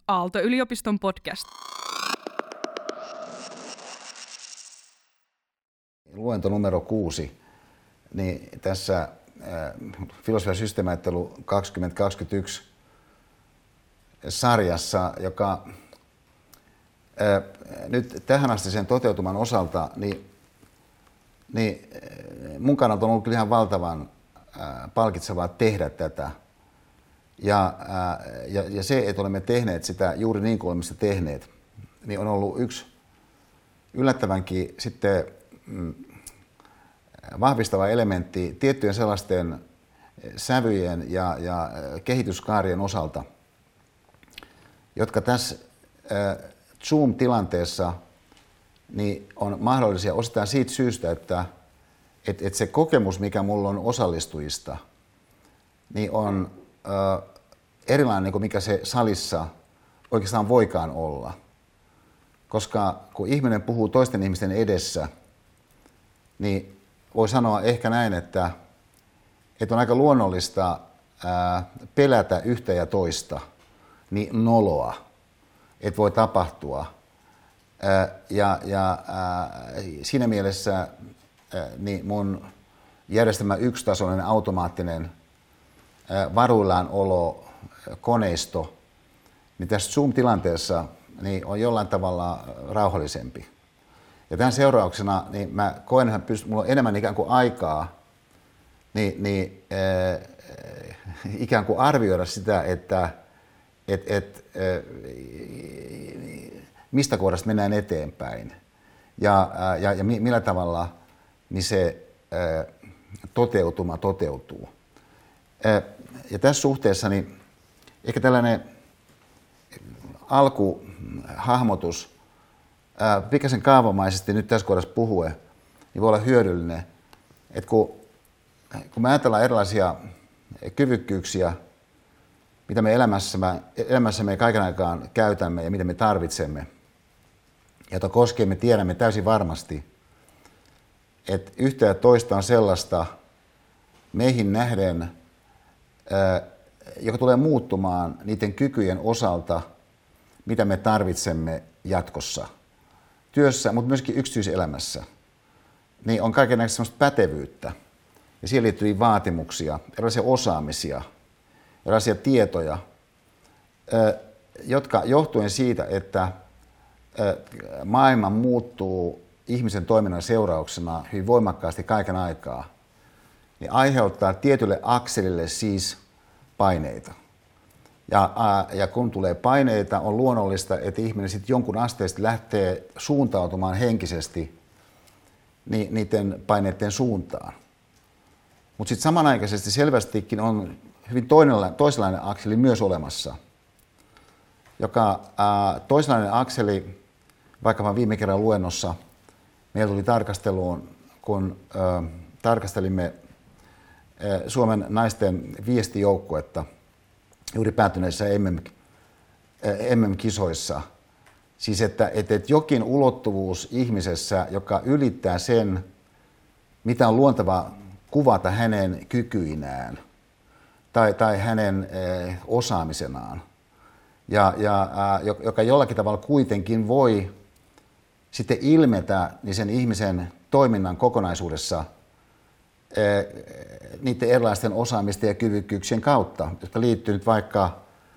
Aalto-yliopiston podcast. Luento numero 6, niin tässä Filosofian systemaattelu 2021 sarjassa, joka nyt tähän asti sen toteutuman osalta, niin mun kannalta on ollut kyllä ihan valtavan palkitsevaa tehdä tätä. Ja se, että olemme tehneet sitä juuri niin kuin olemme sitä tehneet, niin on ollut yksi yllättävänkin sitten vahvistava elementti tiettyjen sellaisten sävyjen ja kehityskaarien osalta, jotka tässä Zoom-tilanteessa niin on mahdollisia osittain siitä syystä, että se kokemus, mikä mulla on osallistujista, niin on erilainen kuin mikä se salissa oikeastaan voikaan olla. Koska kun ihminen puhuu toisten ihmisten edessä, niin voi sanoa ehkä näin, että on aika luonnollista pelätä yhtä ja toista, niin noloa, että voi tapahtua. Siinä mielessä niin mun järjestelmä yksitasoinen automaattinen varuillaanolo koneisto, niin tässä Zoom-tilanteessa niin on jollain tavalla rauhallisempi. Ja tämän seurauksena niin mä koen, että mulla on enemmän ikään kuin aikaa ikään kuin arvioida sitä, että mistä kohdasta mennään eteenpäin ja millä tavalla niin se toteutuma toteutuu. Ja tässä suhteessa niin ehkä tällainen alkuhahmotus pikaisen kaavamaisesti nyt tässä kohdassa puhuen, niin voi olla hyödyllinen, että kun me ajatellaan erilaisia kyvykkyyksiä, mitä me elämässämme kaiken aikaan käytämme ja mitä me tarvitsemme, jota koskee me tiedämme täysin varmasti, että yhtä ja toista on sellaista meihin nähden, joka tulee muuttumaan niiden kykyjen osalta, mitä me tarvitsemme jatkossa työssä, mutta myöskin yksityiselämässä, niin on kaikenlaista sellaista pätevyyttä ja siihen liittyviä vaatimuksia, erilaisia osaamisia, erilaisia tietoja, jotka johtuen siitä, että maailma muuttuu ihmisen toiminnan seurauksena hyvin voimakkaasti kaiken aikaa, niin aiheuttaa tietylle akselille siis paineita. Ja kun tulee paineita, on luonnollista, että ihminen sitten jonkun asteesti lähtee suuntautumaan henkisesti niiden paineiden suuntaan. Mutta sitten samanaikaisesti selvästikin on hyvin toisenlainen akseli myös olemassa, joka toisenlainen akseli, vaikkapa viime kerran luennossa, meillä tuli tarkasteluun, kun tarkastelimme Suomen naisten viestijoukkuetta juuri päättyneissä MM-kisoissa. Siis että jokin ulottuvuus ihmisessä, joka ylittää sen, mitä on luonteva kuvata hänen kykyinään tai hänen osaamisenaan, joka jollakin tavalla kuitenkin voi sitten ilmetä niin sen ihmisen toiminnan kokonaisuudessa niiden erilaisten osaamisten ja kyvykkyyksien kautta, jotka liittyy nyt vaikka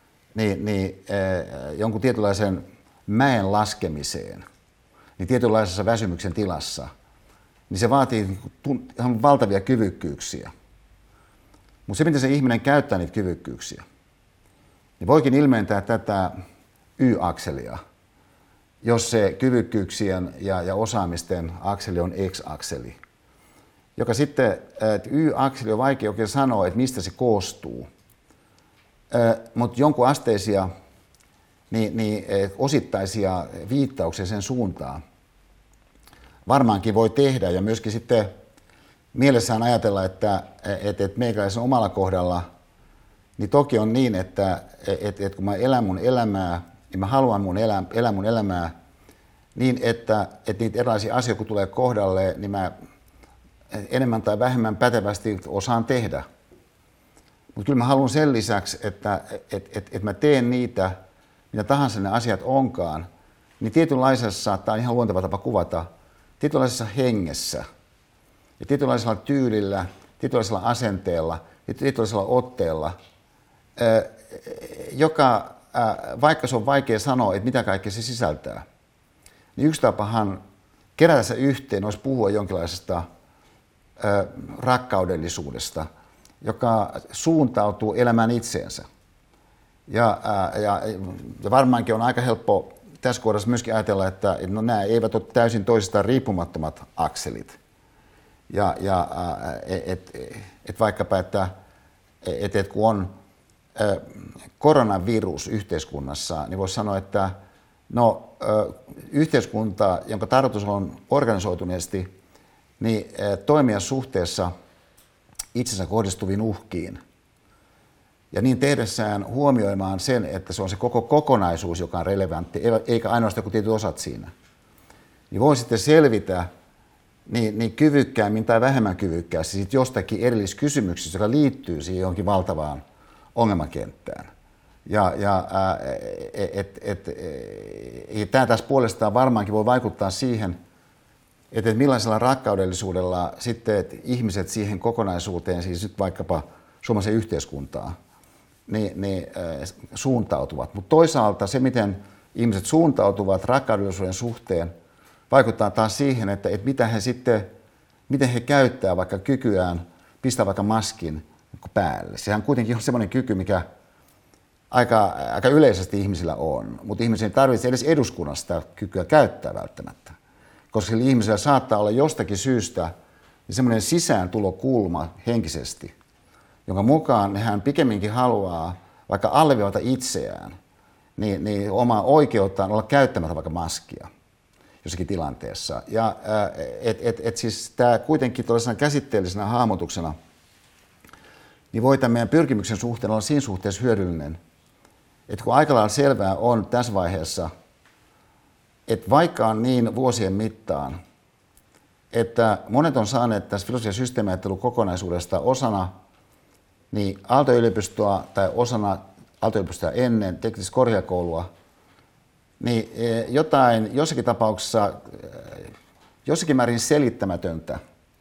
jonkun tietynlaisen mäen laskemiseen, niin tietynlaisessa väsymyksen tilassa, niin se vaatii ihan valtavia kyvykkyyksiä. Mutta se, miten se ihminen käyttää niitä kyvykkyyksiä, niin voikin ilmentää tätä Y-akselia, jos se kyvykkyyksien ja osaamisten akseli on X-akseli. Joka sitten, Y-akseli on vaikea oikein sanoa, että mistä se koostuu. Mutta jonkun asteisia osittaisia viittauksia sen suuntaan varmaankin voi tehdä ja myöskin sitten mielessään ajatella, että meikäläisen omalla kohdalla, niin toki on niin, että kun mä elän mun elämää, niin mä haluan elää mun elämää niin, että niitä erilaisia asioita kun tulee kohdalle, niin mä enemmän tai vähemmän pätevästi osaan tehdä. Mutta kyllä mä haluan sen lisäksi, että mä teen niitä mitä tahansa ne asiat onkaan, niin tietynlaisessa, tämä on ihan luonteva tapa kuvata, tietynlaisessa hengessä ja tietynlaisella tyylillä, tietynlaisella asenteella ja tietynlaisella otteella, joka, vaikka se on vaikea sanoa, että mitä kaikkea se sisältää, niin yksi tapahan kerätä se yhteen olisi puhua jonkinlaisesta rakkaudellisuudesta, joka suuntautuu elämään itseensä. Ja varmaankin on aika helppo tässä kohdassa myöskin ajatella, että no, nämä eivät ole täysin toisistaan riippumattomat akselit. Et vaikkapa, että kun on koronavirus yhteiskunnassa, niin voisi sanoa, että no, yhteiskunta, jonka tarkoitus on organisoituneesti, niin toimia suhteessa itsensä kohdistuviin uhkiin. Ja niin tehdessään huomioimaan sen, että se on se koko kokonaisuus, joka on relevantti, eikä ainoastaan kuin tietyt osat siinä. Niin voi sitten selvitä niin kyvykkäämmin tai vähemmän kyvykkäästi sit jostakin erilliskysymyksistä, joka liittyy siihen johonkin valtavaan ongelmakenttään. Tämä tässä puolestaan varmaankin voi vaikuttaa siihen, että millaisella rakkaudellisuudella sitten ihmiset siihen kokonaisuuteen, siis nyt vaikkapa suomalaiseen yhteiskuntaan, niin suuntautuvat. Mutta toisaalta se, miten ihmiset suuntautuvat rakkaudellisuuden suhteen, vaikuttaa taas siihen, että miten he käyttää vaikka kykyään pistää vaikka maskin päälle. Sehän kuitenkin on semmoinen kyky, mikä aika yleisesti ihmisillä on, mutta ihmisen ei tarvitse edes eduskunnassa sitä kykyä käyttää välttämättä. Koska sillä ihmisellä saattaa olla jostakin syystä semmoinen sisääntulokulma henkisesti, jonka mukaan hän pikemminkin haluaa vaikka alleviivata itseään, niin omaa oikeuttaan olla käyttämättä vaikka maskia jossakin tilanteessa. Ja siis tämä kuitenkin tällaisena käsitteellisenä hahmotuksena niin voi tämän meidän pyrkimyksen suhteen olla siinä suhteessa hyödyllinen, että kun aika lailla selvää on tässä vaiheessa, että vaikka on niin vuosien mittaan, että monet on saaneet tässä filosofian systeemiajattelun kokonaisuudesta osana niin Aalto-yliopistoa tai osana Aalto-yliopistoa ennen teknistä korkeakoulua, niin jossakin tapauksessa jossakin määrin selittämätöntä,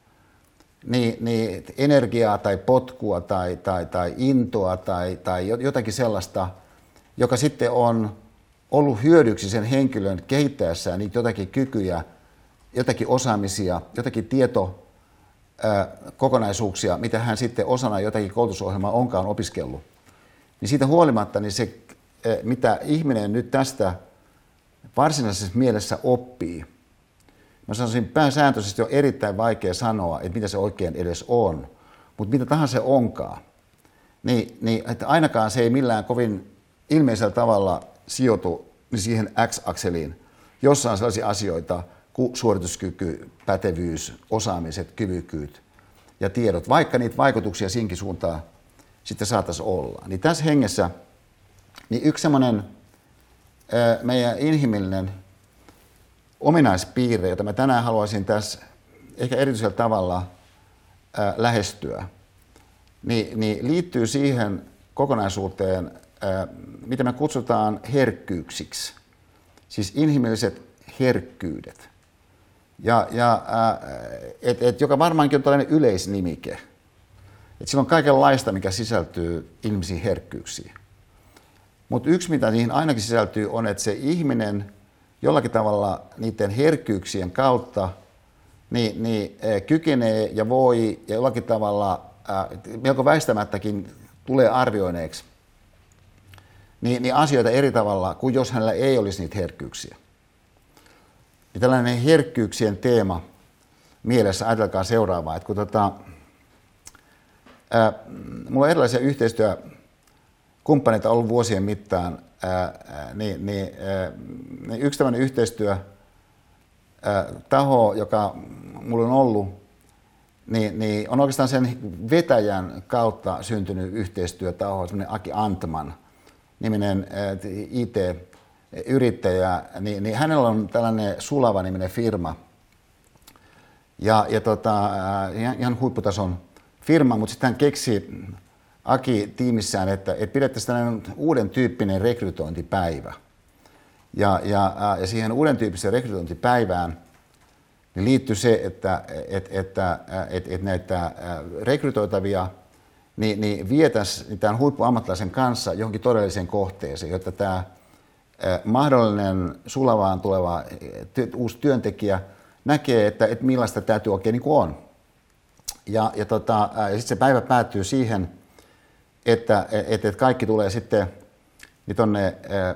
niin energiaa tai potkua tai intoa tai jotakin sellaista, joka sitten on ollut hyödyksi sen henkilön kehittäessään niitä jotakin kykyjä, jotakin osaamisia, jotakin tietokokonaisuuksia, mitä hän sitten osana jotakin koulutusohjelmaa onkaan opiskellut. Niin siitä huolimatta niin se, mitä ihminen nyt tästä varsinaisessa mielessä oppii, mä sanoisin pääsääntöisesti on erittäin vaikea sanoa, että mitä se oikein edes on, mutta mitä tahansa se onkaan, niin että ainakaan se ei millään kovin ilmeisellä tavalla sijoitu siihen X-akseliin, jossa on sellaisia asioita kuin suorituskyky, pätevyys, osaamiset, kyvykkyyt ja tiedot, vaikka niitä vaikutuksia siinkin suuntaan sitten saataisiin olla. Niin tässä hengessä niin yksi semmoinen meidän inhimillinen ominaispiirre, jota mä tänään haluaisin tässä ehkä erityisellä tavalla lähestyä, niin liittyy siihen kokonaisuuteen, mitä me kutsutaan herkkyyksiksi, siis inhimilliset herkkyydet, joka varmaankin on tällainen yleisnimike. Et sillä on kaikenlaista, mikä sisältyy ihmisiin herkkyyksiin. Mutta yksi, mitä niihin ainakin sisältyy, on, että se ihminen jollakin tavalla niiden herkkyyksien kautta niin kykenee ja voi ja jollakin tavalla melko väistämättäkin tulee arvioineeksi niin asioita eri tavalla kuin jos hänellä ei olisi niitä herkkyyksiä. Ja tällainen herkkyyksien teema mielessä, ajatelkaa seuraavaa, että kun mulla on erilaisia yhteistyökumppaneita ollut vuosien mittaan, niin yksi tämmöinen yhteistyötaho, joka mulla on ollut, niin on oikeastaan sen vetäjän kautta syntynyt yhteistyötaho, semmoinen Aki Antman niminen IT-yrittäjä, niin hänellä on tällainen Sulava-niminen firma ja ihan huipputason firma, mutta sitten hän keksi Aki tiimissään, että pidettäisiin tällainen uuden tyyppinen rekrytointipäivä. Ja siihen uuden tyyppiseen rekrytointipäivään niin liittyy se, että näitä rekrytoitavia niin vietäisiin tämän huippuammattilaisen kanssa johonkin todelliseen kohteeseen, jotta tämä mahdollinen sulavaan tuleva uusi työntekijä näkee, että millaista tämä työ oikein niin on. Ja sitten se päivä päättyy siihen, että kaikki tulee sitten tuonne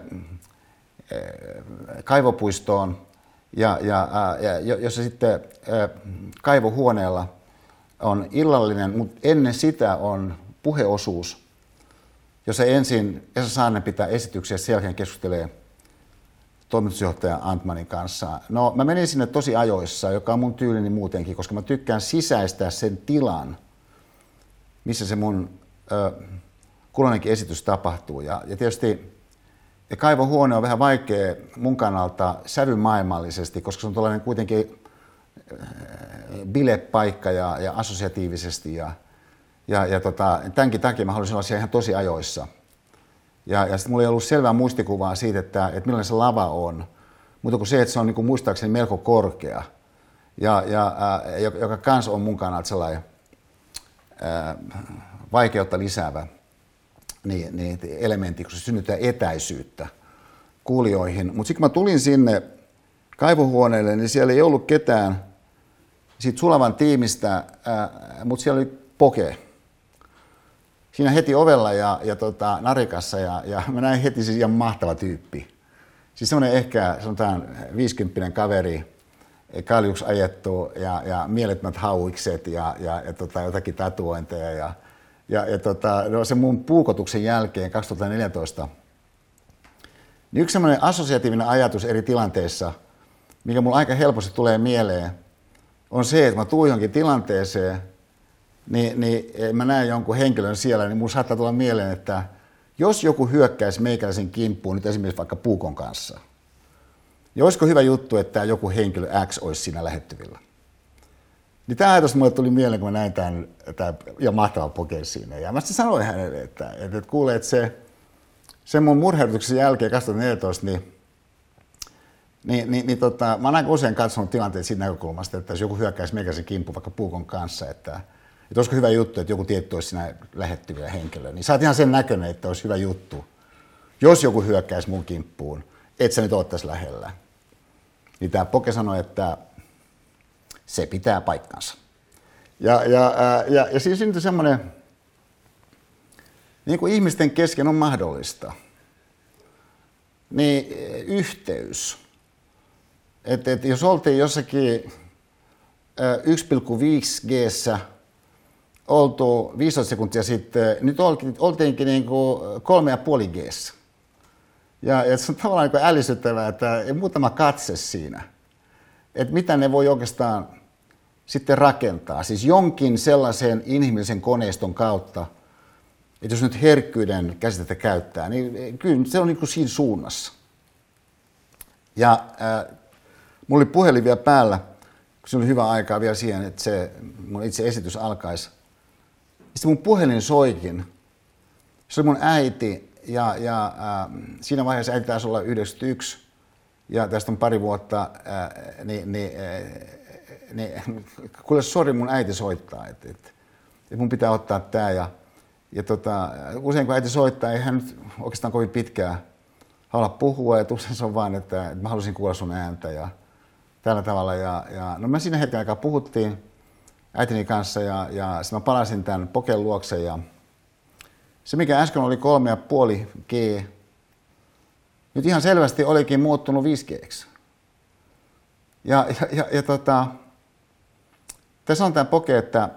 kaivopuistoon, jossa sitten kaivohuoneella on illallinen, mutta ennen sitä on puheosuus, jossa ensin Esa Saarinen pitää esityksiä ja sen jälkeen keskustelee toimitusjohtaja Antmanin kanssa. No, mä menin sinne tosi ajoissa, joka on mun tyylini muutenkin, koska mä tykkään sisäistää sen tilan, missä se mun kulloinenkin esitys tapahtuu. Ja tietysti kaivohuone on vähän vaikea mun kannalta sävymaailmallisesti, koska se on tällainen kuitenkin bilepaikka ja assosiatiivisesti. Tämänkin takia mä haluaisin olla siellä ihan tosi ajoissa. Ja sitten mulla ei ollut selvää muistikuvaa siitä, että millainen se lava on, mutta kuin se, että se on niin kuin muistaakseni melko korkea, joka kans on mun kannalta sellainen vaikeutta lisäävä niin elementti, kun se synnyttää etäisyyttä kuulijoihin. Mutta sitten kun mä tulin sinne kaivohuoneelle, niin siellä ei ollut ketään siitä sulavan tiimistä, mutta siellä oli Poke. Siinä heti ovella ja narikassa ja mä näin heti siis ihan mahtava tyyppi. Siis semmoinen ehkä sanotaan 50 kaveri, kaljuksi ajettu ja mielettömät hauikset ja jotakin tatuointeja no se mun puukotuksen jälkeen 2014, niin yksi semmoinen assosiatiivinen ajatus eri tilanteissa, mikä mulla aika helposti tulee mieleen, on se, että mä tuun johonkin tilanteeseen, niin mä näen jonkun henkilön siellä, niin mulla saattaa tulla mieleen, että jos joku hyökkäisi meikäläisen kimppuun, nyt esimerkiksi vaikka puukon kanssa, niin olisiko hyvä juttu, että joku henkilö X olisi siinä lähettyvillä. Niin tämä ajatus mulle tuli mieleen, kun mä näin tämän ja mahtava Poke siinä. Ja mä sitten sanoin hänelle, että kuule, että se mun murheutuksen jälkeen 2014, mä oon aika usein katsonut tilanteet siitä näkökulmasta, että jos joku hyökkäisi meikäläisen kimppuun vaikka puukon kanssa, että olisiko hyvä juttu, että joku tietty olisi siinä lähettyvillä henkilöä. Niin sä oot ihan sen näköinen, että olisi hyvä juttu, jos joku hyökkäisi mun kimppuun, et sä nyt oottaisi lähellä. Niin tää Poke sanoi, että se pitää paikkansa. Ja siinä syntyi semmoinen, niin kuin ihmisten kesken on mahdollista, niin yhteys. Että jos oltiin jossakin 1,5 G:ssä oltu 15 sekuntia sitten, nyt oltiinkin niin kuin 3,5 G:ssä. Ja se on tavallaan niin ällistyttävää, että muutama katse siinä, että mitä ne voi oikeastaan sitten rakentaa. Siis jonkin sellaisen inhimillisen koneiston kautta, että jos nyt herkkyyden käsitettä käyttää, niin kyllä se on niin kuin siinä suunnassa. Ja mulla oli puhelin vielä päällä, kun se oli hyvä aikaa vielä siihen, että se mun itse esitys alkaisi. Sitten mun puhelin soikin. Se oli mun äiti ja siinä vaiheessa äiti taisi olla 91 ja tästä on pari vuotta, kuule sori mun äiti soittaa, että mun pitää ottaa tää ja usein kun äiti soittaa, ei hän nyt oikeastaan kovin pitkään halua puhua ja usein se on vaan, että mä halusin kuulla sun ääntä ja tällä tavalla no me siinä hetken aikaa puhuttiin äitini kanssa ja sitten mä palasin tämän Poken luokse ja se mikä äsken oli 3,5 G, nyt ihan selvästi olikin muuttunut 5 G:ksi. Tässä on tämä Poke, että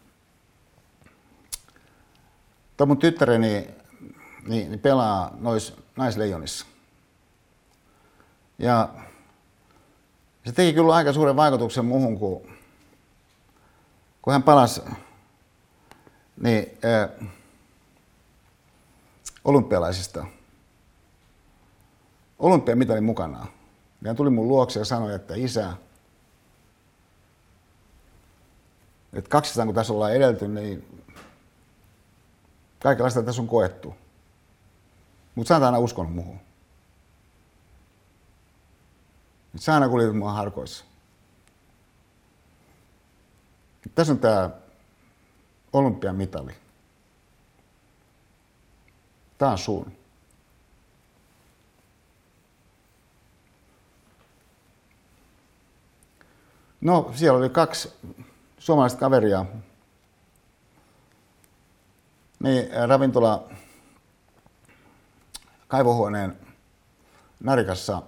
tuo mun tyttäreni niin pelaa noissa naisleijonissa. Ja se teki kyllä aika suuren vaikutuksen muuhun, kun hän palasi olympialaisista olympiamitalin mukanaan. Ja hän tuli mun luokse ja sanoi, että isä, että 200 kun tässä ollaan edelty, niin kaikenlaista tässä on koettu. Mutta sä oot aina uskonut muuhun. Sä aina kuljetit mua harkoissa. Tässä on tää olympiamitali. Tää on sun. No, siellä oli 2 suomalaista kaveria. Niin, ravintola kaivohuoneen narikassa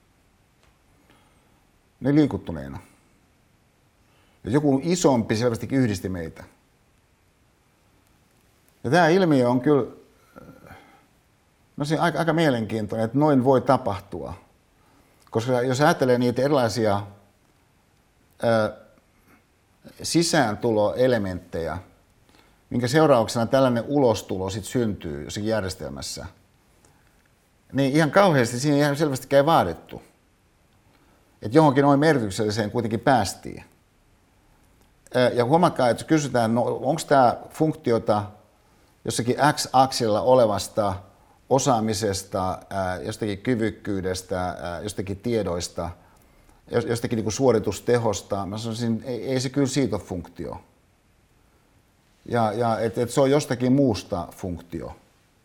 ne liikuttuneena. Ja joku isompi selvästikin yhdisti meitä. Ja tämä ilmiö on kyllä aika mielenkiintoinen, että noin voi tapahtua. Koska jos ajattelee niitä erilaisia sisääntuloelementtejä, minkä seurauksena tällainen ulostulo sit syntyy jossakin järjestelmässä, niin ihan kauheasti siinä ihan selvästikään ei vaadittu. Että johonkin noin merkitykselliseen kuitenkin päästiin. Ja huomatkaa, että kysytään, no, onko tämä funktiota jossakin X-aksilla olevasta osaamisesta, jostakin kyvykkyydestä, jostakin tiedoista, jostakin niin kuin suoritustehosta. Mä sanoisin, ei se kyllä siitä ole funktio. Ja että se on jostakin muusta funktio.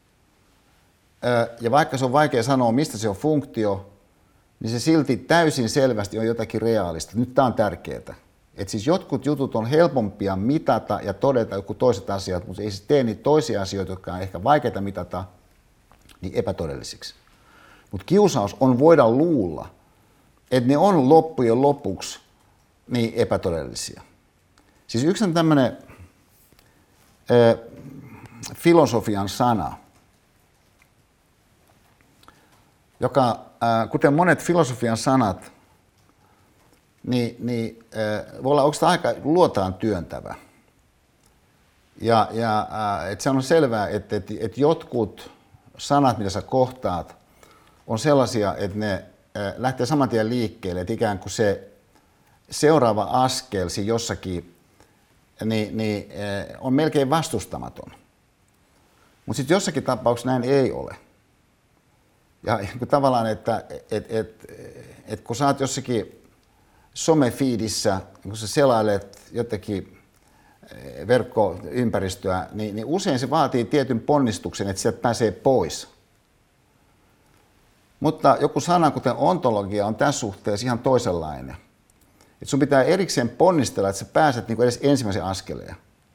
Ja vaikka se on vaikea sanoa, mistä se on funktio, niin se silti täysin selvästi on jotakin reaalista. Nyt tämä on tärkeää. Että siis jotkut jutut on helpompia mitata ja todeta joku toiset asiat, mutta ei se tee niitä toisia asioita, jotka on ehkä vaikeita mitata, niin epätodellisiksi. Mutta kiusaus on voida luulla, että ne on loppujen lopuksi niin epätodellisia. Siis yksi on tämmöinen filosofian sana, joka, kuten monet filosofian sanat, niin voi olla, onko tämä aika luotaan työntävä. Ja että se on selvää, että jotkut sanat, mitä sä kohtaat, on sellaisia, että ne lähtee saman tien liikkeelle, että ikään kuin se seuraava askel jossakin niin on melkein vastustamaton. Mutta sitten jossakin tapauksessa näin ei ole. Ja tavallaan, että kun sä oot jossakin somefiidissä, kun sä selailet jotakin verkkoympäristöä, niin usein se vaatii tietyn ponnistuksen, että sieltä pääsee pois. Mutta joku sana, kuten ontologia, on tässä suhteessa ihan toisenlainen. Että sun pitää erikseen ponnistella, että sä pääset niin edes ensimmäisen askeleen.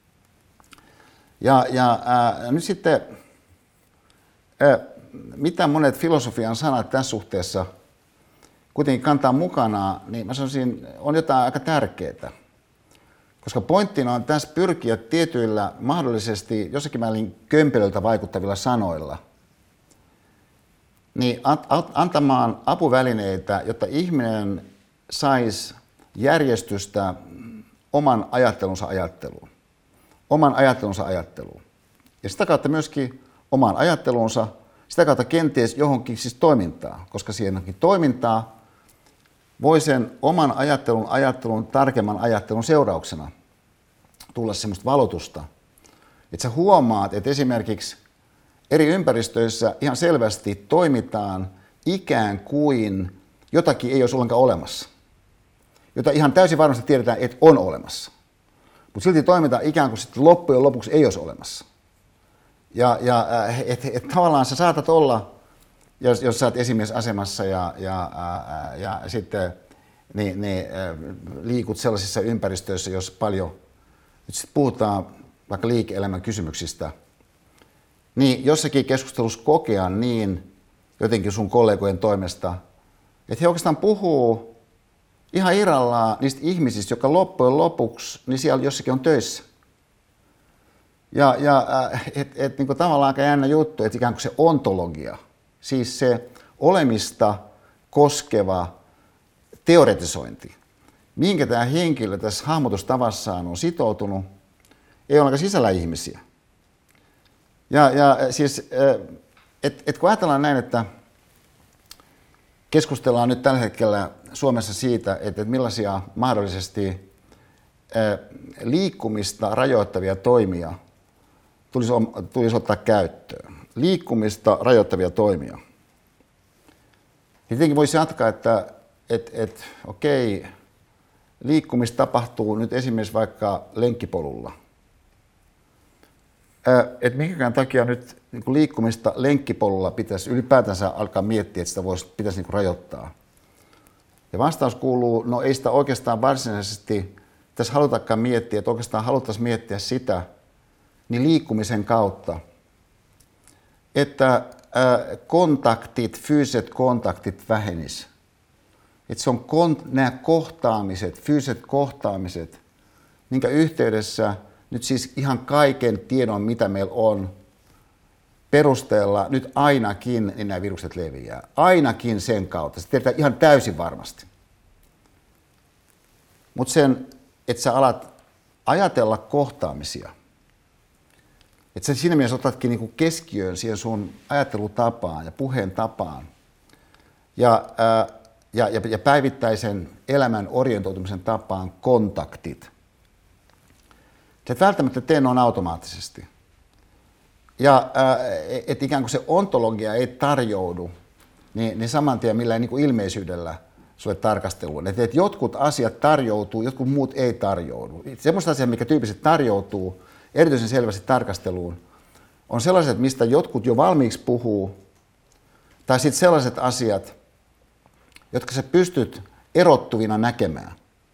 Ja nyt sitten, mitä monet filosofian sanat tässä suhteessa kuitenkin kantaa mukanaan, niin mä sanoisin, on jotain aika tärkeää. Koska pointtina on tässä pyrkiä tietyillä mahdollisesti jossakin määrin kömpelöltä vaikuttavilla sanoilla niin antamaan apuvälineitä, jotta ihminen saisi järjestystä oman ajattelunsa ajatteluun. Oman ajattelunsa ajatteluun. Ja sitä kautta myöskin omaan ajattelunsa, sitä kautta kenties johonkin siis toimintaa, koska siihenkin toimintaa voi sen oman ajattelun, tarkemman ajattelun seurauksena tulla semmoista valotusta, että sä huomaat, että esimerkiksi eri ympäristöissä ihan selvästi toimitaan ikään kuin jotakin ei olisi ollenkaan olemassa, jota ihan täysin varmasti tiedetään, että on olemassa. Mutta silti toimitaan ikään kuin sitten loppujen lopuksi ei olisi olemassa. Ja tavallaan sä saatat olla, jos sä oot esimiesasemassa ja sitten liikut sellaisissa ympäristöissä, jos paljon, nyt sitten puhutaan vaikka liike-elämän kysymyksistä, niin jossakin keskustelussa kokea niin jotenkin sun kollegojen toimesta, että he oikeastaan puhuu ihan irrallaan niistä ihmisistä, jotka loppujen lopuksi niin siellä jossakin on töissä. Ja niin kuin tavallaan aika jännä juttu, että ikään kuin se ontologia, siis se olemista koskeva teoretisointi, minkä tämä henkilö tässä hahmotustavassaan on sitoutunut, ei ole aika sisällä ihmisiä. Ja siis, kun ajatellaan näin, että keskustellaan nyt tällä hetkellä Suomessa siitä, että millaisia mahdollisesti liikkumista rajoittavia toimia tulisi ottaa käyttöön. Liikkumista rajoittavia toimia. Ja tietenkin voisi jatkaa, että okei, liikkumista tapahtuu nyt esimerkiksi vaikka lenkkipolulla. Että minkään takia nyt niin kuin liikkumista lenkkipolulla pitäisi ylipäätänsä alkaa miettiä, että sitä pitäisi niin kuin rajoittaa. Ja vastaus kuuluu, no ei sitä oikeastaan varsinaisesti tässä halutakaan miettiä, että oikeastaan haluttaisiin miettiä sitä niin liikkumisen kautta, että fyysiset kontaktit vähenis. Että se on nämä kohtaamiset, fyysiset kohtaamiset, minkä yhteydessä nyt siis ihan kaiken tiedon, mitä meillä on, perusteella nyt ainakin niin nämä virukset leviää. Ainakin sen kautta. Se tiedetään ihan täysin varmasti. Mutta sen, että sä alat ajatella kohtaamisia, että sä siinä mielessä otatkin niinku keskiöön siihen sun ajattelutapaan ja puheen tapaan ja päivittäisen elämän orientoitumisen tapaan kontaktit. Sä et välttämättä tee noin automaattisesti. Ja että ikään kuin se ontologia ei tarjoudu, niin saman tien millään niin kuin ilmeisyydellä sulle tarkasteluun. Että jotkut asiat tarjoutuu, jotkut muut ei tarjoudu. Semmoista asiaa, mikä tyypillisesti tarjoutuu erityisen selvästi tarkasteluun, on sellaiset, mistä jotkut jo valmiiksi puhuu, tai sitten sellaiset asiat, jotka sä pystyt erottuvina näkemään.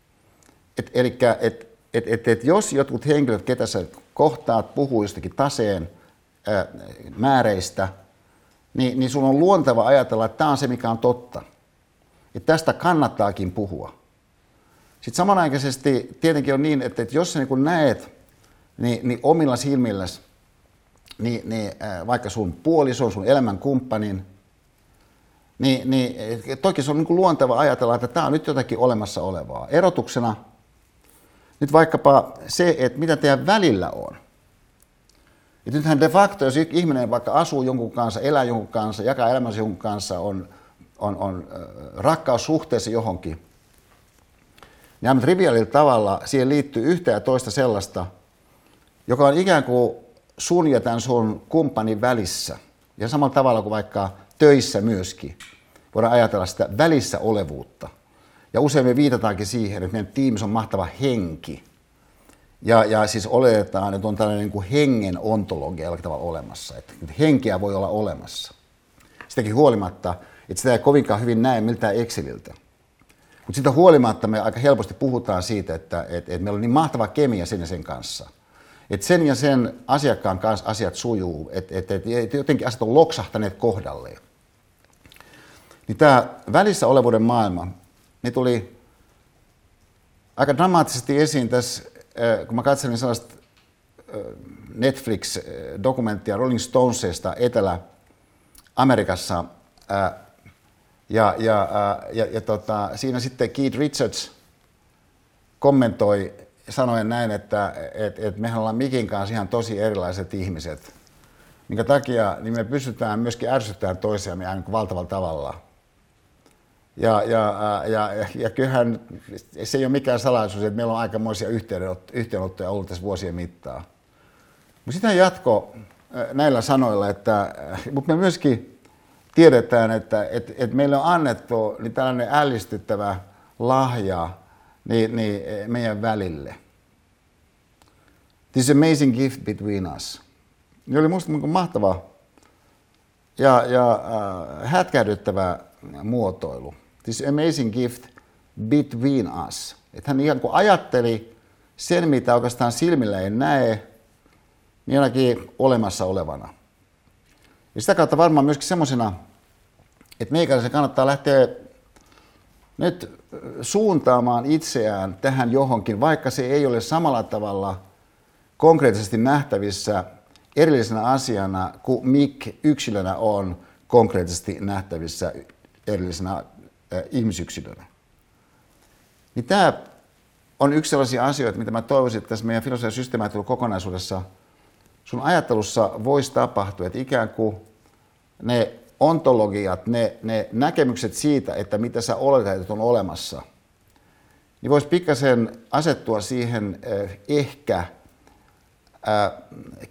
Että jos jotkut henkilöt, ketä sä kohtaat, puhuu jostakin taseen määreistä, niin sun on luonteva ajatella, että tämä on se, mikä on totta. Että tästä kannattaakin puhua. Sitten samanaikaisesti tietenkin on niin, että jos sä niin näet niin omilla silmilläsi vaikka sun puolison, sun elämänkumppanin, niin toki se on niin luonteva ajatella, että tämä on nyt jotakin olemassa olevaa. Erotuksena nyt vaikkapa se, että mitä teidän välillä on. Et nythän de facto, jos ihminen vaikka asuu jonkun kanssa, elää jonkun kanssa, jakaa elämänsä jonkun kanssa, on rakkaussuhteessa johonkin, niin aivan triviaalilla tavalla siihen liittyy yhtä ja toista sellaista, joka on ikään kuin sun ja tämän sun kumppanin välissä. Ja samalla tavalla kuin vaikka töissä myöskin voidaan ajatella sitä välissä olevuutta. Ja usein me viitataankin siihen, että meidän tiimissä on mahtava henki. Ja siis oletetaan, että on tällainen niin kuin hengen ontologia jollakin tavalla olemassa. Että henkeä voi olla olemassa. Sitäkin huolimatta, että sitä ei kovinkaan hyvin näe miltään Exceliltä. Mutta siitä huolimatta me aika helposti puhutaan siitä, että meillä on niin mahtava kemia sen ja sen kanssa. Että sen ja sen asiakkaan kanssa asiat sujuu, että jotenkin asiat on loksahtaneet kohdalleen. Niin tämä välissä olevuuden maailma, ne tuli aika dramaattisesti esiin tässä, kun mä katselin sellaista Netflix-dokumenttia Rolling Stonesista Etelä-Amerikassa. Siinä sitten Keith Richards kommentoi sanoen näin, että mehän ollaan Mikin kanssa ihan tosi erilaiset ihmiset, minkä takia niin me pystytään myöskin ärsyttämään toisiamme aina valtavalla tavalla. Ja kyllähän se ei ole mikään salaisuus, että meillä on aikamoisia yhteenottoja ollut tässä vuosien mittaan. Mutta sitten jatko näillä sanoilla, mutta me myöskin tiedetään, että meille on annettu niin tällainen ällistyttävä lahja niin meidän välille. This amazing gift between us. Ne oli minusta mahtava ja hätkähdyttävä muotoilu. This amazing gift between us. Että hän ihan kuin ajatteli sen, mitä oikeastaan silmillä ei näe, niin jonakin olemassa olevana. Ja sitä kautta varmaan myöskin semmoisena, että meikäläisen kannattaa lähteä nyt suuntaamaan itseään tähän johonkin, vaikka se ei ole samalla tavalla konkreettisesti nähtävissä erillisenä asiana kuin Mick yksilönä on konkreettisesti nähtävissä erillisenä ihmisyksilönä. Niin tämä on yksi sellaisia asioita, mitä mä toivoisin, että tässä meidän filosofian systemaattisella kokonaisuudessa sun ajattelussa voisi tapahtua, että ikään kuin ne ontologiat, ne näkemykset siitä, että mitä sä oletat, että on olemassa, niin voisi pikkasen asettua siihen ehkä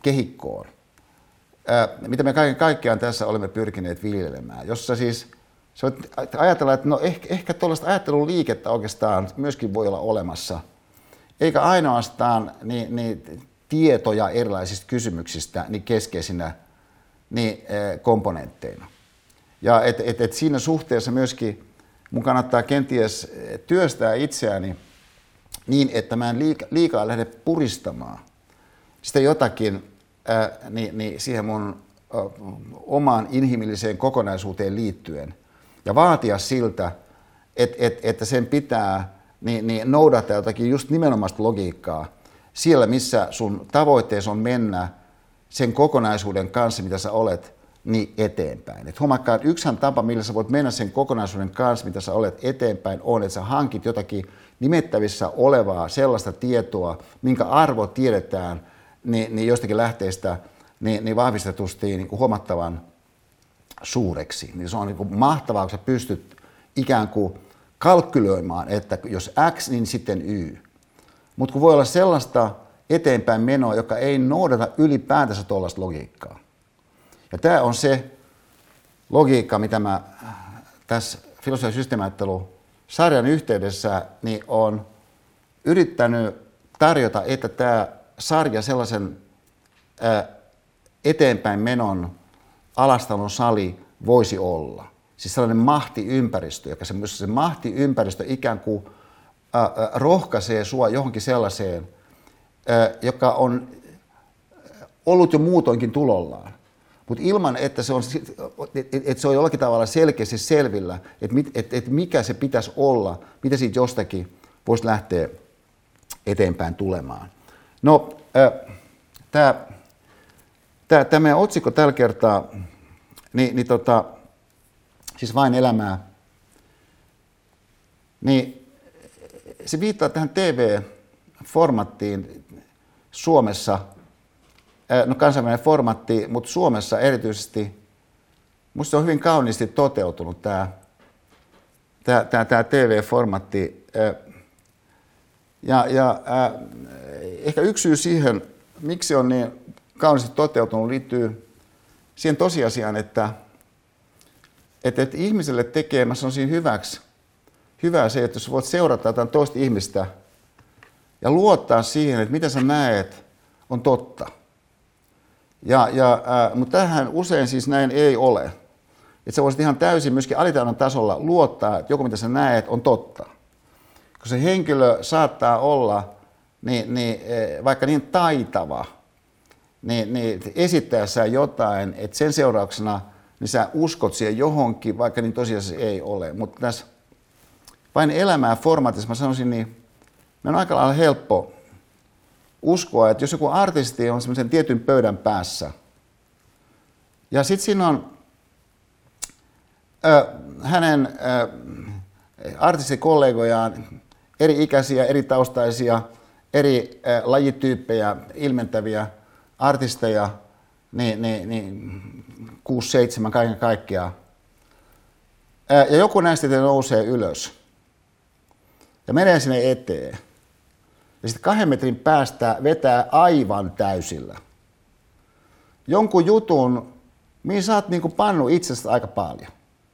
kehikkoon, mitä me kaiken kaikkiaan tässä olemme pyrkineet viljelemään, jossa siis sä voit ajatella, että no ehkä tuollaista ajattelun liikettä oikeastaan myöskin voi olla olemassa. Eikä ainoastaan niin tietoja erilaisista kysymyksistä niin keskeisinä niin, komponentteina. Ja et siinä suhteessa myöskin mun kannattaa kenties työstää itseäni niin, että mä en liikaa lähde puristamaan sitä jotakin niin siihen mun omaan inhimilliseen kokonaisuuteen liittyen ja vaatia siltä, että sen pitää niin noudattaa jotakin just nimenomaista logiikkaa siellä, missä sun tavoitteessa on mennä sen kokonaisuuden kanssa, mitä sä olet, niin eteenpäin. Et huomakkaa, että yksihän tapa, millä sä voit mennä sen kokonaisuuden kanssa, mitä sä olet eteenpäin, on, että sä hankit jotakin nimettävissä olevaa sellaista tietoa, minkä arvo tiedetään niin jostakin lähteestä niin vahvistetusti niin kuin huomattavan suureksi. Niin se on niin kuin mahtavaa, kun sä pystyt ikään kuin kalkyloimaan, että jos X, niin sitten Y. Mutta kun voi olla sellaista eteenpäin menoa, joka ei noudata ylipäätänsä tuollaista logiikkaa. Ja tämä on se logiikka, mitä mä tässä filosofia- ja systeemiajattelu-sarjan yhteydessä niin on yrittänyt tarjota, että tämä sarja sellaisen eteenpäin menon alastalon sali voisi olla. Siis sellainen mahtiympäristö, joka se mahtiympäristö ikään kuin rohkaisee sua johonkin sellaiseen, joka on ollut jo muutoinkin tulollaan. Mutta ilman, että se on jollakin tavalla selkeästi selvillä, että mikä se pitäisi olla, mitä siitä jostakin voisi lähteä eteenpäin tulemaan. No, tämä meidän otsikko tällä kertaa, siis vain elämää, niin se viittaa tähän TV-formattiin Suomessa, no kansainvälinen formaatti, mutta Suomessa erityisesti, musta se on hyvin kauniisti toteutunut tämä TV-formaatti. Ehkä yksi syy siihen, miksi on niin kauniisti toteutunut, liittyy siihen tosiasiaan, että ihmiselle tekee, mä sanoisin hyvää se, että jos voit seurata jotain toista ihmistä ja luottaa siihen, että mitä sä näet, on totta. Mutta tähän usein siis näin ei ole. Että sä voisit ihan täysin myöskin alitajunnan tasolla luottaa, että joku mitä sä näet on totta. Koska se henkilö saattaa olla vaikka niin taitava niin esittäessään jotain, että sen seurauksena niin sä uskot siihen johonkin, vaikka niin tosiasiassa ei ole. Mutta tässä vain elämää formaatissa mä sanoisin, niin on aika lailla helppo uskoa, että jos joku artisti on semmoisen tietyn pöydän päässä, ja sitten siinä on hänen artistikollegojaan eri ikäisiä, eri taustaisia, eri lajityyppejä ilmentäviä artisteja, niin 6-7 kaiken kaikkiaan. Ja joku näistä nousee ylös ja menee sinne eteen. Ja sitten 2 metrin päästä vetää aivan täysillä jonkun jutun, mihin sä oot niinku pannut itsestä aika paljon.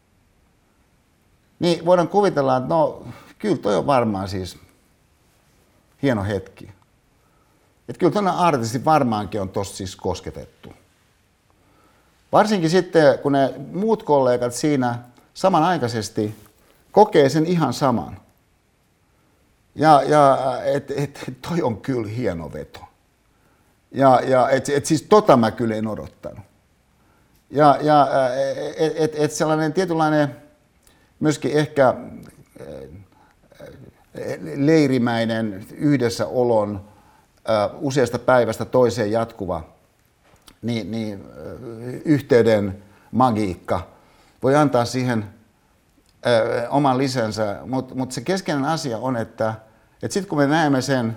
Niin voidaan kuvitella, että no kyllä toi on varmaan siis hieno hetki. Että kyllä tuonne artisti varmaankin on tosta siis kosketettu. Varsinkin sitten, kun ne muut kollegat siinä samanaikaisesti kokee sen ihan saman. Toi on kyllä hieno veto. Siis tota mä kyllä en odottanut. Sellainen tietynlainen myöskin ehkä leirimäinen yhdessäolon useasta päivästä toiseen jatkuva yhteyden magiikka voi antaa siihen oman lisänsä, mutta se keskeinen asia on, että sitten kun me näemme sen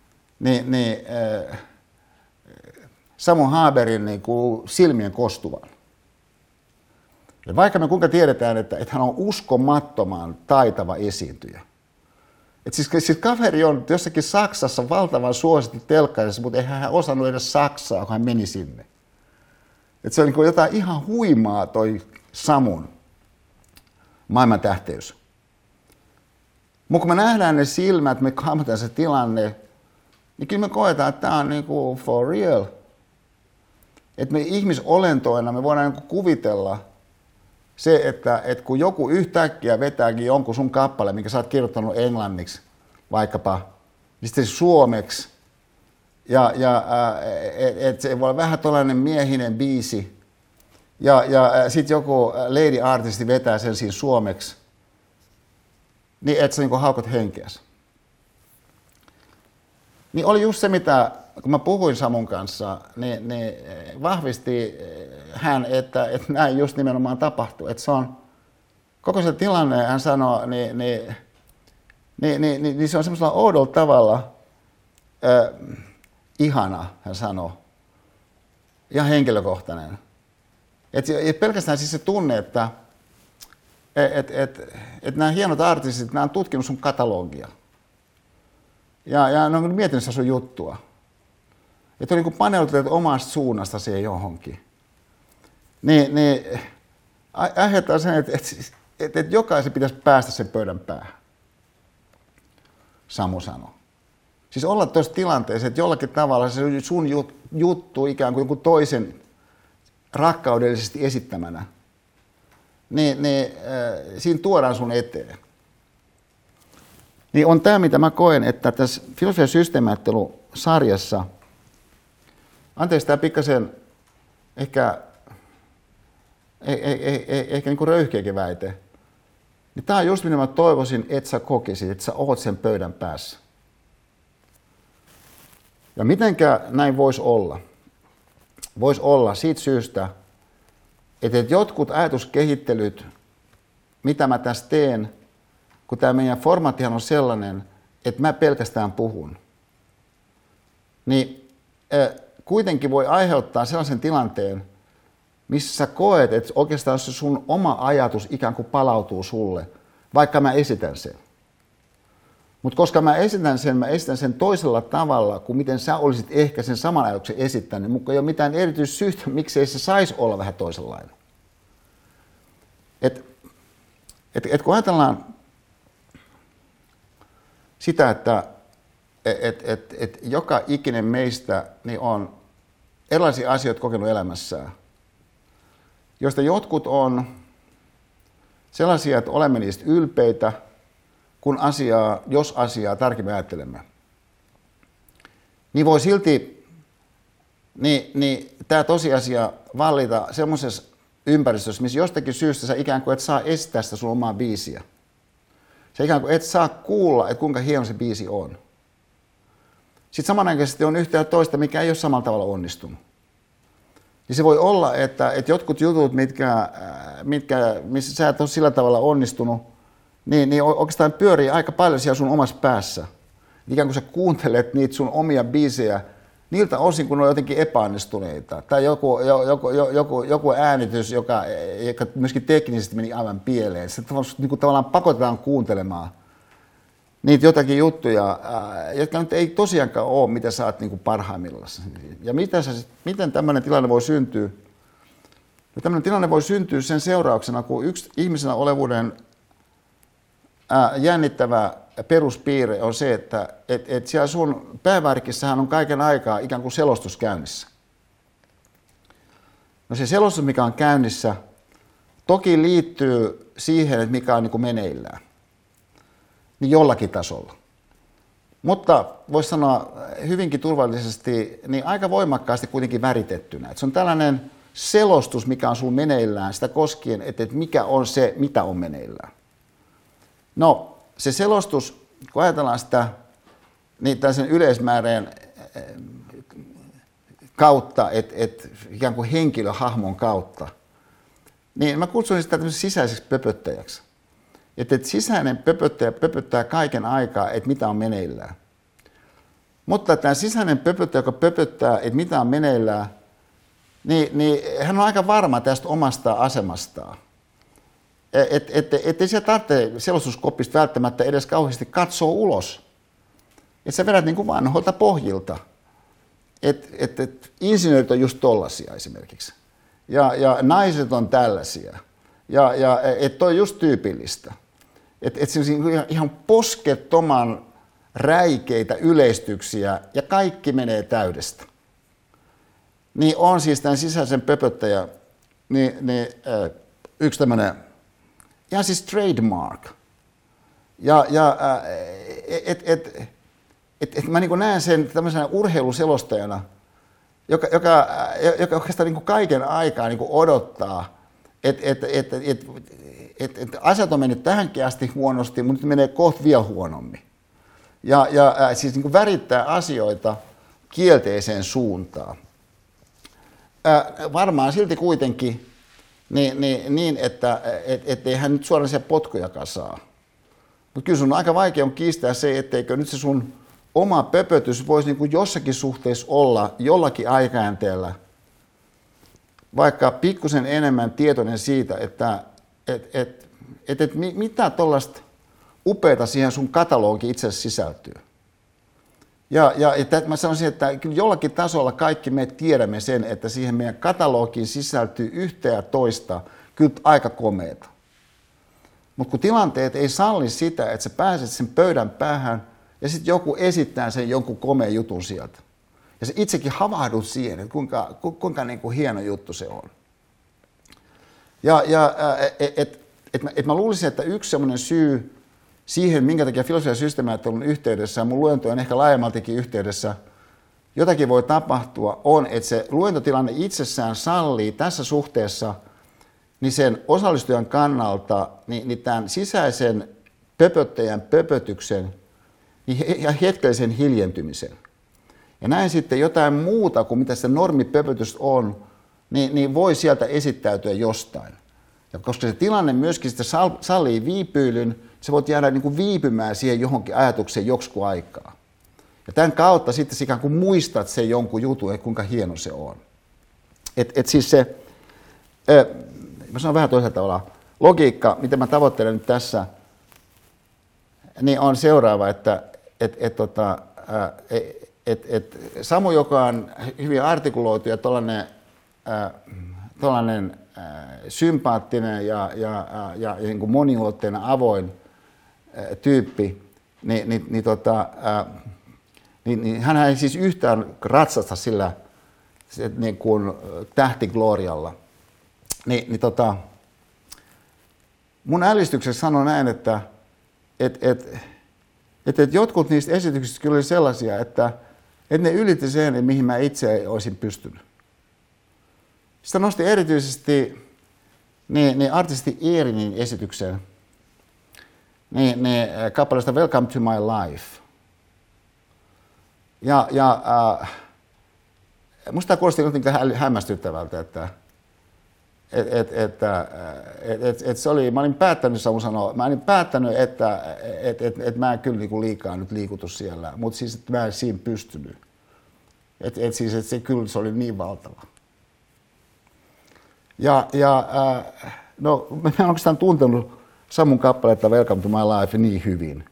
Samu Haberin niin kuin silmien kostuvan, ja vaikka me kuinka tiedetään, että hän on uskomattoman taitava esiintyjä. Siis kaveri on jossakin Saksassa valtavan suosittu telkkarissa, mutta eihän hän osannut edes saksaa, kun hän meni sinne. Se on niin kuin jotain ihan huimaa toi Samun maailman tähteys. Mutta kun me nähdään ne silmät, me hahmotetaan se tilanne, niin kyllä me koetaan, että tämä on niinku for real. Että me ihmisolentoina me voidaan niinku kuvitella se, että kun joku yhtäkkiä vetääkin jonkun sun kappale, minkä sä oot kirjoittanut englanniksi vaikkapa, niin sitten suomeksi, ja että se voi olla vähän tuollainen miehinen biisi, ja sitten joku lady-artisti vetää sen siinä suomeksi, niin että sä niinku haukot henkeäsi. Niin oli just se, mitä kun mä puhuin Samun kanssa, niin vahvisti hän, että näin just nimenomaan tapahtuu. Että se on koko se tilanne, hän sanoi, niin se on semmoisella oudolla tavalla ihana, hän sanoi, ja henkilökohtainen. Et pelkästään siis se tunne, että nämä hienot artistit, nämä on tutkinut sun katalogia. Ja ne on miettinyt sun juttua. Että on niin paneutuneet omasta suunnasta siihen johonkin. Niin aiheuttaa sen, että jokaisen pitäisi päästä sen pöydän päähän. Samu sanoi. Siis olla tuossa tilanteessa, että jollakin tavalla se sun juttu ikään kuin jonkun toisen rakkaudellisesti esittämänä, niin siinä tuodaan sun eteen. Niin on tämä, mitä mä koen, että tässä filosofian systeemiajattelusarjassa, anteeksi tämä pikkasen ehkä niin kuin röyhkeäkin väite, niin tämä on just mitä mä toivoisin, että sä kokisit, että sä oot sen pöydän päässä. Ja mitenkä näin voisi olla? Voisi olla siitä syystä, että jotkut ajatuskehittelyt, mitä mä tässä teen, kun tämä meidän formaattihan on sellainen, että mä pelkästään puhun, niin kuitenkin voi aiheuttaa sellaisen tilanteen, missä sä koet, että oikeastaan se sun oma ajatus ikään kuin palautuu sulle, vaikka mä esitän sen. Mutta koska mä esitän sen toisella tavalla, kuin miten sä olisit ehkä sen saman ajatuksen esittänyt, mutta ei ole mitään erityissyystä, miksei se saisi olla vähän toisenlainen. Et kun ajatellaan sitä, että joka ikinen meistä niin on erilaisia asioita kokenut elämässään, joista jotkut on sellaisia, että olemme niistä ylpeitä, jos asiaa tarkemmin ajattelemme. Niin voi silti tämä tosiasia vallita semmoisessa ympäristössä, missä jostakin syystä sä ikään kuin et saa estää sitä sun omaa biisiä. Sä ikään kuin et saa kuulla, että kuinka hieno se biisi on. Sitten samanaikaisesti on yhtä ja toista, mikä ei ole samalla tavalla onnistunut. Niin se voi olla, että jotkut jutut, missä sä et ole sillä tavalla onnistunut, niin oikeastaan pyörii aika paljon siellä sun omassa päässä. Ikään kuin sä kuuntelet niitä sun omia biisejä niiltä osin, kun ne on jotenkin epäonnistuneita. Tai joku äänitys, joka myöskin teknisesti meni aivan pieleen. Se niin tavallaan pakotetaan kuuntelemaan niitä jotakin juttuja, jotka nyt ei tosiaankaan ole, mitä sä oot niin parhaimmillaan. Ja miten tämmöinen tilanne voi syntyä? No, tämmöinen tilanne voi syntyä sen seurauksena, kun yksi ihmisenä olevuuden jännittävä peruspiirre on se, että siellä sun päävärkissähän on kaiken aikaa ikään kuin selostus käynnissä. No se selostus, mikä on käynnissä, toki liittyy siihen, että mikä on niin kuin meneillään. Niin jollakin tasolla. Mutta voisi sanoa hyvinkin turvallisesti, niin aika voimakkaasti kuitenkin väritettynä. Että se on tällainen selostus, mikä on sun meneillään, sitä koskien, että mikä on se, mitä on meneillään. No, se selostus, kun ajatellaan sitä, niin tällaisen yleismääreen kautta, että ikään kuin henkilöhahmon kautta, niin mä kutsun sitä tämmöiseksi sisäiseksi pöpöttäjäksi. Että sisäinen pöpöttäjä pöpöttää kaiken aikaa, että mitä on meneillään. Mutta tämä sisäinen pöpöttäjä, joka pöpöttää, että mitä on meneillään, niin hän on aika varma tästä omasta asemastaan. Ettei siellä tarvitse selostuskopista välttämättä edes kauheasti katsoa ulos. Että sä vedät niin kuin vanhoilta pohjilta. Insinöörit on just tollaisia esimerkiksi. Ja naiset on tällaisia. Ja että toi on just tyypillistä. Että se on ihan poskettoman räikeitä yleistyksiä ja kaikki menee täydestä. Niin on siis tämän sisäisen pöpöttäjä yksi tämmöinen ihan siis trademark. Mä niin näen sen tämmöisenä urheiluselostajana, joka oikeastaan niin kaiken aikaa niin odottaa, että asiat on mennyt tähänkin asti huonosti, mutta nyt menee kohta vielä huonommin. Siis niin värittää asioita kielteiseen suuntaan. Varmaan silti kuitenkin niin että ei hän nyt suoranaisia potkujakaan saa. Mutta kyllä sun on aika vaikea on kiistää se, etteikö nyt se sun oma pöpötys voisi niin kuin jossakin suhteessa olla jollakin aikaänteellä vaikka pikkusen enemmän tietoinen siitä, että mitä tuollaista upeata siihen sun katalogiin itse asiassa sisältyy. Ja mä sanoisin, että kyllä jollakin tasolla kaikki me tiedämme sen, että siihen meidän katalogiin sisältyy yhtä ja toista kyllä aika komeeta. Mutta kun tilanteet ei salli sitä, että sä pääset sen pöydän päähän ja sitten joku esittää sen jonkun komeen jutun sieltä. Ja sä itsekin havahdut siihen, että kuinka niin kuin hieno juttu se on. Mä luulisin, että yksi semmoinen syy siihen, minkä takia filosofian systemaattilun yhteydessä ja mun luentojen ehkä laajemmaltikin yhteydessä jotakin voi tapahtua, on, että se luentotilanne itsessään sallii tässä suhteessa niin sen osallistujan kannalta niin tämän sisäisen pöpöttäjän pöpötyksen ja hetkellisen hiljentymisen. Ja näin sitten jotain muuta kuin mitä se normipöpötys on, niin voi sieltä esittäytyä jostain. Ja koska se tilanne myöskin sitten sallii viipyilyn, sä voit jäädä niin kuin viipymään siihen johonkin ajatukseen joksikin aikaa. Ja tämän kautta sitten ikään kuin muistat sen jonkun jutun, että kuinka hieno se on. Siis se, mä sanon vähän toisella tavalla, logiikka, mitä mä tavoittelen nyt tässä, niin on seuraava, että Samu, joka on hyvin artikuloitu ja tuollainen sympaattinen ja niin kuin moniulotteinen avoin tyyppi, niin hän ei siis yhtään ratsasta sillä niin kuin tähtiglorialla. Mun älistyksessä sanon näin, että jotkut niistä esityksistä kyllä oli sellaisia, että ne ylitti sen, mihin mä itse olisin pystynyt. Sitä nosti erityisesti niin artisti Eerinin esityksen kappaleesta Welcome to my life. Musta tämä kuulosti jotenkin hämmästyttävältä, että se oli, mä olin päättänyt, Samu sanoi, että mä en kyllä niinku liikaa nyt liikutu siellä, mutta siis että mä en siinä pystynyt. Siis että se oli niin valtava. No, mä en oikeastaan tuntenut Samun kappaletta Welcome to my life niin hyvin.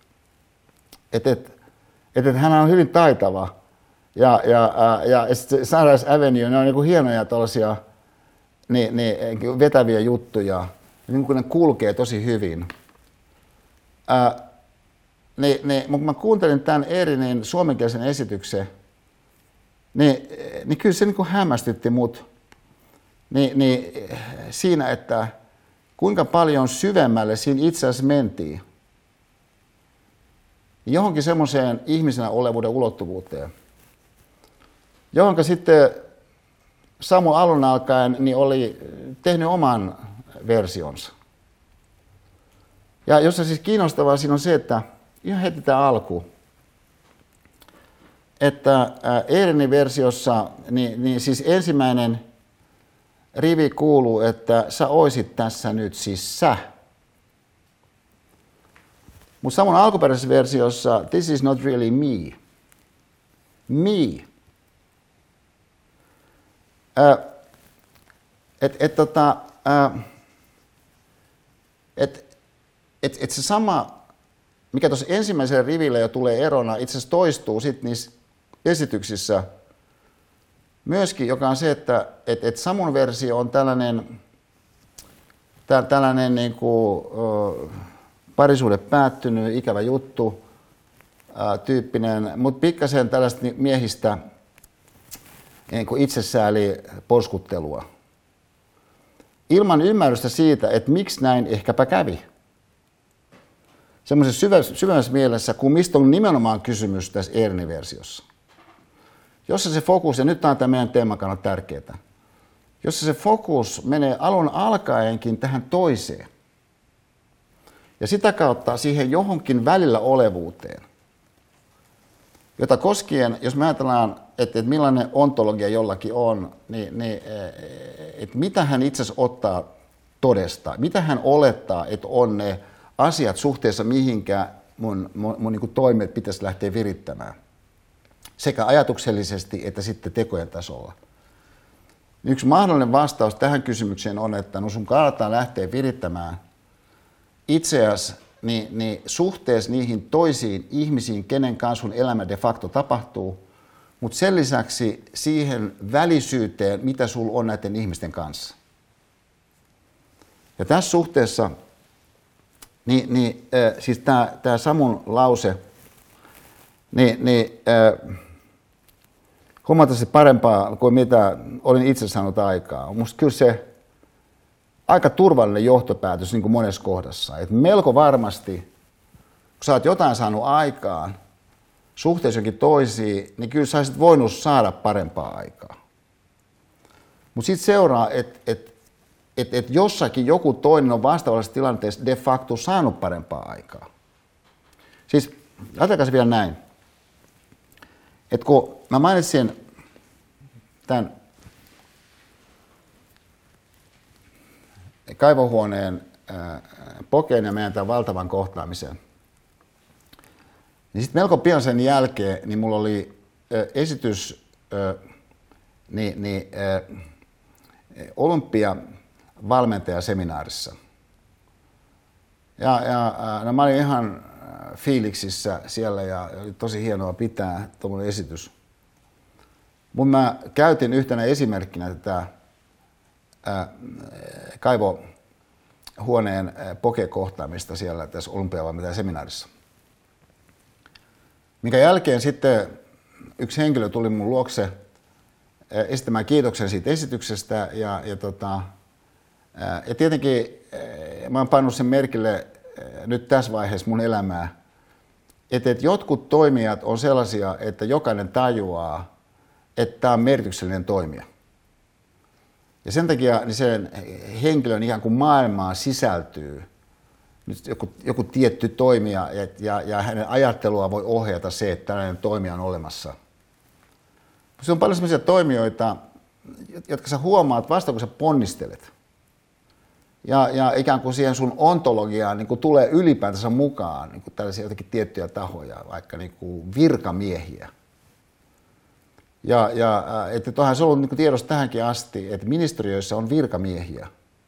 Hän on hyvin taitava. Ja Sunrise Avenue, ne on niinku hienoja tällaisia vetäviä juttuja. Niin kuin ne kulkee tosi hyvin. Mutta mä kuuntelin tämän Eerinin suomenkielisen esityksen, niin kyllä se niin kuin hämmästytti mut. Siinä, että kuinka paljon syvemmälle siinä itse asiassa mentiin. Johonkin semmoiseen ihmisenä olevuuden ulottuvuuteen, johonka sitten Samu alun alkaen niin oli tehnyt oman versionsa. Ja jossa siis kiinnostavaa siinä on se, että ihan heti tämä alku, että Eerinin versiossa niin siis ensimmäinen rivi kuuluu, että sä oisit tässä nyt siis sä. Mutta Samun alkuperäisessä versiossa this is not really me. Me. Se sama, mikä tuossa ensimmäisellä rivillä jo tulee erona, itse asiassa toistuu sitten niissä esityksissä myöskin, joka on se, että Samun versio on tällainen tällainen niin kuin, parisuhde päättynyt, ikävä juttu, tyyppinen, mutta pikkasen tällaista miehistä niin kuin itsesääli porskuttelua. Ilman ymmärrystä siitä, että miksi näin ehkäpä kävi. Semmoisessa syvemmässä mielessä, kun mistä on nimenomaan kysymys tässä Erni-versiossa. Jossa se fokus, ja nyt tämä on tämä meidän teeman kannalta tärkeää, jossa se fokus menee alun alkaenkin tähän toiseen. Ja sitä kautta siihen johonkin välillä olevuuteen, jota koskien, jos me ajatellaan, että millainen ontologia jollakin on, niin että mitä hän itse asiassa ottaa todesta, mitä hän olettaa, että on ne asiat suhteessa mihinkä mun niin kuin toimet pitäisi lähteä virittämään. Sekä ajatuksellisesti että sitten tekojen tasolla. Yksi mahdollinen vastaus tähän kysymykseen on, että no sun kannattaa lähteä virittämään itseäsi niin suhteessa niihin toisiin ihmisiin, kenen kanssa sun elämä de facto tapahtuu, mutta sen lisäksi siihen välisyyteen, mitä sulla on näiden ihmisten kanssa. Ja tässä suhteessa, siis tämä Samun lause, huomattavasti parempaa kuin mitä olin itse saanut aikaa. Musta kyllä se aika turvallinen johtopäätös niin kuin monessa kohdassa. Et melko varmasti, kun sä oot jotain saanut aikaan suhteessa jonkin toisiin, niin kyllä sä olisit voinut saada parempaa aikaa. Mutta sitten seuraa, että jossakin joku toinen on vastaavassa tilanteessa de facto saanut parempaa aikaa. Siis ajatelkaa se vielä näin. Että kun mä mainitsin tämän kaivohuoneen pokeen ja meidän tämän valtavan kohtaamisen, niin sitten melko pian sen jälkeen niin mulla oli esitys olympiavalmentajaseminaarissa. No mä olin ihan fiiliksissä siellä ja oli tosi hienoa pitää tuommoinen esitys. Mutta mä käytin yhtenä esimerkkinä tätä kaivohuoneen pokekohtaamista siellä tässä olympiavalmentajaseminaarissa. Minkä jälkeen sitten yksi henkilö tuli mun luokse esittämään kiitoksen siitä esityksestä ja tietenkin mä oon pannut sen merkille nyt tässä vaiheessa mun elämää, että jotkut toimijat on sellaisia, että jokainen tajuaa, että tämä on merkityksellinen toimija. Ja sen takia niin sen henkilön ikään kuin maailmaan sisältyy nyt joku tietty toimija ja hänen ajattelua voi ohjata se, että tällainen toimija on olemassa. Se on paljon sellaisia toimijoita, jotka sä huomaat vasta kun sä ponnistelet. Ja ikään kuin siihen sun ontologiaan niin kuin tulee ylipäätänsä mukaan niin kuin tällaisia jotakin tiettyjä tahoja, vaikka niin kuin virkamiehiä. Että tuohan se on ollut niin kuin tiedossa tähänkin asti, että ministeriöissä on virkamiehiä.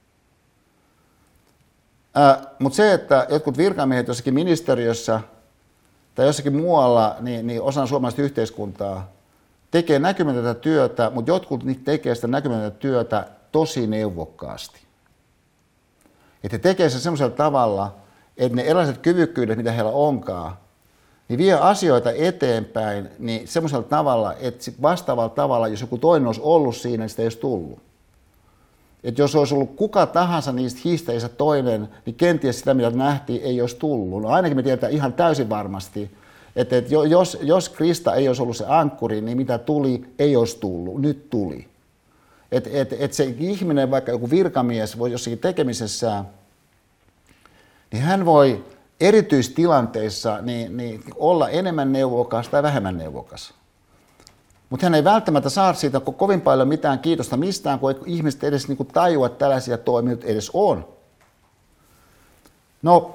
Mutta se, että jotkut virkamiehet jossakin ministeriössä tai jossakin muualla, niin osana suomalaista yhteiskuntaa tekee näkymätöntä työtä, mutta jotkut tekee sitä näkymätöntä työtä tosi neuvokkaasti. Että he tekee se semmoisella tavalla, että ne erilaiset kyvykkyydet, mitä heillä onkaan, niin vie asioita eteenpäin niin semmoisella tavalla, että vastaavalla tavalla, jos joku toinen olisi ollut siinä, niin sitä ei olisi tullut. Että jos olisi ollut kuka tahansa niistä hiihtäjistä toinen, niin kenties sitä, mitä nähtiin, ei olisi tullut. No ainakin me tiedetään ihan täysin varmasti, että jos Krista ei olisi ollut se ankkuri, niin mitä tuli, ei olisi tullut. Nyt tuli. Että se ihminen, vaikka joku virkamies, voi jossakin tekemisessä, niin hän voi erityistilanteissa niin olla enemmän neuvokas tai vähemmän neuvokas. Mutta hän ei välttämättä saa siitä kovin paljon mitään kiitosta mistään, kun ihmiset edes niin kuin tajua, että tällaisia toimijoita edes on. No,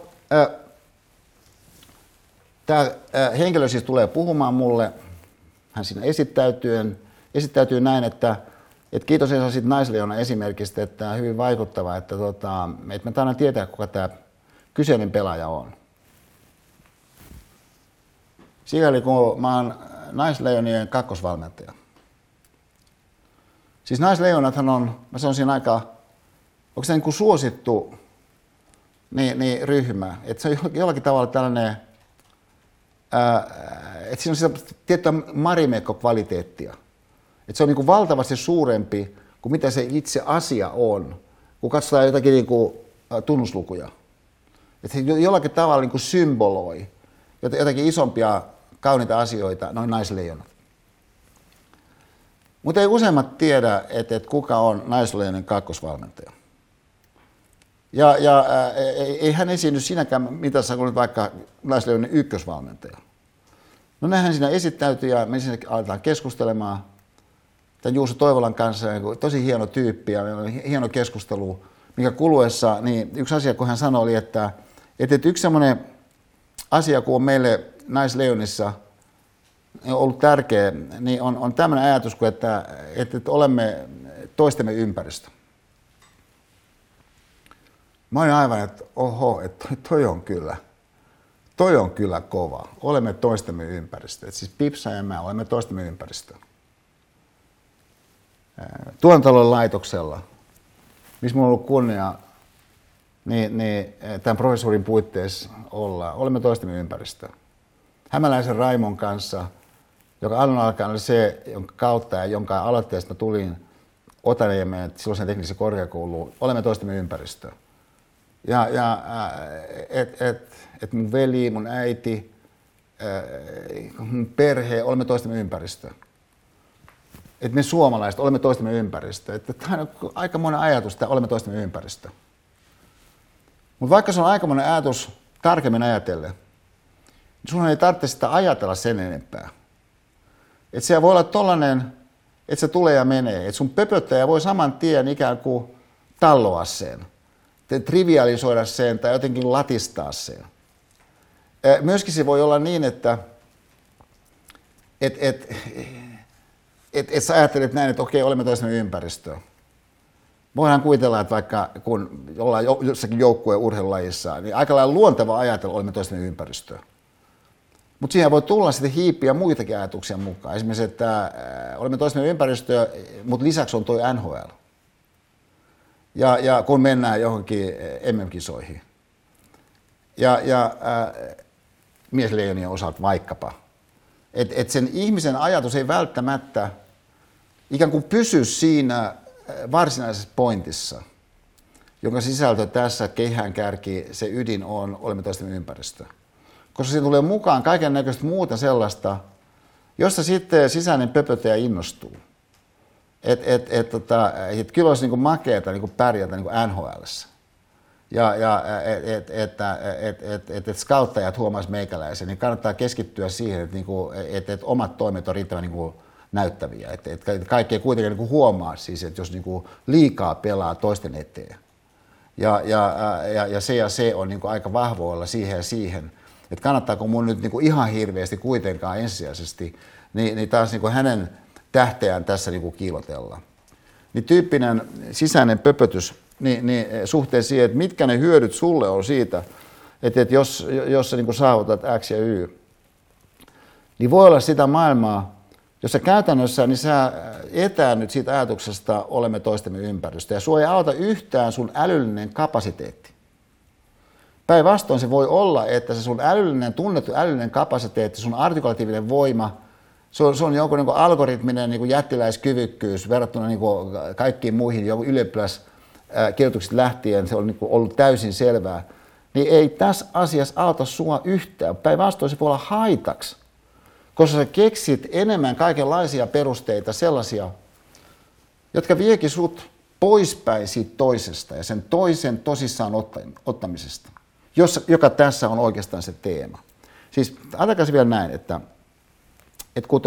tämä henkilö siis tulee puhumaan mulle, hän siinä esittäytyy näin, että kiitos Esa siitä Naisleijonan esimerkistä, että tämä on hyvin vaikuttava, että mä taidan tietää, kuka tämä kyseinen pelaaja on. Sikäli kun mä oon Naisleijonien kakkosvalmentaja. Siis Naisleijonathan on, mä sanoisin aika onko se niin kuin suosittu niin ryhmä, että se on jollakin tavalla tällainen, että siinä on sitä tiettyä marimekko-kvaliteettia. Että se on niin kuin valtavasti suurempi kuin mitä se itse asia on, kun katsotaan jotakin niin kuin tunnuslukuja. Että se jollakin tavalla niin kuin symboloi jotakin isompia kauniita asioita, noin naisleijonat. Mutta ei useimmat tiedä, että kuka on naisleijonan kakkosvalmentaja. Ja ei hän esiinny siinäkään mitassa kuin vaikka naisleijonan ykkösvalmentaja. No näinhän siinä esittäytyy ja me sinne aletaan keskustelemaan tämän Juuso Toivolan kanssa, tosi hieno tyyppi ja hieno keskustelu, mikä kuluessa, niin yksi asia, kun hän sanoi, oli, että yksi sellainen asia, kun on meille naisleijonissa ollut tärkeä, niin on tämmöinen ajatus, että olemme toistemme ympäristö. Mä olin aivan, että oho, että toi on kyllä kova. Olemme toistemme ympäristö. Siis Pipsa ja mä olemme toistemme ympäristö. Tuotantotalon laitoksella, missä minulla on ollut kunnia, niin tämän professorin puitteissa olemme toistemme ympäristö. Hämäläisen Raimon kanssa, joka alun alkaen oli se, jonka kautta ja jonka aloitteesta mä tulin Otaniemeen silloiseen tekniseen korkeakouluun, olemme toistemme ympäristö. Et mun veli, mun äiti, mun perhe, olemme toistemme ympäristö. Että me suomalaiset olemme toistemme ympäristö. Että tämä on aikamoinen ajatus, että olemme toistemme ympäristö. Mutta vaikka se on aikamoinen ajatus tarkemmin ajatellen, niin sun ei tarvitse sitä ajatella sen enempää. Että se voi olla tollainen, että se tulee ja menee. Että sun pöpöttäjä voi saman tien ikään kuin talloa sen, trivialisoida sen tai jotenkin latistaa sen. Myöskin se voi olla niin, että sä ajattelet näin, että okei, olemme toisemme ympäristöä. Voidaan kuvitella, että vaikka kun ollaan jossakin joukkueen urheilulajissa, niin aika lailla luonteva ajatella, olemme toisemme ympäristöä. Mutta siihen voi tulla sitten hiippiä muitakin ajatuksia mukaan. Esimerkiksi, että olemme toisemme ympäristöä, mutta lisäksi on toi NHL. Ja kun mennään johonkin MM-kisoihin. Ja miesleijonien osalta vaikkapa. Että sen ihmisen ajatus ei välttämättä ikään kuin pysy siinä varsinaisessa pointissa, jonka sisältö tässä keihäänkärki, se ydin on, olemme toistemme ympäristö. Koska siinä tulee mukaan kaiken näköistä muuta sellaista, josta sitten sisäinen pöpöttäjä innostuu. Että kyllä olisi niinku makeata niinku pärjätä niinku NHL:ssä. Ja että scouttajat huomaisivat meikäläisen, niin kannattaa keskittyä siihen, että omat toimet on riittävän niinku näyttäviä. Että kaikki ei kuitenkaan niinku huomaa siis, että jos niinku liikaa pelaa toisten eteen. Ja se on niinku aika vahvoilla siihen ja siihen. Että kannattaako mun nyt niinku ihan hirveästi kuitenkaan ensisijaisesti, niin taas niinku hänen tähteään tässä niinku kiilotella. Niin tyyppinen sisäinen pöpötys niin suhteen siihen, että mitkä ne hyödyt sulle on siitä, että jos sä niinku saavutat X ja Y, niin voi olla sitä maailmaa, jossa käytännössä niin sä etäännyt siitä ajatuksesta olemme toistemme ympäristö ja sua ei auta yhtään sun älyllinen kapasiteetti. Päinvastoin se voi olla, että se sun tunnettu älyllinen kapasiteetti, sun artikulatiivinen voima, se on joku niin kuin algoritminen niin kuin jättiläiskyvykkyys verrattuna niin kuin kaikkiin muihin joku ylioppilaskirjoituksista lähtien, se on niin kuin ollut täysin selvää, niin ei tässä asiassa auta sua yhtään. Päinvastoin se voi olla haitaksi, koska sä keksit enemmän kaikenlaisia perusteita, sellaisia, jotka viekin sut poispäin siitä toisesta ja sen toisen tosissaan ottamisesta, joka tässä on oikeastaan se teema. Siis ajatelkaa se vielä näin, että kun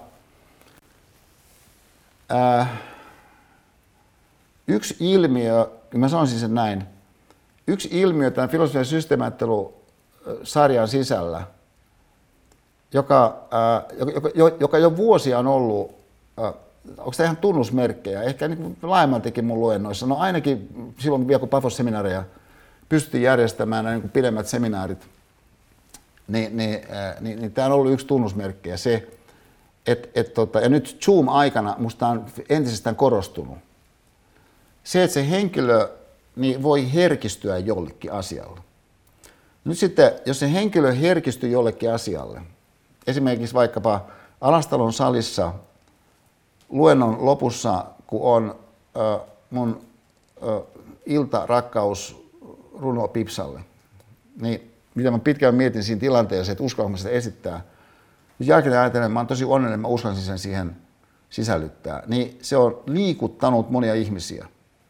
yksi ilmiö, mä sanoisin sen näin, yksi ilmiö tämän filosofian systeemiajattelusarjan sisällä, joka jo vuosia on ollut, onko tämä ihan tunnusmerkkejä, ehkä niin laajemmaltikin mun luennoissa, no ainakin silloin vielä kun Pafos-seminaareja pystyttiin järjestämään niin kuin pidemmät seminaarit, niin tämä on ollut yksi tunnusmerkkejä se, ja nyt Zoom-aikana musta on entisestään korostunut. Se, että se henkilö niin voi herkistyä jollekin asialle. Nyt sitten, jos se henkilö herkistyy jollekin asialle, esimerkiksi vaikkapa Alastalon salissa luennon lopussa, kun on mun iltarakkausruno Pipsalle, niin mitä mä pitkään mietin siinä tilanteessa, että uskallanko sitä esittää. Nyt jälkeen ajatellen, että mä oon tosi onnellinen, että mä uskalsin sen siihen sisällyttää. Niin se on liikuttanut monia ihmisiä.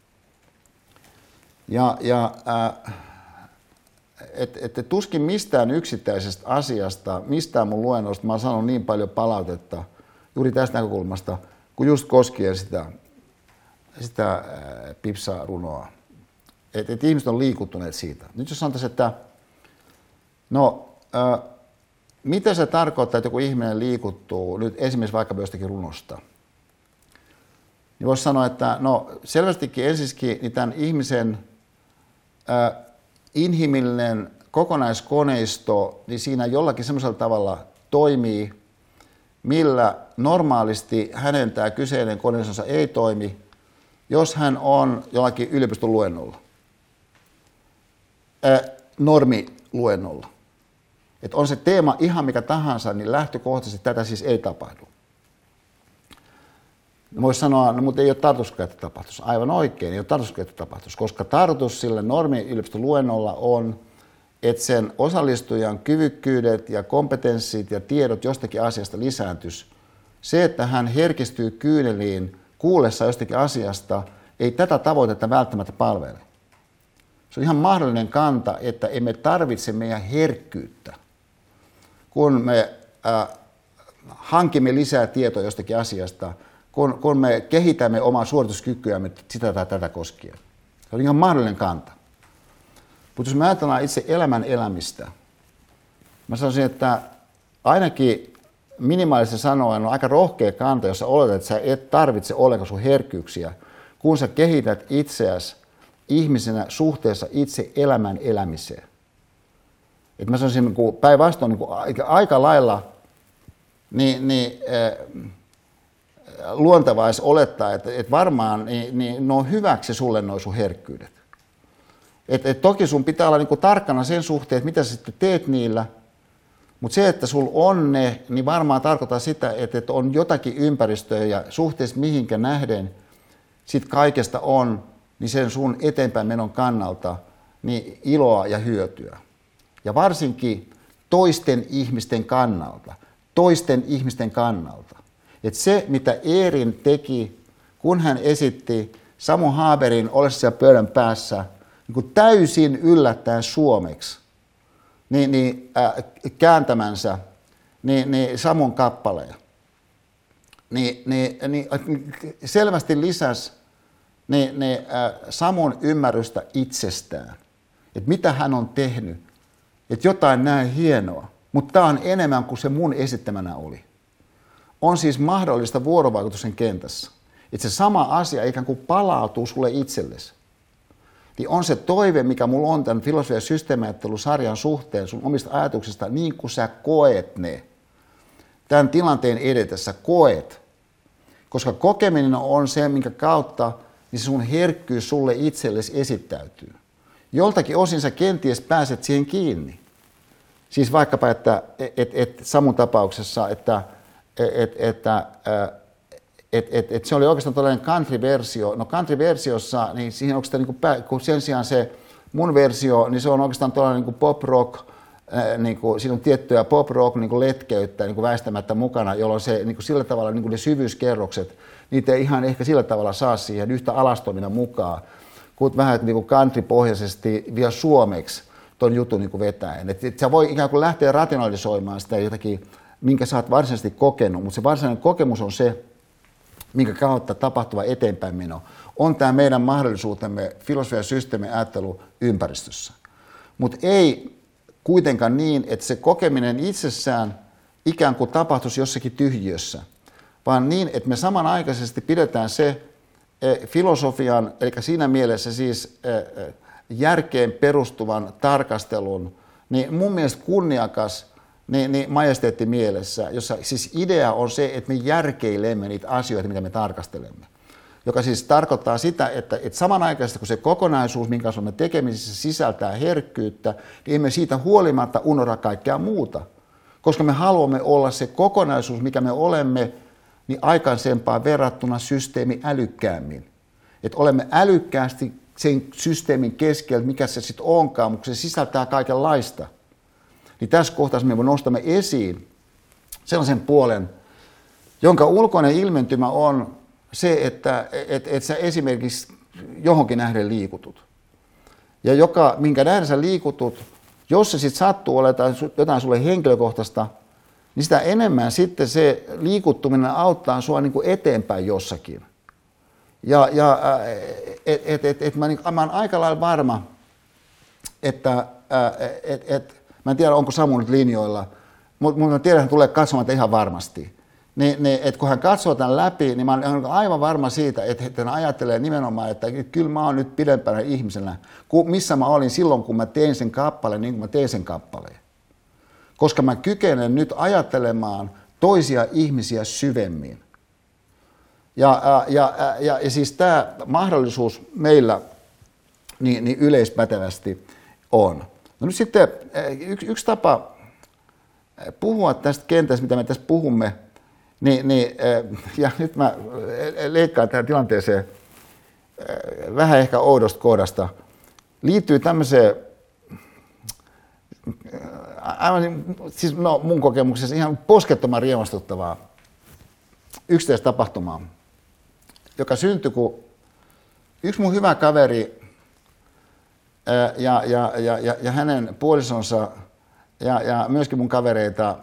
Että tuskin mistään yksittäisestä asiasta, mistään mun luennosta mä oon saanut niin paljon palautetta juuri tästä näkökulmasta, kuin just koskien sitä Pipsa-runoa. Että ihmiset on liikuttuneet siitä. Nyt jos sanotaan, että mitä se tarkoittaa, että joku ihminen liikuttuu nyt esimerkiksi vaikka jostakin runosta? Niin voisi sanoa, että selvästikin ensiksikin niin tämän ihmisen inhimillinen kokonaiskoneisto, niin siinä jollakin semmoisella tavalla toimii, millä normaalisti hänen tämä kyseinen koneistonsa ei toimi, jos hän on jollakin yliopiston luennolla, normiluennolla. Että on se teema ihan mikä tahansa, niin lähtökohtaisesti tätä siis ei tapahdu. Voisi sanoa, mutta ei ole tarkoituskaan, että tapahtuisi. Aivan oikein, ei ole tarkoituskaan, että tapahtuisi, koska tarkoitus sille normi-yliopiston luennolla on, että sen osallistujan kyvykkyydet ja kompetenssit ja tiedot jostakin asiasta lisääntyisi. Se, että hän herkistyy kyyneliin kuullessa jostakin asiasta, ei tätä tavoitetta välttämättä palvele. Se on ihan mahdollinen kanta, että emme tarvitse meidän herkkyyttä, kun me hankimme lisää tietoa jostakin asiasta, kun me kehitämme omaa suorituskykyämme sitä tai tätä koskien. Se on ihan mahdollinen kanta. Mutta jos me ajatellaan itse elämän elämistä, mä sanoisin, että ainakin minimaalisesti sanoen on aika rohkea kanta, jos sä oletat, että sä et tarvitse ollenkaan sun herkkyyksiä, kun sä kehität itseäsi ihmisenä suhteessa itse elämän elämiseen. Et mä sanoisin päinvastoin aika lailla luontevaa olisi olettaa, että varmaan ne on hyväksi sulle nuo sun herkkyydet. Et toki sun pitää olla tarkkana sen suhteen, että mitä sä sitten teet niillä, mutta se, että sul on ne, niin varmaan tarkoittaa sitä, että on jotakin ympäristöä ja suhteessa mihinkä nähden sit kaikesta on, niin sen sun eteenpäin menon kannalta niin iloa ja hyötyä. Ja varsinkin toisten ihmisten kannalta. Että se, mitä Eerin teki, kun hän esitti Samu Haberin ollessa siellä pöydän päässä niin täysin yllättäen suomeksi, kääntämänsä Samun kappaleja, selvästi lisäsi Samun ymmärrystä itsestään, että mitä hän on tehnyt, että jotain näin hienoa, mutta tämä on enemmän kuin se mun esittämänä oli. On siis mahdollista vuorovaikutuksen kentässä, että se sama asia ikään kuin palautuu sulle itsellesi. Niin on se toive, mikä mulla on tämän filosofia- ja systeemiajattelusarjan suhteen sun omista ajatuksista, niin kuin sä koet ne. Tämän tilanteen edetessä koet. Koska kokeminen on se, minkä kautta niin sun herkkyys sulle itsellesi esittäytyy. Joltakin osin sä kenties pääset siihen kiinni. Siis vaikkapa, että Samun tapauksessa, että se oli oikeastaan tällainen country-versio. No country-versiossa, niin siihen oikeastaan, kun sen sijaan se mun versio, niin se on oikeastaan tällainen pop-rock, siinä on tiettyä pop-rock letkeyttä väistämättä mukana, jolloin se sillä tavalla ne syvyyskerrokset, niitä ei ihan ehkä sillä tavalla saa siihen yhtä alastomina mukaan, kuin vähän country-pohjaisesti vielä suomeksi ton jutun vetäen. Et sä voi ikään kuin lähteä rationalisoimaan sitä jotakin, minkä sä oot varsinaisesti kokenut, mutta se varsinainen kokemus on se, minkä kautta tapahtuva eteenpäinmeno on tämä meidän mahdollisuutemme filosofia- ja systeemiajattelu-ympäristössä. Mutta ei kuitenkaan niin, että se kokeminen itsessään ikään kuin tapahtuisi jossakin tyhjiössä, vaan niin, että me samanaikaisesti pidetään se filosofian, eli siinä mielessä siis järkeen perustuvan tarkastelun, niin mun mielestä kunniakas majesteetti mielessä, jossa siis idea on se, että me järkeilemme niitä asioita, mitä me tarkastelemme. joka siis tarkoittaa sitä, että samanaikaisesti kun se kokonaisuus, minkä kanssa me tekemisissä, sisältää herkkyyttä, niin emme siitä huolimatta unohda kaikkea muuta. Koska me haluamme olla se kokonaisuus, mikä me olemme, niin aikaisempaan verrattuna systeemi älykkäämmin. Että olemme älykkäästi sen systeemin keskellä, mikä se sitten onkaan, mutta se sisältää kaikenlaista. Niin tässä kohtaa me nostamme esiin sellaisen puolen, jonka ulkoinen ilmentymä on se, että sä esimerkiksi johonkin nähden liikutut. Ja minkä nähden sä liikutut, jos se sitten sattuu olemaan jotain sulle henkilökohtaista, niin sitä enemmän sitten se liikuttuminen auttaa sua niin kuin eteenpäin jossakin. Mä oon aika lailla varma, että mä en tiedä, onko Samu nyt linjoilla, mutta mä tiedän, että hän tulee katsomaan ihan varmasti. Että kun hän katsoo tämän läpi, niin mä olen aivan varma siitä, että hän ajattelee nimenomaan, että kyllä mä oon nyt pidempänä ihmisenä, missä mä olin silloin, kun mä tein sen kappaleen, niin kuin mä tein sen kappaleen. Koska mä kykenen nyt ajattelemaan toisia ihmisiä syvemmin. Ja siis tämä mahdollisuus meillä niin yleispätevästi on. No nyt sitten yksi tapa puhua tästä kentästä, mitä me tässä puhumme, ja nyt mä leikkaan tähän tilanteeseen vähän ehkä oudosta kohdasta, liittyy tämmöiseen, aivan, siis mun kokemuksessa ihan poskettoman riemastuttavaa yksittäistapahtumaa, joka syntyi, kun yksi mun hyvä kaveri ja hänen puolisonsa ja myöskin mun kavereita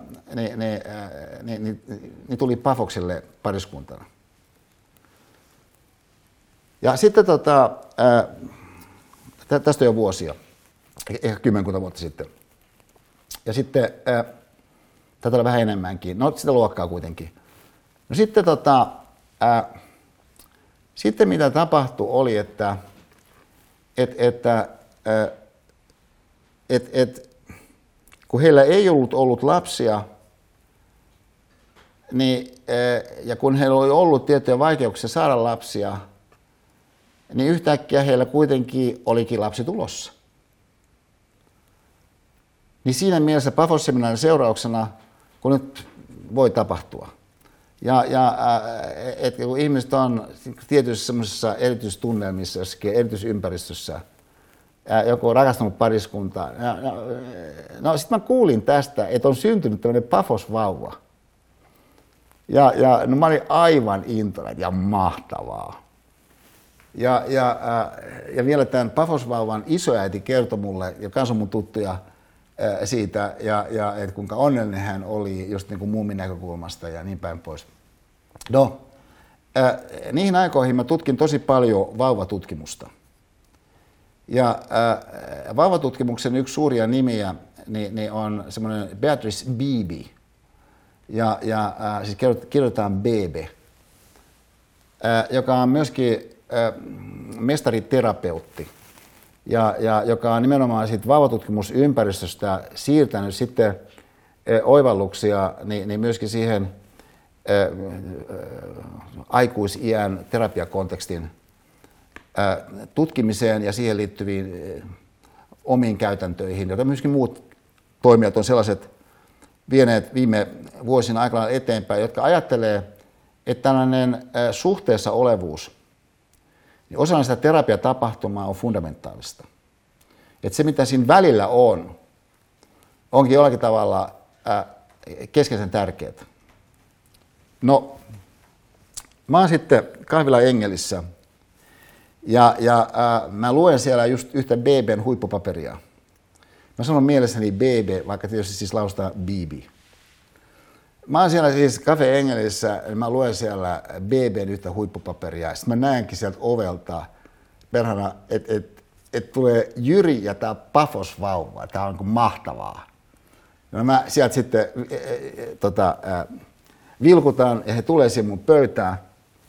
niin tuli Pafokselle pariskuntana. Ja sitten tästä on jo vuosia, ehkä 10 vuotta sitten. Ja sitten, tätä on vähän enemmänkin, no sitä luokkaa kuitenkin. No sitten, sitten mitä tapahtui oli, että kun heillä ei ollut lapsia, niin, ja kun heillä oli ollut tiettyjä vaikeuksia saada lapsia, niin yhtäkkiä heillä kuitenkin olikin lapsi tulossa. Niin siinä mielessä Pafos-seminaarin seurauksena, kun nyt voi tapahtua. Että kun ihmiset on tietyissä semmoisissa erityistunnelmissa, jossakin erityisympäristössä, joku rakastunut pariskunta. No sitten mä kuulin tästä, että on syntynyt tämmöinen Pafos-vauva. No mä olin aivan intoinen ja mahtavaa. Ja vielä tämän Pafos-vauvan isoäiti kertoi mulle, ja kans on mun tuttuja siitä, ja että kuinka onnellinen hän oli just niin kuin muumin näkökulmasta ja niin päin pois. No, niihin aikoihin mä tutkin tosi paljon vauvatutkimusta. Ja vauvatutkimuksen yksi suuria nimiä niin on semmoinen Beatrice Beebe, siis kirjoitetaan Bebe, joka on myöskin mestariterapeutti, ja joka on nimenomaan siitä vauvatutkimusympäristöstä siirtänyt sitten oivalluksia niin myöskin siihen aikuisiän terapiakontekstin tutkimiseen ja siihen liittyviin omiin käytäntöihin, joita myöskin muut toimijat on sellaiset vieneet viime vuosina aikana eteenpäin, jotka ajattelee, että tällainen suhteessa olevuus, niin osana sitä terapiatapahtumaa on fundamentaalista. Että se, mitä siinä välillä onkin jollakin tavalla keskeisen tärkeää. No, mä oon sitten kahvila Engelissä, ja mä luen siellä just yhtä BB:n huippupaperia. Mä sanon mielessäni BB, vaikka tietysti siis lausutaan BB. Mä oon siellä siis Cafe Engelissä, ja mä luen siellä BB:n yhtä huippupaperia. Sitten mä näenkin sieltä ovelta perhana, että tulee Jyri ja tää Pafos-vauva. Tää on niin mahtavaa. No mä sieltä sitten vilkutan, ja he tulee siihen mun pöytään.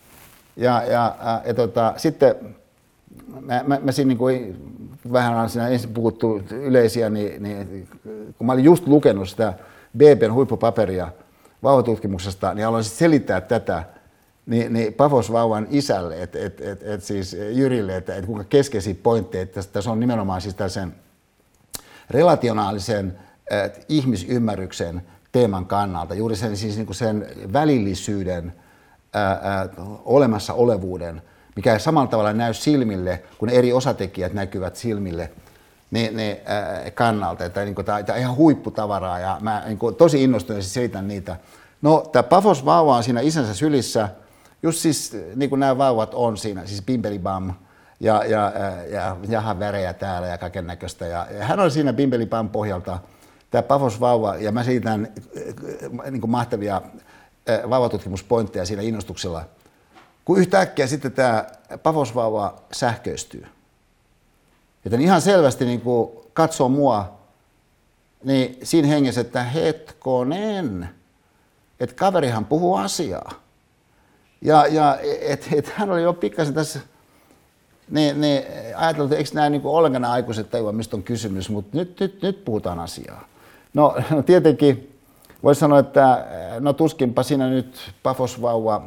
Sitten mä siinä niin kuin, vähän on siinä ensin puhuttu yleisiä, niin kun mä olin just lukenut sitä BB:n huippupaperia vauvatutkimuksesta, niin aloin sitten selittää tätä niin Pafos-vauvan isälle, siis Jyrille, että kuinka keskeisiä pointteja, että tässä on nimenomaan siis tällaisen relationaalisen ihmisymmärryksen teeman kannalta, juuri sen, siis niin kuin sen välillisyyden, olemassaolevuuden, mikä ei samalla tavalla näy silmille, kun eri osatekijät näkyvät silmille, niin kannalta, että niin tämä on ihan huipputavaraa, ja mä niin tosi innostuneesti selitän niitä. No, tämä Pafos-vauva on siinä isänsä sylissä, just siis niin kuin nämä vauvat on siinä, siis Bimbelibam, ja jahan värejä täällä ja kaiken näköistä. Ja hän oli siinä Bimbelibam pohjalta, tämä Pafos-vauva, ja mä selitän niin kuin mahtavia vauvatutkimuspointteja siinä innostuksella, kun yhtäkkiä sitten tämä Pafos-vauva sähköistyy. Että ihan selvästi niin kuin katsoo mua, niin siinä hengessä, että hetkonen, että kaverihan puhuu asiaa. Ja että hän oli jo pikkasen tässä, niin ajatellut, että eikö nämä niin ollenkaan aikuiset tajua, mistä on kysymys, mutta nyt puhutaan asiaa. No tietenkin voisi sanoa, että no tuskinpa siinä nyt Pafos-vauva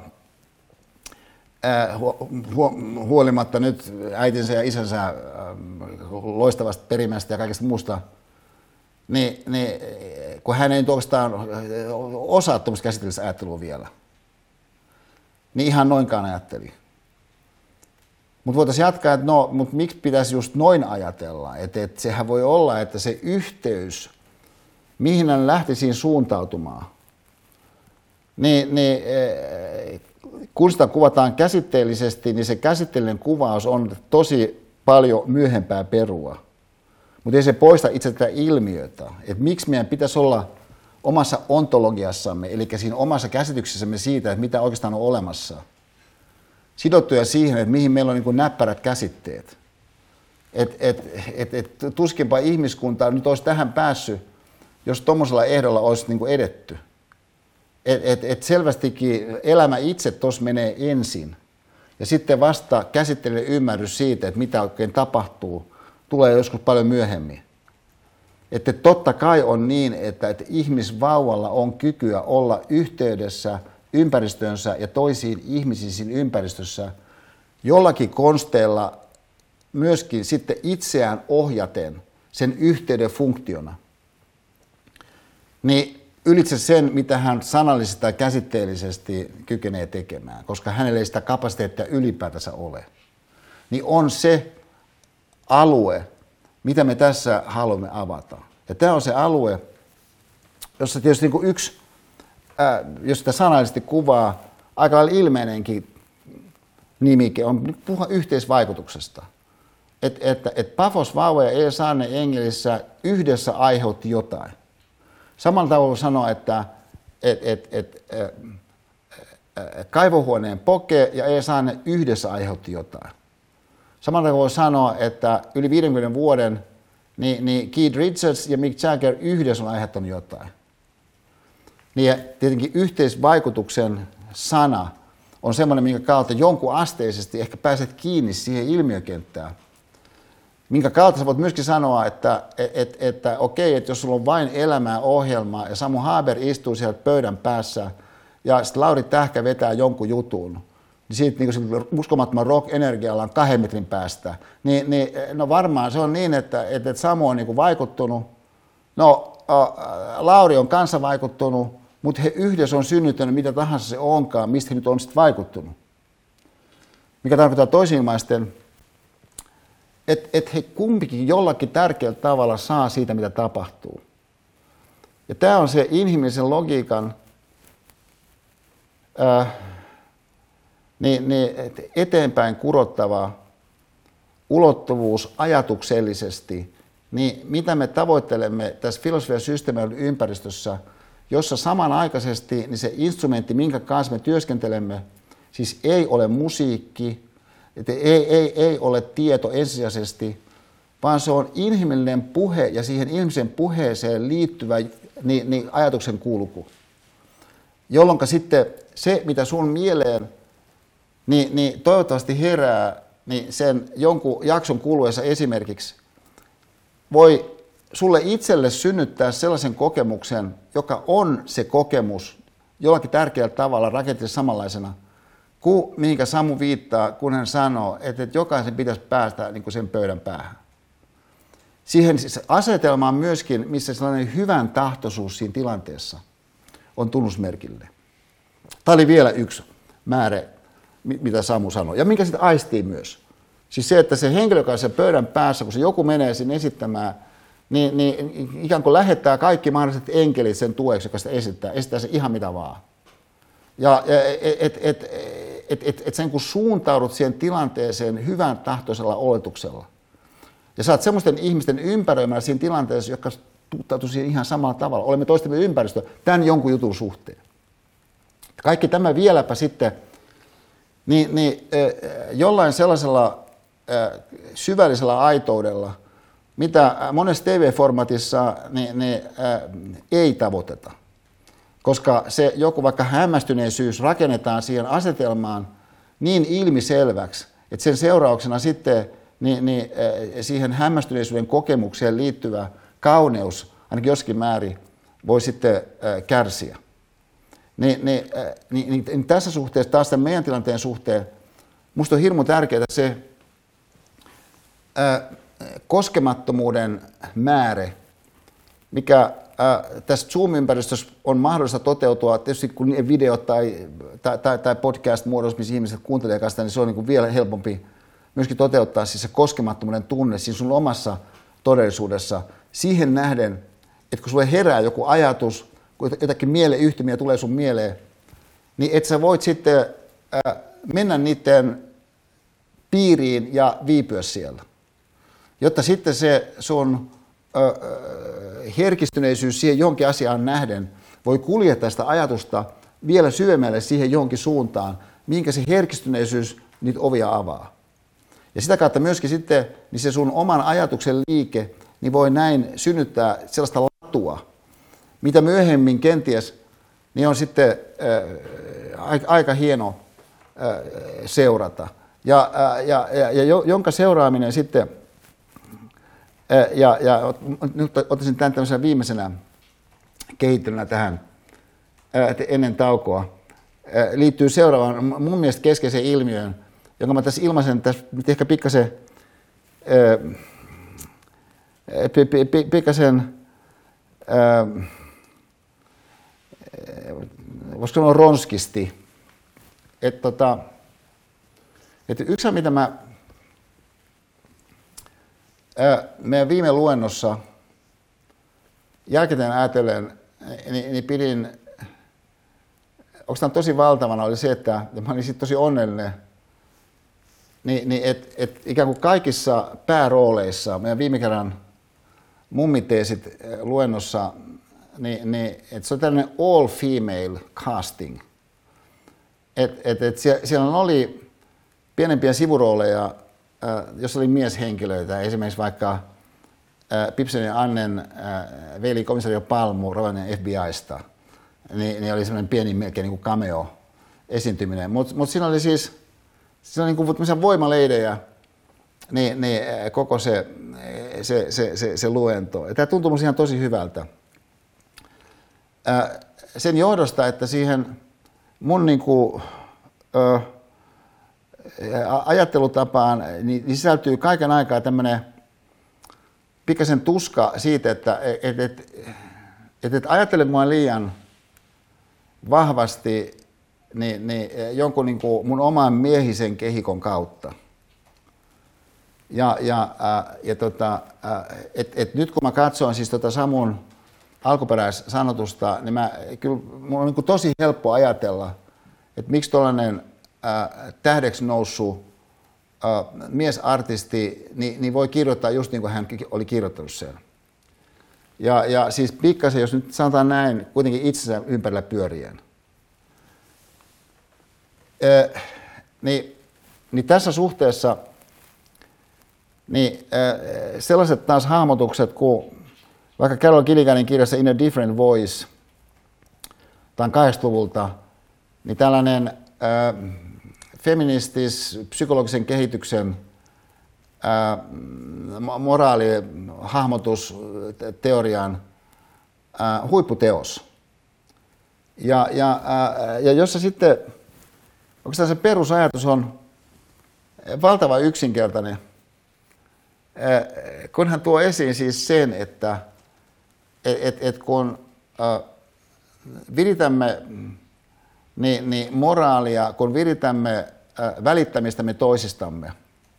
huolimatta nyt äitinsä ja isänsä loistavasta perimästä ja kaikesta muusta, niin kun hän ei nyt oikeastaan osaa tuommoista käsitellistä ajattelua vielä, niin ihan noinkaan ajatteli. Mutta voitaisiin jatkaa, että no, mutta miksi pitäisi just noin ajatella? Että sehän voi olla, että se yhteys, mihin hän lähtisi suuntautumaan, niin kun sitä kuvataan käsitteellisesti, niin se käsitteellinen kuvaus on tosi paljon myöhempää perua. Mutta ei se poista itse tätä ilmiötä, että miksi meidän pitäisi olla omassa ontologiassamme, eli siinä omassa käsityksessämme siitä, että mitä oikeastaan on olemassa, sidottuja siihen, että mihin meillä on niin kuin näppärät käsitteet. Tuskinpa ihmiskunta nyt olisi tähän päässyt, jos tuommoisella ehdolla olisi niin kuin edetty. Selvästikin elämä itse tuossa menee ensin, ja sitten vasta käsitteellinen ymmärrys siitä, että mitä oikein tapahtuu, tulee joskus paljon myöhemmin. Että totta kai on niin, että ihmisvauvalla on kykyä olla yhteydessä ympäristönsä ja toisiin ihmisiin siinä ympäristössä jollakin konsteilla myöskin sitten itseään ohjaten sen yhteyden funktiona. Niin ylitse sen, mitä hän sanallisesti tai käsitteellisesti kykenee tekemään, koska hänellä ei sitä kapasiteettia ylipäätänsä ole, niin on se alue, mitä me tässä haluamme avata. Ja tämä on se alue, jossa tietysti niin kuin yksi, jos sitä sanallisesti kuvaa, aika lailla ilmeinenkin nimike on puhua yhteisvaikutuksesta. Että Pafos-vauva ja Eesaane Engelissä yhdessä aiheutti jotain. Samalla tavalla sanoa, että kaivohuoneen Poke ja Eesaane yhdessä aiheutti jotain. Samalla tavalla sanoa, että yli 50 vuoden niin Keith Richards ja Mick Jagger yhdessä on aiheuttanut jotain. Niin ja tietenkin yhteisvaikutuksen sana on semmoinen, minkä kautta jonkun asteisesti ehkä pääset kiinni siihen ilmiökenttään. Minkä kautta sä voit myöskin sanoa, että okei, että jos sulla on vain elämää ohjelmaa ja Samu Haber istuu siellä pöydän päässä ja sitten Lauri Tähkä vetää jonkun jutun, niin siitä niin uskomattoman rock-energialla on 2 metrin päästä, no varmaan se on niin, että Samu on niin vaikuttunut, no Lauri on kanssa vaikuttunut, mutta he yhdessä on synnyttänyt mitä tahansa se onkaan, mistä he nyt on sitten vaikuttunut. Mikä tarkoittaa toisilmaisten, että he kumpikin jollakin tärkeällä tavalla saa siitä, mitä tapahtuu. Ja tämä on se inhimillisen logiikan eteenpäin kurottava ulottuvuus ajatuksellisesti, niin mitä me tavoittelemme tässä filosofian systeemin ympäristössä, jossa samanaikaisesti niin se instrumentti, minkä kanssa me työskentelemme, siis ei ole musiikki, että ei ole tieto ensisijaisesti, vaan se on inhimillinen puhe ja siihen ihmisen puheeseen liittyvä niin ajatuksen kulku. Jolloin sitten se, mitä sun mieleen niin toivottavasti herää, niin sen jonkun jakson kuluessa esimerkiksi voi sulle itselle synnyttää sellaisen kokemuksen, joka on se kokemus jollakin tärkeällä tavalla rakenteellisesti samanlaisena mihinkä Samu viittaa, kun hän sanoo, että jokaisen pitäisi päästä niin kuin sen pöydän päähän. Siihen siis asetelmaan myöskin, missä sellainen hyvän tahtoisuus siinä tilanteessa on tunnusmerkille. Tämä oli vielä yksi määrä, mitä Samu sanoi, ja minkä sitten aistii myös. Siis se, että se henkilö, joka on sen pöydän päässä, kun se joku menee sinne esittämään, niin ikään kuin lähettää kaikki mahdolliset enkelit sen tueksi, joka sitä esittää se ihan mitä vaan. Ja sen kun suuntaudut siihen tilanteeseen hyvän tahtoisella oletuksella. Ja saat semmoisten ihmisten ympäröimällä siinä tilanteessa, jotka suhtautuu siihen ihan samalla tavalla. Olemme toistemme ympäristö tämän jonkun jutun suhteen. Kaikki tämä vieläpä sitten jollain sellaisella syvällisellä aitoudella, mitä monessa TV-formatissa ei tavoiteta. Koska se joku vaikka hämmästyneisyys rakennetaan siihen asetelmaan niin ilmiselväksi, että sen seurauksena sitten siihen hämmästyneisyyden kokemukseen liittyvä kauneus, ainakin joskin määrin, voi sitten kärsiä. Niin tässä suhteessa, taas tämän meidän tilanteen suhteen, minusta on hirmu tärkeää se koskemattomuuden määrä, mikä tässä Zoom-ympäristössä on mahdollista toteutua, tietysti kun videot tai podcast-muodossa, missä ihmiset kuuntelee kanssa, niin se on niin kuin vielä helpompi myöskin toteuttaa siis se koskemattomuuden tunne siinä sun omassa todellisuudessa siihen nähden, että kun sulle herää joku ajatus, kun jotakin mieleyhtymiä tulee sun mieleen, niin että sä voit sitten mennä niiden piiriin ja viipyä siellä. Jotta sitten se sun herkistyneisyys siihen jonkin asiaan nähden voi kuljettaa sitä ajatusta vielä syvemmälle siihen jonkin suuntaan, minkä se herkistyneisyys niitä ovia avaa. Ja sitä kautta myöskin sitten niin se sun oman ajatuksen liike niin voi näin synnyttää sellaista latua, mitä myöhemmin kenties niin on sitten aika hieno seurata. Ja jonka seuraaminen sitten, ja nyt ottaisin tämän tämmöisenä viimeisenä kehittelynä tähän ennen taukoa, liittyy seuraavaan mun mielestä keskeiseen ilmiöön, jonka mä tässä ilmaisen tässä ehkä pikkasen voisiko sanoa ronskisti. Että yksi mitä mä meidän viime luennossa jälkikäteen ajatellen, niin pidin, oikeastaan tosi valtavana oli se, että mä olin siitä tosi onnellinen, että ikään kuin kaikissa päärooleissa, meidän viime kerran mummiteesit luennossa, että se on tällainen all female casting. Siellä oli pienempiä sivurooleja, jossa oli mieshenkilöitä, esimerkiksi vaikka Pipsen ja Annen veli komisario Palmu Rovaniemen FBI:sta, niin oli semmoinen pieni melkein niin kuin cameo-esiintyminen. Mutta siinä oli siis niin kuin voimaleidejä koko se luento. Ja tämä tuntui minusta ihan tosi hyvältä. Sen johdosta, että siihen mun niin kuin, ajattelutapaan niin sisältyy kaiken aikaa tämmöinen pikkasen tuska siitä, että ajattelet mua liian vahvasti jonkun niin kuin mun oman miehisen kehikon kautta. Nyt kun mä katsoin siis Samun alkuperäissanotusta, niin kyllä mun on niin kuin tosi helppo ajatella, että miksi tuollainen tähdeksi noussut miesartisti niin voi kirjoittaa just niin kuin hän oli kirjoittanut sen. Ja siis pikkasen, jos nyt sanotaan näin, kuitenkin itsensä ympärillä pyörien. Niin tässä suhteessa sellaiset taas hahmotukset kuin vaikka Carol Gilliganin kirjassa In a Different Voice, tämä on 80-luvulta, niin tällainen feministis-psykologisen kehityksen moraalihahmotusteorian huipputeos. Ja jossa sitten Oikeastaan se perusajatus on valtavan yksinkertainen, kun hän tuo esiin siis sen, että kun viritämme niin moraalia, kun viritämme välittämistämme toisistamme,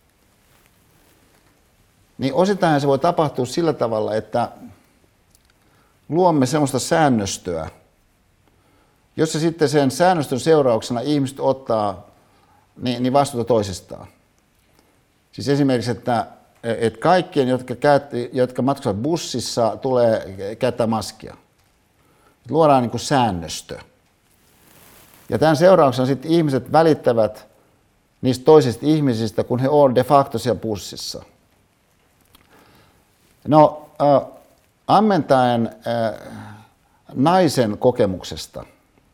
niin osittain se voi tapahtua sillä tavalla, että luomme sellaista säännöstöä, jossa sitten sen säännöstön seurauksena ihmiset ottaa niin vastuuta toisistaan. Siis esimerkiksi, että kaikkien, jotka matkustavat bussissa, tulee käyttää maskia. Luodaan niin kuin säännöstö. Ja tämän seurauksena sitten ihmiset välittävät niistä toisista ihmisistä, kun he ovat de facto siellä bussissa. No, ammentaen naisen kokemuksesta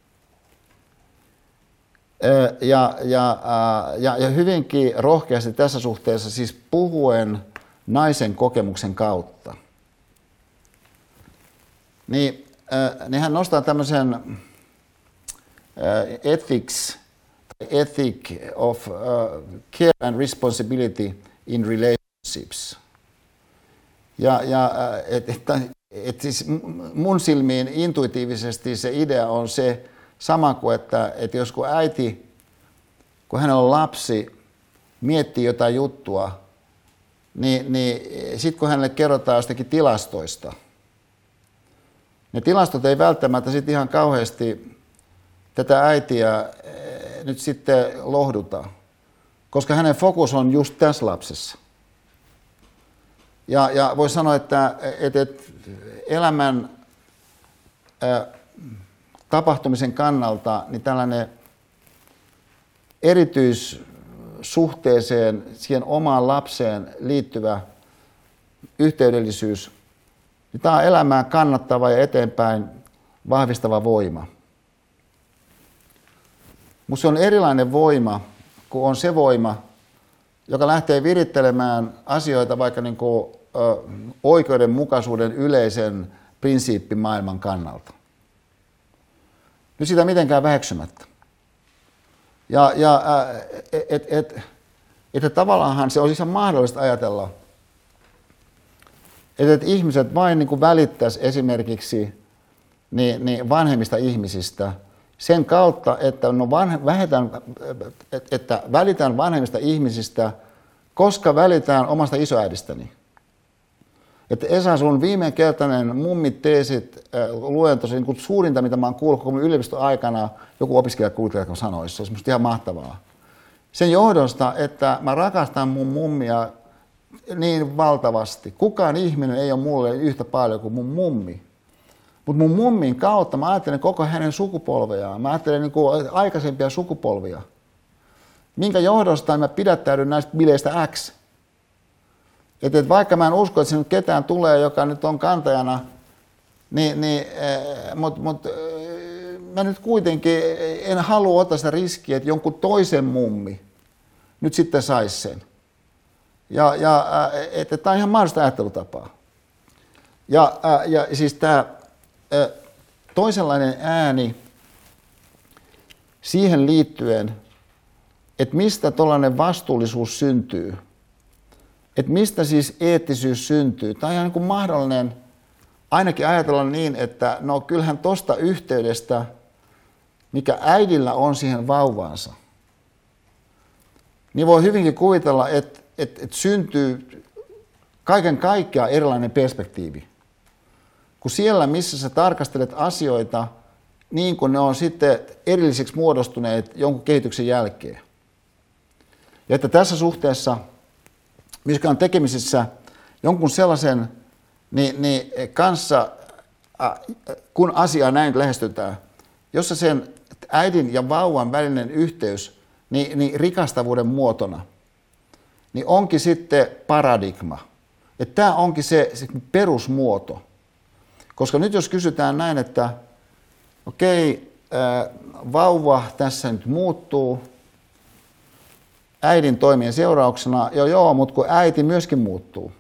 ja hyvinkin rohkeasti tässä suhteessa siis puhuen naisen kokemuksen kautta, niin hän nostaa tämmöisen ethic of care and responsibility in relationships. Että siis mun silmiin intuitiivisesti se idea on se sama kuin, että jos kun äiti, kun hänellä on lapsi, miettii jotain juttua, niin sitten kun hänelle kerrotaan jostakin tilastoista, ne tilastot ei välttämättä sitten ihan kauheasti tätä äitiä nyt sitten lohduta, koska hänen fokus on just tässä lapsessa. Ja voi sanoa, että elämän tapahtumisen kannalta niin tällainen erityissuhteeseen, siihen omaan lapseen liittyvä yhteydellisyys, niin tämä on elämään kannattava ja eteenpäin vahvistava voima. Mutta se on erilainen voima, kuin on se voima, joka lähtee virittelemään asioita vaikka niin kuin oikeudenmukaisuuden yleisen prinsiippimaailman kannalta. Nyt sitä mitenkään väheksymättä. Että tavallaanhan se olisi ihan mahdollista ajatella, että ihmiset vain niin kuin välittäisi esimerkiksi niin vanhemmista ihmisistä sen kautta, että välitän vanhemmista ihmisistä, koska välitään omasta isoäidistäni. Että Esa, sun viimekertainen mummiteesit luentosi niin kuin suurinta, mitä mä oon kuullut koko yliopiston aikana, joku opiskelijakuulija sanoisi, se olisi musta ihan mahtavaa. Sen johdosta, että mä rakastan mun mummia niin valtavasti. Kukaan ihminen ei ole mulle yhtä paljon kuin mun mummi. Mutta mun mummin kautta mä ajattelen koko hänen sukupolvejaan. Mä ajattelen niin kuin aikaisempia sukupolvia. Minkä johdosta mä pidättäydyn näistä bileistä X. Että vaikka mä en usko, että se nyt ketään tulee, joka nyt on kantajana, mutta mä nyt kuitenkin en halua ottaa sitä riskiä, että jonkun toisen mummi nyt sitten saisi sen. Että tämä on ihan mahdollista ajattelutapaa. Ja siis tämä toisenlainen ääni siihen liittyen, että mistä tuollainen vastuullisuus syntyy, että mistä siis eettisyys syntyy. Tämä on ihan niin kuin mahdollinen ainakin ajatella niin, että no kyllähän tuosta yhteydestä, mikä äidillä on siihen vauvaansa, niin voi hyvinkin kuvitella, että syntyy kaiken kaikkiaan erilainen perspektiivi. Kun siellä, missä sä tarkastelet asioita niin kuin ne on sitten erilliseksi muodostuneet jonkun kehityksen jälkeen. Ja että tässä suhteessa, missä on tekemisissä jonkun sellaisen kanssa, kun asiaa näin lähestytään, jossa sen äidin ja vauvan välinen yhteys niin rikastavuuden muotona, niin onkin sitten paradigma. Että tämä onkin se perusmuoto. Koska nyt jos kysytään näin, että okei, vauva tässä nyt muuttuu äidin toimien seurauksena, joo, mutta kun äiti myöskin muuttuu,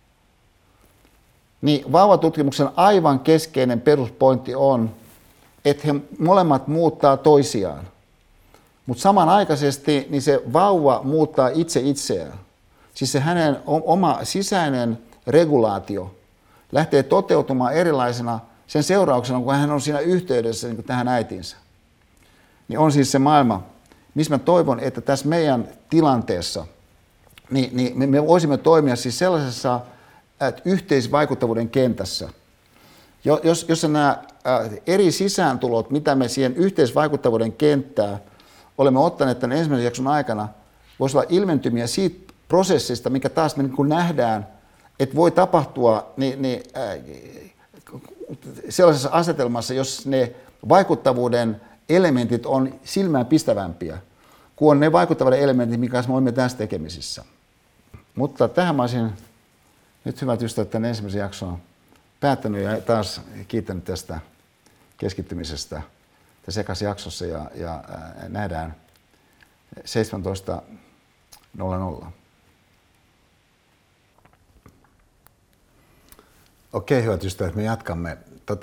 niin vauvatutkimuksen aivan keskeinen peruspointti on, että he molemmat muuttaa toisiaan. Mutta samanaikaisesti niin se vauva muuttaa itse itseään. Siis se hänen oma sisäinen regulaatio lähtee toteutumaan erilaisena sen seurauksena, kun hän on siinä yhteydessä niin kuin tähän äitinsä. Niin on siis se maailma, missä mä toivon, että tässä meidän tilanteessa niin me voisimme toimia siis sellaisessa yhteisvaikuttavuuden kentässä, jossa nämä eri sisääntulot, mitä me siihen yhteisvaikuttavuuden kenttään olemme ottaneet tämän ensimmäisen jakson aikana, voisi olla ilmentymiä siitä prosessista, mikä taas me niin nähdään, että voi tapahtua sellaisessa asetelmassa, jos ne vaikuttavuuden elementit on silmään pistävämpiä kuin on ne vaikuttavuuden elementit, mikä me olemme tässä tekemisissä. Mutta tähän mä olisin nyt, hyvät ystävät, tämän ensimmäisen jakson päättänyt ja taas kiittänyt tästä keskittymisestä tässä ekassa jaksossa ja nähdään 17.00. Okei, hyvät ystävät, me jatkamme.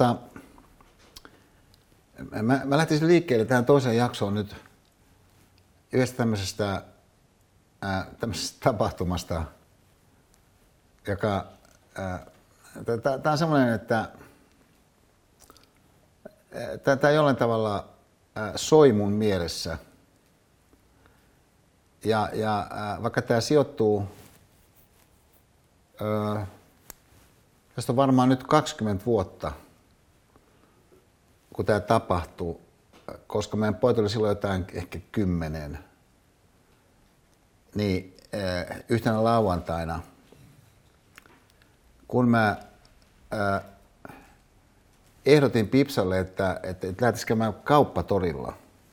Mä lähtisin liikkeelle tähän toiseen jaksoon nyt yhdestä tämmöisestä tapahtumasta, joka tämä on semmoinen, että tämä jollain tavalla soi mun mielessä. Ja vaikka tämä sijoittuu, tästä on varmaan nyt 20 vuotta, kun tämä tapahtuu, koska meidän pojat oli silloin jotain ehkä 10, niin yhtenä lauantaina, kun mä ehdotin Pipsalle, että lähtisi käymään kauppatorilla.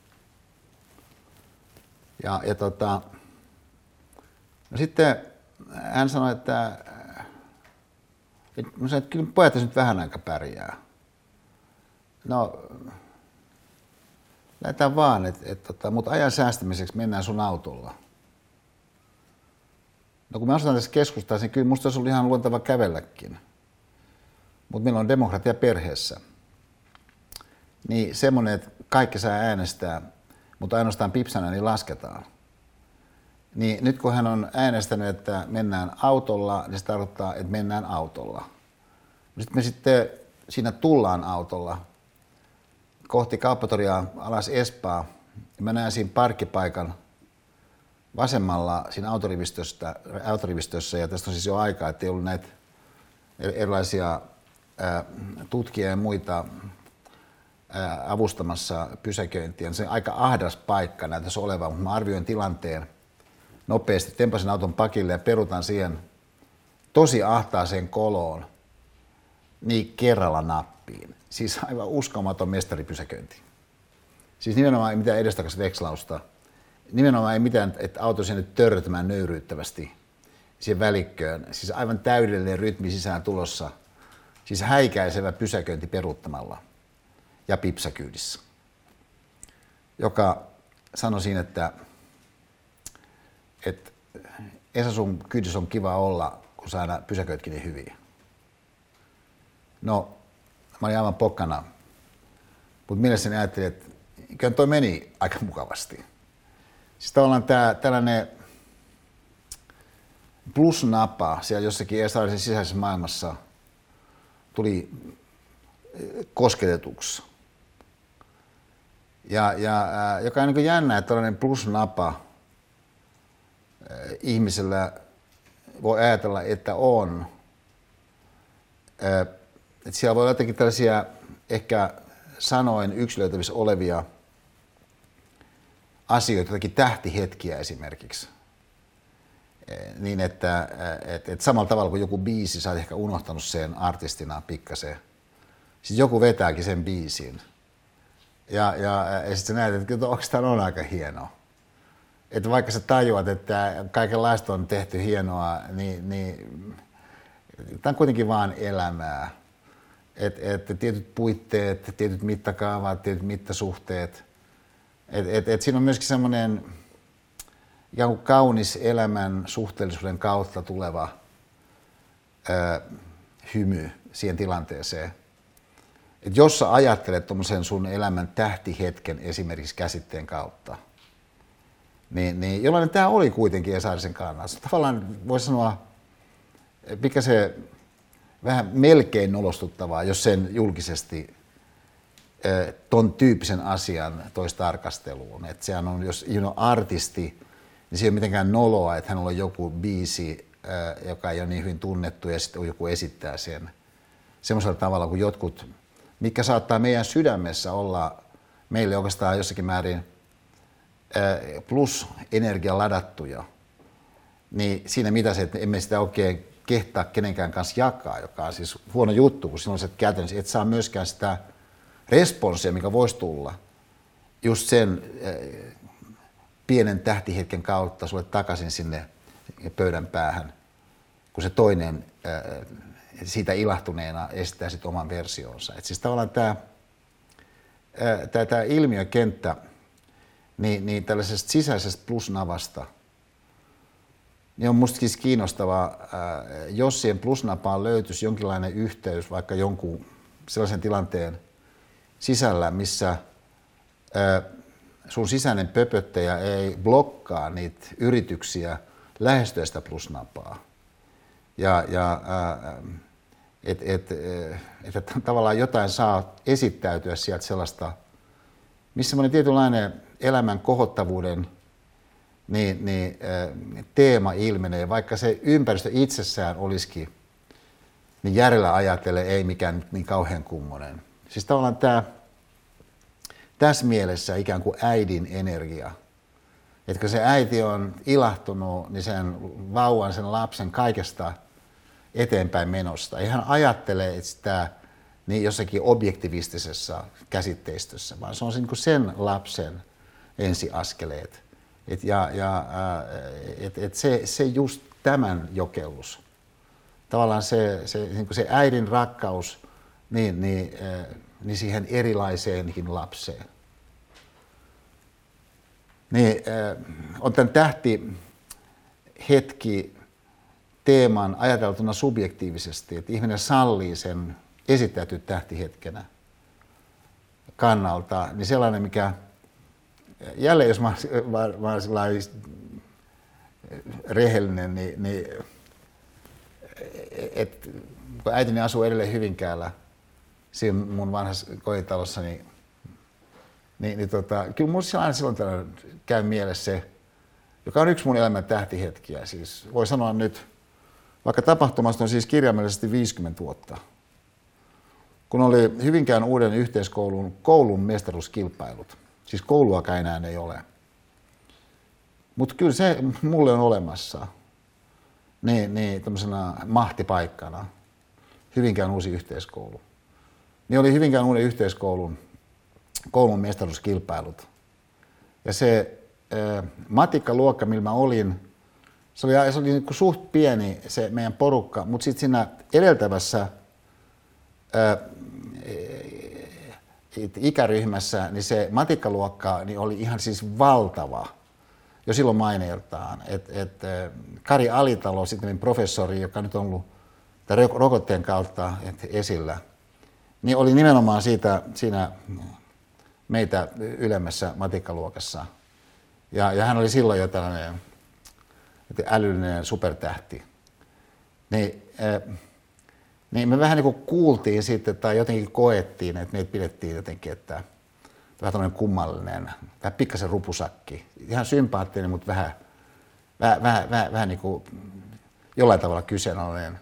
No sitten hän sanoi, että kyllä pojat nyt vähän aika pärjää. No, lähdetään vaan, mutta ajan säästämiseksi mennään sun autolla. No kun me asutaan tässä keskustassa, niin kyllä musta olisi ollut ihan luontava kävelläkin. Mutta meillä on demokratia perheessä. Niin semmoinen, että kaikki saa äänestää, mutta ainoastaan Pipsan ääni lasketaan. Niin nyt kun hän on äänestänyt, että mennään autolla, niin se tarkoittaa, että mennään autolla. Sitten me siinä tullaan autolla kohti kauppatoria alas Espaa. Ja mä näen siinä parkkipaikan vasemmalla siinä autorivistössä, ja tästä on siis jo aikaa, että ei ollut näitä erilaisia tutkijia ja muita avustamassa pysäköintiä. Se on aika ahdas paikka näyttäisi olevan, mutta mä arvioin tilanteen nopeasti, tempasin auton pakille ja perutan siihen tosi ahtaaseen koloon niin kerralla nappiin. Siis aivan uskomaton mestaripysäköinti. Siis nimenomaan ei mitään edestakas vekslausta. Nimenomaan ei mitään, että auto sinne törrötämään nöyryyttävästi siihen välikköön. Siis aivan täydellinen rytmi sisään tulossa. Siis häikäisevä pysäköinti peruuttamalla ja Pipsa-kyydissä. Joka sanoi siinä, että Esa, sun kyydissä on kiva olla, kun sä aina pysäköitkin niin hyvin. No, mä olin aivan pokkana, mutta mielessäni ajattelin, että kyllä toi meni aika mukavasti. Siis tavallaan tällainen plusnapa siellä jossakin eesalaisen sisäisessä maailmassa tuli kosketetuksi. Joka on niin jännä, että tällainen plusnapa ihmisellä voi ajatella, että on. Että siellä voi olla jotenkin tällaisia ehkä sanoin yksilöitävissä olevia asioita, jotakin tähtihetkiä esimerkiksi. Niin, että samalla tavalla kuin joku biisi, sä oot ehkä unohtanut sen artistina pikkasen. Sitten joku vetääkin sen biisin. Ja sitten sä näet, että onko tämä on aika hienoa. Että vaikka sä tajuat, että kaikenlaista on tehty hienoa, niin tämä on kuitenkin vaan elämää. Että tietyt puitteet, tietyt mittakaavat, tietyt mittasuhteet. Että siinä on myöskin semmoinen ikään kuin kaunis elämän suhteellisuuden kautta tuleva hymy siihen tilanteeseen. Että jos sä ajattelet tuommoisen sun elämän tähtihetken esimerkiksi käsitteen kautta, niin jollainen tämä oli kuitenkin Saarisen kannassa. Tavallaan voisi sanoa, mikä se vähän melkein nolostuttavaa, jos sen julkisesti ton tyyppisen asian toisi tarkasteluun. Että sehän on, jos artisti, niin se ei ole mitenkään noloa, että hänellä on joku biisi, joka ei ole niin hyvin tunnettu ja sitten joku esittää sen semmoisella tavalla kuin jotkut, mikä saattaa meidän sydämessä olla meille oikeastaan jossakin määrin plus energia ladattuja, niin siinä mitassa, että emme sitä oikein kehtaa kenenkään kanssa jakaa, joka on siis huono juttu, kun silloin käytännössä et saa myöskään sitä responssia, mikä voisi tulla just sen pienen tähtihetken kautta sulle takaisin sinne pöydän päähän, kun se toinen siitä ilahtuneena esittää sitten oman versionsa. Et siis tavallaan tämä ilmiökenttä niin tällaisesta sisäisestä plusnavasta niin on musta siis kiinnostavaa, jos siihen plusnapaan löytyisi jonkinlainen yhteys vaikka jonkun sellaisen tilanteen sisällä, missä sun sisäinen pöpöttäjä ei blokkaa niitä yrityksiä lähestyä sitä plusnapaa. Että tavallaan jotain saa esittäytyä sieltä sellaista, missä semmoinen tietynlainen elämän kohottavuuden teema ilmenee, vaikka se ympäristö itsessään olisikin, niin järjellä ajatellen ei mikään niin kauhean kummonen. Siis tavallaan tässä mielessä ikään kuin äidin energia. Että kun se äiti on ilahtunut, niin sen vauvan, sen lapsen kaikesta eteenpäin menosta. Ei hän ajattele sitä niin jossakin objektivistisessa käsitteistössä, vaan se on niin kuin sen lapsen ensiaskeleet. Se just tämän jokellus. Tavallaan se äidin rakkaus niin siihen erilaiseenkin lapseen. On tämän tähtihetki teeman ajateltuna subjektiivisesti, että ihminen sallii sen esittäytyä tähtihetkenä kannalta, niin sellainen, mikä jälleen, jos mä oon sellainen rehellinen, niin kun äitini asuu edelleen Hyvinkäällä, siinä mun vanhassa kotitalossa, kyllä mun aina silloin käy mielessä se, joka on yksi mun elämän tähtihetkiä. Siis voi sanoa nyt, vaikka tapahtumasta on siis kirjaimellisesti 50 vuotta, kun oli Hyvinkään uuden yhteiskoulun mestaruuskilpailut. Siis kouluakaan enää ei ole. Mutta kyllä se mulle on olemassa tämmöisenä mahtipaikkana. Hyvinkään uusi yhteiskoulu. Niin oli Hyvinkään uuden yhteiskoulun mestaruuskilpailut. Ja se matikkaluokka, millä mä olin, se oli niin kuin suht pieni se meidän porukka, mutta sitten siinä edeltävässä ikäryhmässä, niin se matikkaluokka niin oli ihan siis valtava jo silloin maineeltaan. Kari Alitalo, sitten professori, joka nyt on ollut tämän rokotteen kautta esillä, niin oli nimenomaan siinä meitä ylemmässä matikkaluokassa. Ja hän oli silloin jo tällainen älyllinen supertähti. Niin me vähän niin kuin kuultiin sitten tai jotenkin koettiin, että meitä pidettiin jotenkin, että vähän tämmöinen kummallinen, vähän pikkasen rupusakki. Ihan sympaattinen, mutta vähän niin kuin jollain tavalla kyseenalainen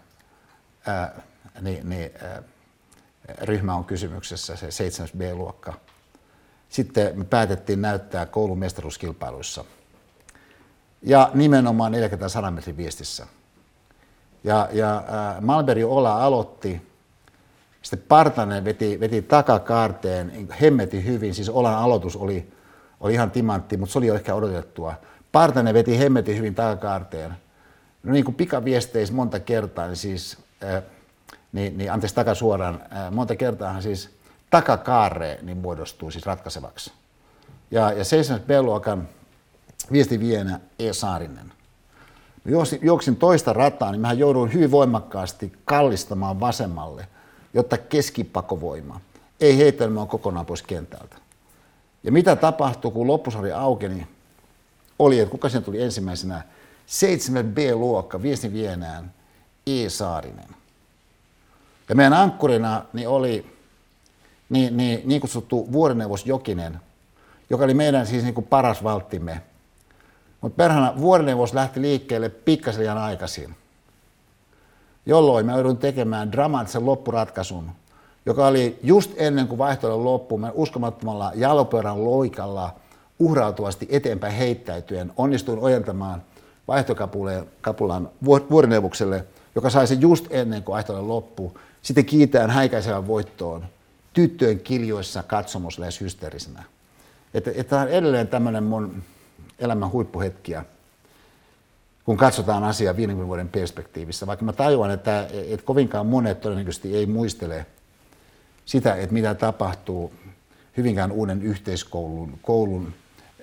ryhmä on kysymyksessä, se 7. B-luokka. Sitten me päätettiin näyttää koulun mestaruuskilpailuissa. Ja nimenomaan 4x100 metrin viestissä. Ja Malberi Ola aloitti, sitten Partanen veti takakaarteen hemmetin hyvin, siis Olan aloitus oli ihan timantti, mutta se oli jo ehkä odotettua. Partanen veti hemmetin hyvin takakaarteen. No niin kuin pikaviesteissä monta kertaa, niin siis, anteeksi takasuoraan, monta kertaahan siis takakaarre niin muodostuu siis ratkaisevaksi. Ja 7. B-luokan viestiviejänä E. Saarinen. Juoksin toista rataa, niin mähän jouduin hyvin voimakkaasti kallistamaan vasemmalle, jotta keskipakovoima ei heittänyt minua kokonaan pois kentältä. Ja mitä tapahtui, kun loppusarja aukeni? oli, että kuka siinä tuli ensimmäisenä, 7B-luokka, viestin vienään, E. Saarinen. Ja meidän ankkurina oli niin kutsuttu vuorineuvos Jokinen, joka oli meidän siis niin kuin paras valttimme. Mutta perhana vuorineuvos lähti liikkeelle pikkasen liian aikaisin, jolloin me joudun tekemään dramaattisen loppuratkaisun, joka oli just ennen kuin vaihtoehdon loppuun, me uskomattomalla jalopyörän loikalla uhrautuvasti eteenpäin heittäytyen onnistuin ojentamaan vaihtokapulan vuorineuvokselle, joka sai sen just ennen kuin vaihtoehdon loppu. Sitten kiitään häikäisevän voittoon tyttöjen kiljoissa katsomuslähes hysteerisenä. Tämä on edelleen tämmöinen mun elämän huippuhetkiä, kun katsotaan asiaa 50 vuoden perspektiivissä. Vaikka mä tajuan, että kovinkaan monet todennäköisesti ei muistele sitä, että mitä tapahtuu Hyvinkään uuden yhteiskoulun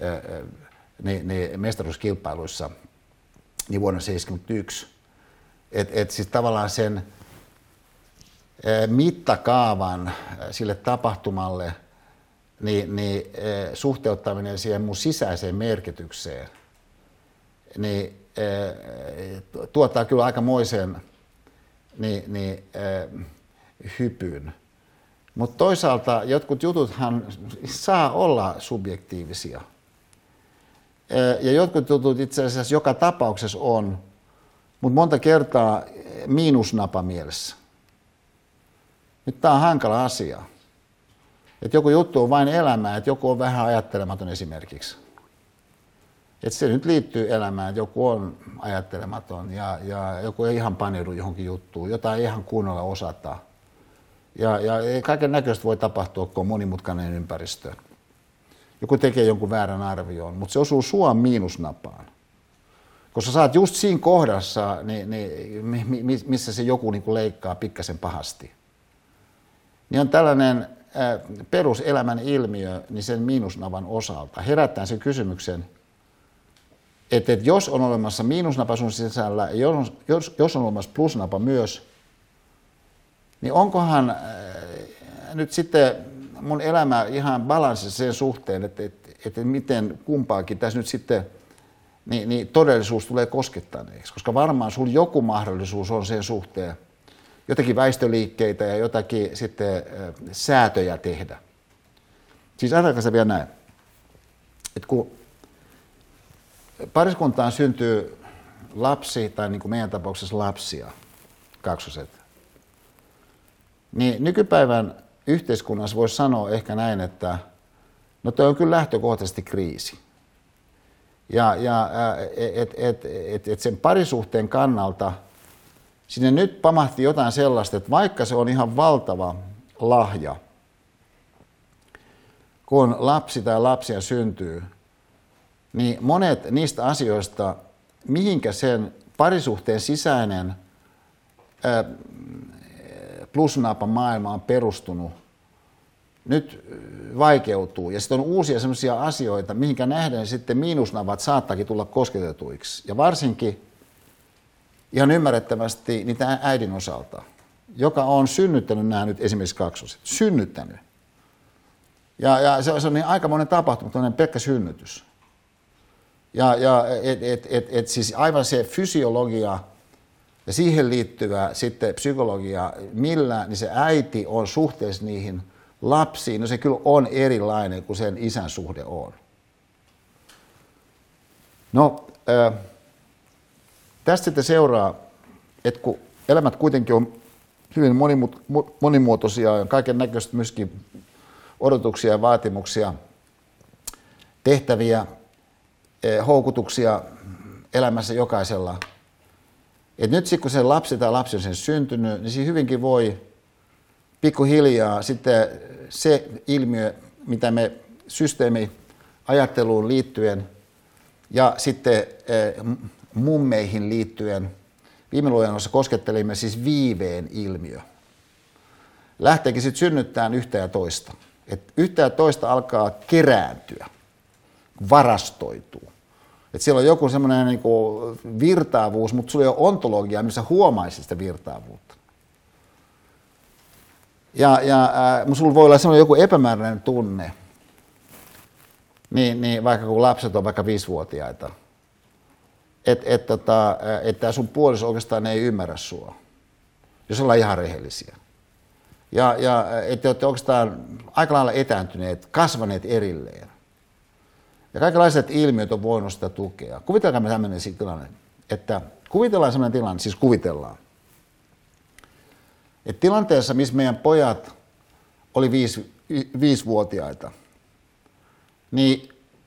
mestaruuskilpailuissa niin vuonna 1971. Että siis tavallaan sen mittakaavan sille tapahtumalle suhteuttaminen siihen mun sisäiseen merkitykseen tuottaa kyllä aikamoisen hypyn. Mutta toisaalta jotkut jututhan saa olla subjektiivisia. Ja jotkut jutut itse asiassa joka tapauksessa on, mutta monta kertaa miinusnapa mielessä. Nyt tämä on hankala asia. Että joku juttu on vain elämää, että joku on vähän ajattelematon esimerkiksi. Että se nyt liittyy elämään, että joku on ajattelematon ja joku ei ihan paneudu johonkin juttuun, jota ei ihan kunnolla osata. Ja kaiken näköistä voi tapahtua, kun on monimutkainen ympäristö. Joku tekee jonkun väärän arvion, mutta se osuu sua miinusnapaan. Koska sä oot just siinä kohdassa, missä se joku niin kuin leikkaa pikkasen pahasti. Niin on tällainen peruselämän ilmiö niin sen miinusnapan osalta. Herättää sen kysymyksen, että jos on olemassa miinusnapa sun sisällä ja jos on olemassa plusnapa myös, niin onkohan nyt sitten mun elämä ihan balanssissa sen suhteen, että miten kumpaakin tässä nyt sitten niin todellisuus tulee koskettaneeksi. Koska varmaan sulla joku mahdollisuus on sen suhteen jotakin väistöliikkeitä ja jotakin sitten säätöjä tehdä. Siis ajatelkaa se vielä näin, että kun pariskuntaan syntyy lapsi, tai niin kuin meidän tapauksessa lapsia, kaksoset, niin nykypäivän yhteiskunnassa voisi sanoa ehkä näin, että no toi on kyllä lähtökohtaisesti kriisi. Ja sen parisuhteen kannalta sinne nyt pamahti jotain sellaista, että vaikka se on ihan valtava lahja, kun lapsi tai lapsia syntyy, niin monet niistä asioista, mihinkä sen parisuhteen sisäinen plusnapa maailma on perustunut, nyt vaikeutuu. Ja sitten on uusia sellaisia asioita, mihinkä nähden sitten miinusnapat saattaakin tulla kosketetuiksi. Ja varsinkin ihan ymmärrettävästi niitä äidin osalta, joka on synnyttänyt nämä nyt esimerkiksi kaksoset. Synnyttänyt. Ja se on niin aikamoinen tapahtuma, tämmöinen pelkkä synnytys. Siis aivan se fysiologia ja siihen liittyvä sitten psykologia, millä niin se äiti on suhteessa niihin lapsiin, no se kyllä on erilainen kuin sen isän suhde on. No, tästä sitten seuraa, että kun elämät kuitenkin on hyvin monimuotoisia ja kaiken näköistä myöskin odotuksia ja vaatimuksia, tehtäviä, houkutuksia elämässä jokaisella. Et nyt sitten kun se lapsi tai lapsi on sen syntynyt, niin siinä hyvinkin voi pikkuhiljaa sitten se ilmiö, mitä me systeemiajatteluun liittyen ja sitten mummeihin liittyen viime luennossa koskettelimme siis viiveen ilmiö. Lähteekin sitten synnyttämään yhtä ja toista. Et yhtä ja toista alkaa kerääntyä, varastoituu. Et siellä on joku semmoinen niinku virtaavuus, mutta sulla ei ole ontologiaa, missä huomaisit sitä virtaavuutta. Ja sulla voi olla semmoinen joku epämääräinen tunne, niin vaikka kun lapset on vaikka 5-vuotiaita, että sun puoliso oikeastaan ei ymmärrä sua, jos ollaan ihan rehellisiä. Ja että olette oikeastaan aika lailla etääntyneet, kasvaneet erilleen. Ja kaikenlaiset ilmiöt on voinut sitä tukea. Kuvitelkaamme tämmöinen tilanne, että kuvitellaan sellainen tilanne, siis kuvitellaan, että tilanteessa, missä meidän pojat oli 5-vuotiaita, niin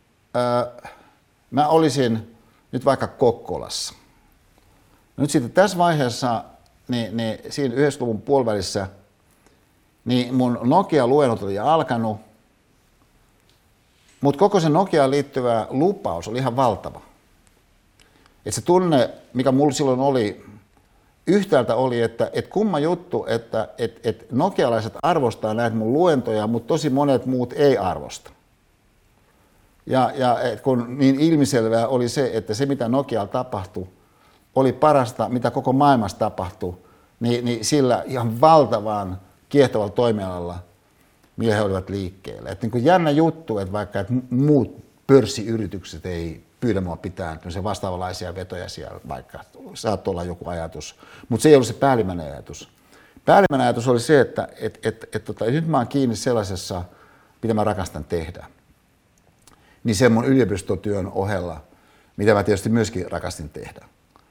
mä olisin nyt vaikka Kokkolassa. Nyt sitten tässä vaiheessa, niin siinä 90-luvun puolivälissä, niin mun Nokia-luennot oli alkanut, mutta koko se Nokiaan liittyvä lupaus oli ihan valtava. Et se tunne, mikä mulla silloin oli, yhtäältä oli, että kumma juttu, että nokialaiset arvostaa näitä mun luentoja, mutta tosi monet muut ei arvosta. Ja kun niin ilmiselvää oli se, että se mitä Nokialla tapahtui, oli parasta, mitä koko maailmassa tapahtui, niin sillä ihan valtavan kiehtovalla toimialalla, millä he olivat liikkeellä. Että niin kuin jännä juttu, että vaikka että muut pörssiyritykset ei pyydä mua pitää vastaavanlaisia vetoja siellä, vaikka saattoi olla joku ajatus, mutta se ei ollut se päällimmäinen ajatus. Päällimmäinen ajatus oli se, että nyt mä oon kiinni sellaisessa, mitä mä rakastan tehdä. Niin sen mun yliopistotyön ohella, mitä mä tietysti myöskin rakastin tehdä.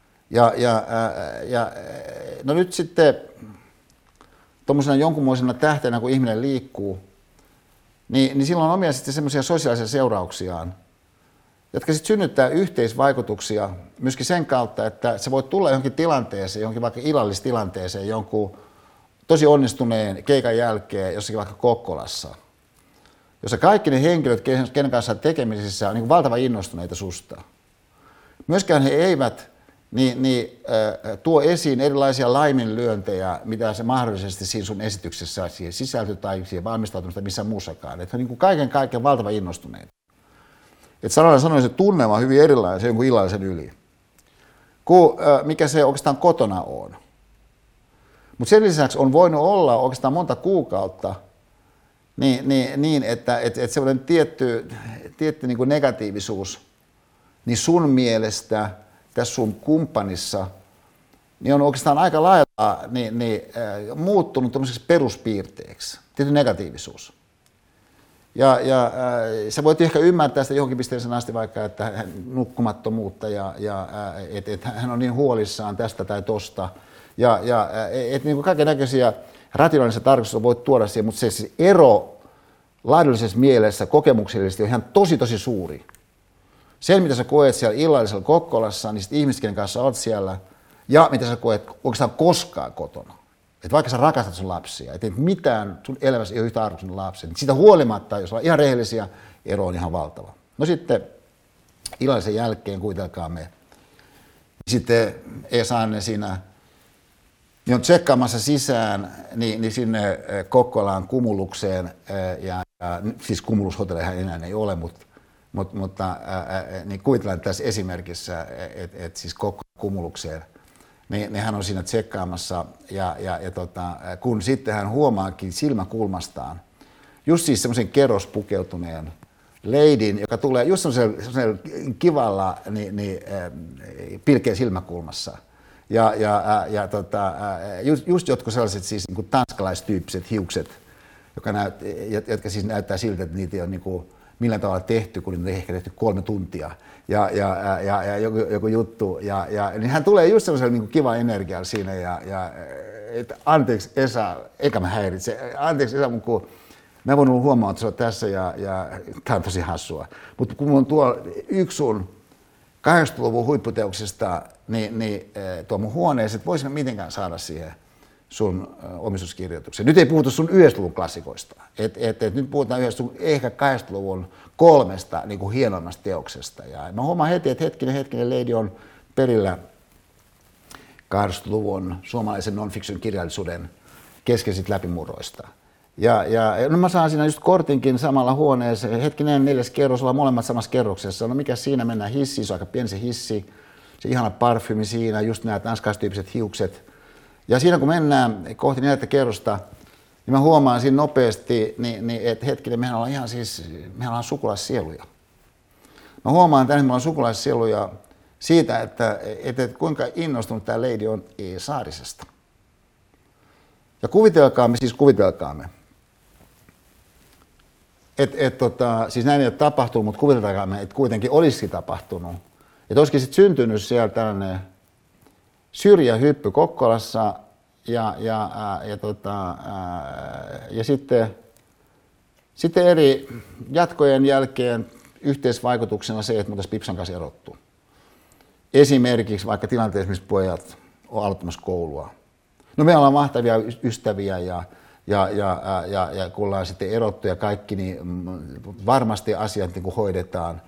No nyt sitten tuommoisena jonkunmoisena tähtenä, kun ihminen liikkuu, niin silloin on omia sitten semmoisia sosiaalisia seurauksiaan, jotka sitten synnyttää yhteisvaikutuksia myöskin sen kautta, että se voi tulla johonkin tilanteeseen, johonkin vaikka illallistilanteeseen, jonkun tosi onnistuneen keikan jälkeen jossakin vaikka Kokkolassa, jossa kaikki ne henkilöt, kenen kanssa tekemisissä on niin valtavan innostuneita susta. Myöskään he eivät tuo esiin erilaisia laiminlyöntejä, mitä se mahdollisesti siinä sun esityksessä siihen sisältyy tai siihen valmistautumista missään muussakaan. Että he on niin kaiken valtavan innostuneita. Että sanoisin, että tunnelma on hyvin erilainen se jonkun illallisen yli, kuin mikä se oikeastaan kotona on. Mutta sen lisäksi on voinut olla oikeastaan monta kuukautta niin että sellainen tietty niin kuin negatiivisuus, niin sun mielestä tässä sun kumppanissa niin on oikeastaan aika lailla muuttunut tämmöiseksi peruspiirteeksi, tietty negatiivisuus. Ja sä voit ehkä ymmärtää sitä johonkin pisteeseen asti vaikka, että nukkumattomuutta ja että hän on niin huolissaan tästä tai tosta. Että niin kaiken näköisiä rationaalisia tarkoituksia voit tuoda siihen, mutta se ero laadullisessa mielessä kokemuksellisesti on ihan tosi suuri. Sen, mitä sä koet siellä illallisella Kokkolassa, niin ihmiset, kenen kanssa olet siellä, ja mitä sä koet oikeastaan koskaan kotona. Että vaikka sä rakastat sun lapsia, että mitään sun elämässä ei ole yhtä arvoista sun lapsia, niin siitä huolimatta, jos ollaan ihan rehellisiä, ero on ihan valtava. No sitten illallisen jälkeen kuvitelkaamme, sitten Esainen siinä niin on tsekkaamassa sisään niin sinne Kokkolaan Kumulukseen, ja siis Cumulus-hotelleja enää ei ole, mutta niin kuvitellaan tässä esimerkissä, että siis Kokkolaan Cumulukseen, niin hän on siinä tsekkaamassa, kun sitten hän huomaakin silmäkulmastaan just siis semmoisen kerrospukeutuneen leidin, joka tulee just semmoisella kivalla pilkeä silmäkulmassa. Just jotkut sellaiset siis niin kuin tanskalaistyyppiset hiukset, jotka siis näyttää siltä, että niitä ei ole niin kuin millään tavalla tehty, kun niitä on ehkä tehty 3 tuntia. Ja joku juttu. Niin hän tulee just semmoisella niin kuin kiva energialla siinä. Että anteeksi Esa, eikä mä häiritse. Anteeksi Esa, kun mä voin huomaa, että se on tässä ja tää on tosi hassua. Mutta kun on tuolla yksi sun 80-luvun huipputeoksista tuo mun huoneeseen, että voisin mitenkään saada siihen sun omistuskirjoitukseen. Nyt ei puhuta sun 90-luvun klassikoista. Nyt puhutaan sun ehkä 80-luvun 3 niin kuin hienoimmasta teoksesta. Ja mä huomaan heti, että hetkinen Lady on perillä 80-luvun suomalaisen non-fiction kirjallisuuden keskeisistä läpimurroista. No mä saan siinä just kortinkin samalla huoneeseen. Hetkinen 4. kerros, ollaan molemmat samassa kerroksessa. No mikä siinä, mennään hissiin, se on aika pieni se hissi. Se ihana parfyymi siinä, just nämä tanskalaistyyppiset hiukset. Ja siinä kun mennään kohti 4. kerrosta, niin mä huomaan siinä nopeasti, että hetkinen, mehän ollaan sukulaissieluja. Mä huomaan tänne, että mulla on sukulaissieluja siitä, että kuinka innostunut tämä leidi on Saarisesta. Ja kuvitelkaamme, siis näin ei ole tapahtunut, mutta kuvitelkaamme, että kuitenkin olisi tapahtunut. Että olisikin sitten syntynyt siellä tällainen syrjähyppy Kokkolassa ja sitten eri jatkojen jälkeen yhteisvaikutuksena se, että me oltaisiin Pipsan kanssa erottu. Esimerkiksi vaikka tilanteessa, missä pojat on aloittamassa koulua. No me ollaan mahtavia ystäviä ja kun ollaan sitten erottu ja kaikki, niin varmasti asiat niin kuin hoidetaan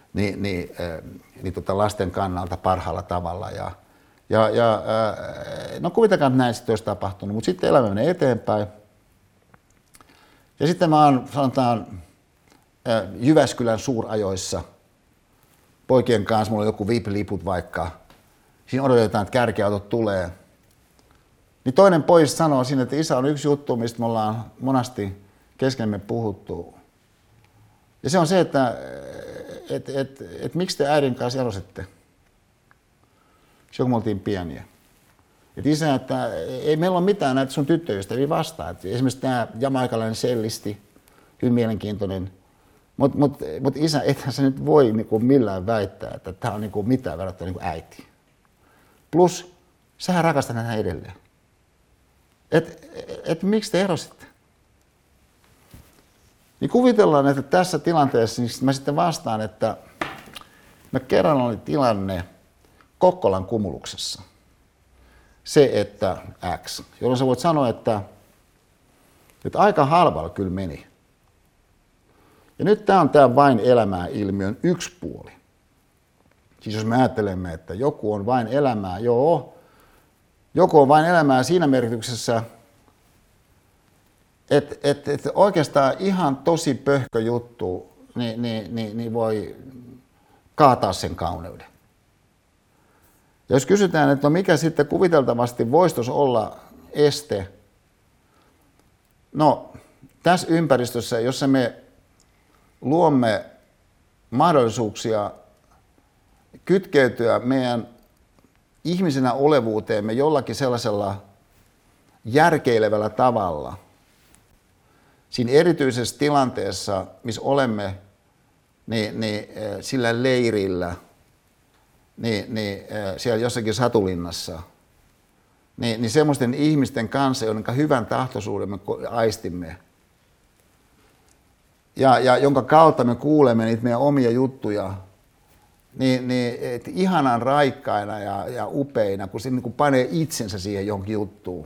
lasten kannalta parhaalla tavalla. No kuvitakaa, että näin sitten olisi tapahtunut, mutta sitten elämä menee eteenpäin. Ja sitten mä oon, sanotaan, Jyväskylän suurajoissa poikien kanssa, mulla on joku VIP-liput vaikka, siinä odotetaan, että kärkiautot tulee. Niin toinen pois sanoo siinä, että isä on yksi juttu, mistä me ollaan monasti keskenemme puhuttu. Ja se on se, että miksi te äidin kanssa erositte? Se kun me oltiin pieniä. Että isä, että ei meillä ole mitään näitä sun tyttöystäviä vastaan. Että esimerkiksi tämä jamaikalainen sellisti, hyvin mielenkiintoinen. Mutta isä, ethän sä nyt voi niinku millään väittää, että tämä on niinku mitään verrattuna niinku äiti. Plus, sähän rakastat häntä edelleen. Et miksi te erositte? Niin kuvitellaan, että tässä tilanteessa niin mä sitten vastaan, että mä kerran oli tilanne Kokkolan Kumuluksessa. Se, että X, jolloin sä voit sanoa, että aika halvalla kyllä meni. Ja nyt tämä on tämä vain elämää -ilmiön yksi puoli. Siis jos me ajattelemme, että joku on vain elämää, joku on vain elämää siinä merkityksessä, että oikeastaan ihan tosi pöhkö juttu niin voi kaataa sen kauneuden. Ja jos kysytään, että no mikä sitten kuviteltavasti voisi olla este, no tässä ympäristössä, jossa me luomme mahdollisuuksia kytkeytyä meidän ihmisenä olevuuteemme jollakin sellaisella järkeilevällä tavalla, siinä erityisessä tilanteessa, missä olemme sillä leirillä, siellä jossakin satulinnassa, niin semmoisten ihmisten kanssa, joiden hyvän tahtoisuuden me aistimme, ja jonka kautta me kuulemme niitä meidän omia juttuja, niin ihanan raikkaina ja upeina, kun se niin kuin panee itsensä siihen johonkin juttuun.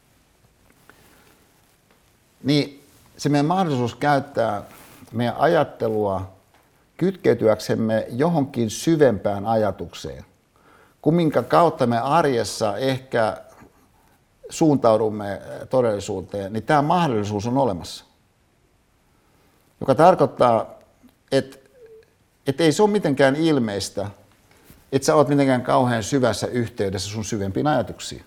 Niin se meidän mahdollisuus käyttää meidän ajattelua kytkeytyäksemme johonkin syvempään ajatukseen, kun minkä kautta me arjessa ehkä suuntaudumme todellisuuteen, niin tämä mahdollisuus on olemassa. Joka tarkoittaa, että ei se ole mitenkään ilmeistä, että sä oot mitenkään kauhean syvässä yhteydessä sun syvempiin ajatuksiin.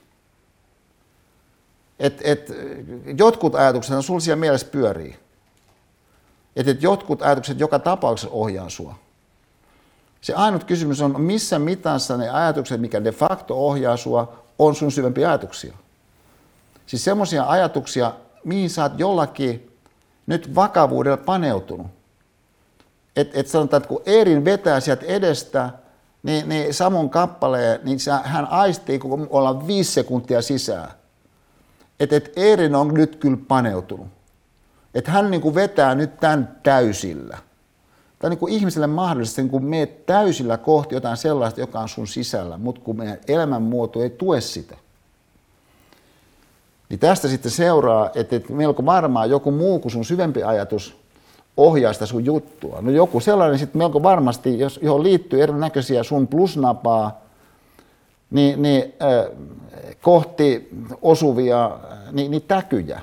Jotkut ajatukset on sulla siellä mielessä pyörii. Että jotkut ajatukset joka tapauksessa ohjaa sua. Se ainut kysymys on, missä mitassa ne ajatukset, mikä de facto ohjaa sua, on sun syvempiä ajatuksia. Siis semmoisia ajatuksia, mihin sä oot jollakin nyt vakavuudella paneutunut. Että sanotaan, että kun Eerin vetää sieltä edestä, niin Samon kappaleen, niin hän aistii, kun ollaan 5 sekuntia sisään. Että Eerin on nyt kyllä paneutunut. Että hän niin kuin vetää nyt tämän täysillä. Tai niin kuin ihmiselle mahdollisesti, kun meet täysillä kohti jotain sellaista, joka on sun sisällä, mutta kun meidän elämänmuoto ei tue sitä. Niin tästä sitten seuraa, että melko varmaan joku muu kuin sun syvempi ajatus ohjaa sitä sun juttua. No joku sellainen sitten melko varmasti, johon liittyy erinäköisiä sun plusnapaa, kohti osuvia täkyjä.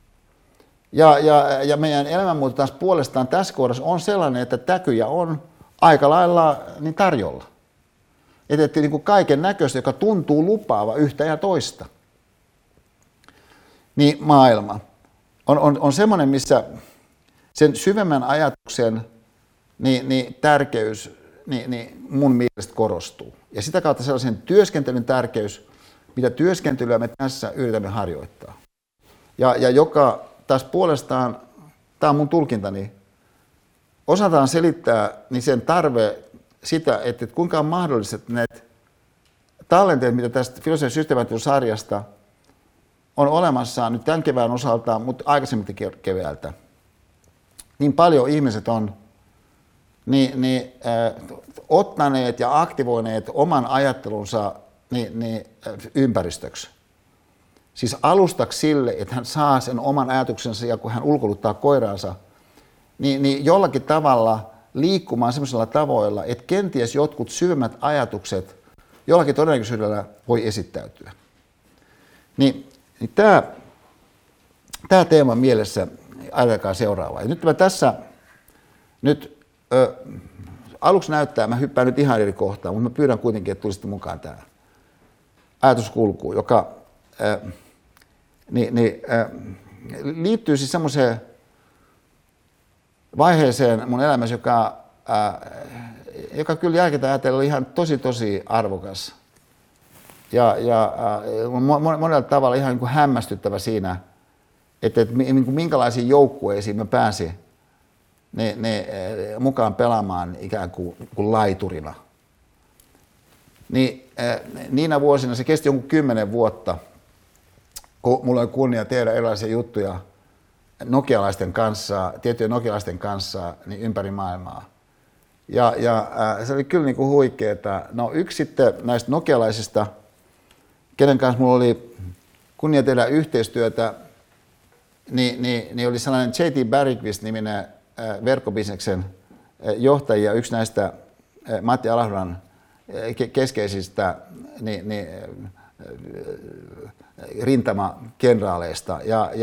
Ja meidän elämänmuoto taas puolestaan tässä kohdassa on sellainen, että täkyjä on aika lailla tarjolla. Että niin kuin kaiken näköistä, joka tuntuu lupaava yhtä ja toista. Niin maailma on semmoinen, missä sen syvemmän ajatuksen tärkeys niin mun mielestä korostuu. Ja sitä kautta sellaisen työskentelyn tärkeys, mitä työskentelyä me tässä yritämme harjoittaa. Ja joka taas puolestaan, tämä on mun tulkintani, osataan selittää niin sen tarve sitä, että kuinka on mahdollista, että näitä tallenteet, mitä tästä filosofian systemaattisuussarjasta on olemassa nyt tämän kevään osalta, mutta aikaisemmin keväältä. Niin paljon ihmiset on ottaneet ja aktivoineet oman ajattelunsa ympäristöksi. Siis alustaksi sille, että hän saa sen oman ajatuksensa ja kun hän ulkoiluttaa koiraansa, niin jollakin tavalla liikkumaan sellaisilla tavoilla, että kenties jotkut syvemmät ajatukset jollakin todennäköisyydellä voi esittäytyä. Niin tämä teema mielessä ajatelkaa seuraavaa. Ja nyt mä tässä aluksi näyttää, mä hyppään nyt ihan eri kohtaan, mutta mä pyydän kuitenkin, että tulisitte mukaan tämä ajatuskulku, joka liittyy siis semmoiseen vaiheeseen mun elämässä, joka kyllä jälkikäteen ajatellen oli ihan tosi arvokas. Ja monella tavalla ihan niin kuin hämmästyttävä siinä, että minkälaisiin joukkueisiin mä pääsin mukaan pelaamaan ikään kuin laiturina. Niinä vuosina se kesti jonkun 10 vuotta, kun mulla oli kunnia tehdä erilaisia juttuja tiettyjen nokialaisten kanssa niin ympäri maailmaa. Ja se oli kyllä niin kuin huikeeta. No yksi sitten näistä nokialaisista, kenen kanssa mulla oli kunnia tehdä yhteistyötä, niin oli sellainen J.T. Bergqvist-niminen verkkobisneksen johtajia, yksi näistä Matti Alahdan keskeisistä rintamakenraaleista,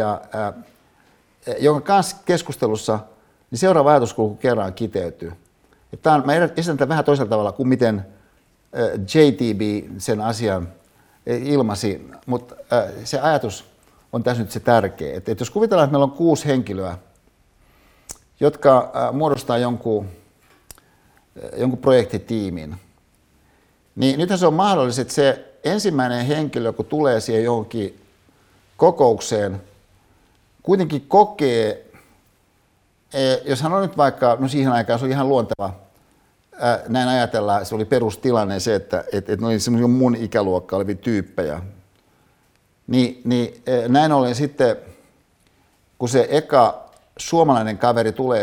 jonka kanssa keskustelussa niin seuraava ajatuskulku kerran kiteytyy. Mä esitän tämän vähän toisella tavalla kuin miten JTB sen asian ilmasi, mutta se ajatus on tässä nyt se tärkeä. Että jos kuvitellaan, että meillä on 6 henkilöä, jotka muodostaa jonkun projektitiimin, niin nythän se on mahdollista, että se ensimmäinen henkilö, kun tulee siihen johonkin kokoukseen, kuitenkin kokee, jos hän on nyt vaikka, no siihen aikaan se oli ihan luonteva, näin ajatellaan, se oli perustilanne se, että ne oli semmoisia mun ikäluokka olevia tyyppejä. Niin näin ollen sitten, kun se eka suomalainen kaveri tulee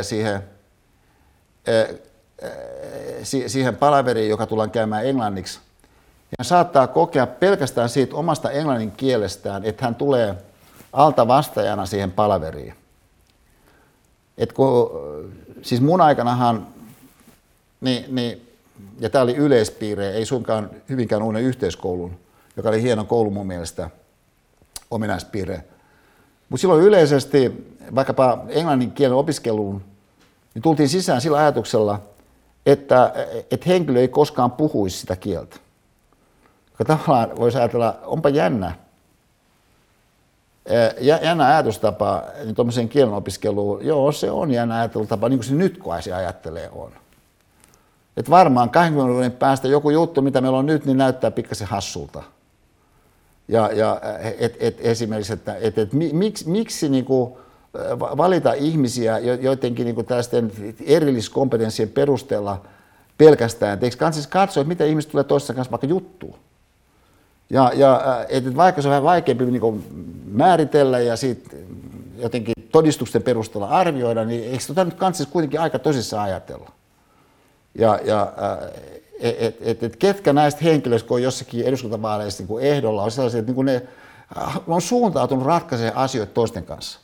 siihen palaveriin, joka tullaan käymään englanniksi, ja saattaa kokea pelkästään siitä omasta englannin kielestään, että hän tulee alta vastaajana siihen palaveriin. Siis mun aikanahan, ja tämä oli yleispiirre, ei suinkaan hyvinkään uuden yhteiskoulun, joka oli hieno koulu mun mielestä, ominaispiirre. Mutta silloin yleisesti, vaikkapa englannin kielen opiskeluun, niin tultiin sisään sillä ajatuksella, että henkilö ei koskaan puhuisi sitä kieltä. Joka tavallaan voisi ajatella, onpa jännä ajatustapa niin tuommoiseen kielen opiskeluun. Joo, se on jännä ajattelutapa, niin kuin se nyt kun se ajattelee on. Että varmaan 20 vuoden päästä joku juttu, mitä meillä on nyt, niin näyttää pikkasen hassulta. Esimerkiksi, että miksi niin kuin valita ihmisiä joidenkin niin kuin tällaisten erilliskompetenssien perusteella pelkästään. Et eikö kanssa katsoa, että mitä ihmiset tulee toisessa kanssa vaikka juttuun. Että vaikka se on vähän vaikeampi niin kuin määritellä ja siitä jotenkin todistusten perusteella arvioida, niin eikö tota nyt kanssa kuitenkin aika tosissaan ajatella. Ketkä näistä henkilöistä, kun on jossakin eduskuntavaaleissa niin ehdolla, on sellaisia, että niin ne on suuntautunut ratkaisemaan asioita toisten kanssa.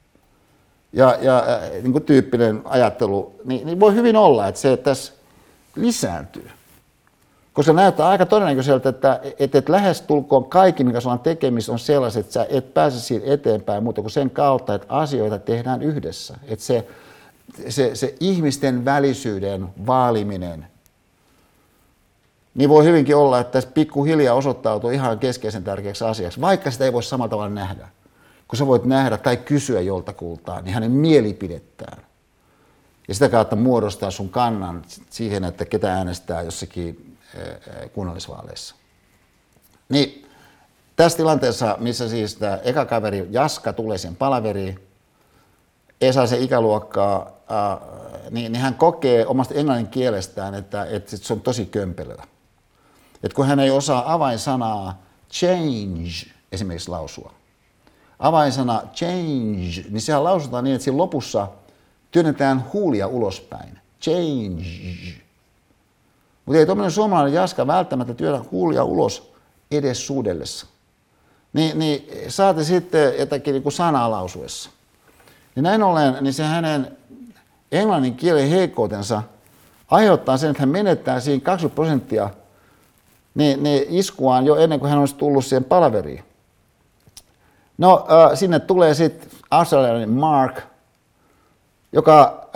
Niin kuin tyyppinen ajattelu, niin voi hyvin olla, että se tässä lisääntyy. Koska näyttää aika todennäköiseltä, että lähestulkoon kaikki, mikä sulla on tekemistä, on sellaiset, että sä et pääse siitä eteenpäin muuta kuin sen kautta, että asioita tehdään yhdessä. Että se ihmisten välisyyden vaaliminen, niin voi hyvinkin olla, että tässä pikkuhiljaa osoittautuu ihan keskeisen tärkeäksi asiaksi, vaikka sitä ei voi samalla tavalla nähdä. Kun sä voit nähdä tai kysyä joltakultaan, niin hänen mielipidettään. ja sitä kautta muodostaa sun kannan siihen, että ketä äänestää jossakin kunnallisvaaleissa. Niin tässä tilanteessa, missä siis tämä eka kaveri Jaska tulee sen palaveriin, ei saa se ikäluokkaa, niin hän kokee omasta englannin kielestään, että se on tosi kömpelöä. Että kun hän ei osaa avainsanaa change esimerkiksi lausua. Avainsana change, niin sehän lausutaan niin, että siinä lopussa työnnetään huulia ulospäin. Change. Mutta ei tuommoinen suomalainen Jaska välttämättä työnnä huulia ulos edes suudellessa. Niin saate sitten jotakin niin kuin sanaa lausuessa. Niin näin ollen, niin se hänen englannin kielen heikkoutensa aiheuttaa sen, että hän menettää siinä 20% niin iskuaan jo ennen kuin hän olisi tullut siihen palaveriin. No, sinne tulee sitten australialainen Mark, joka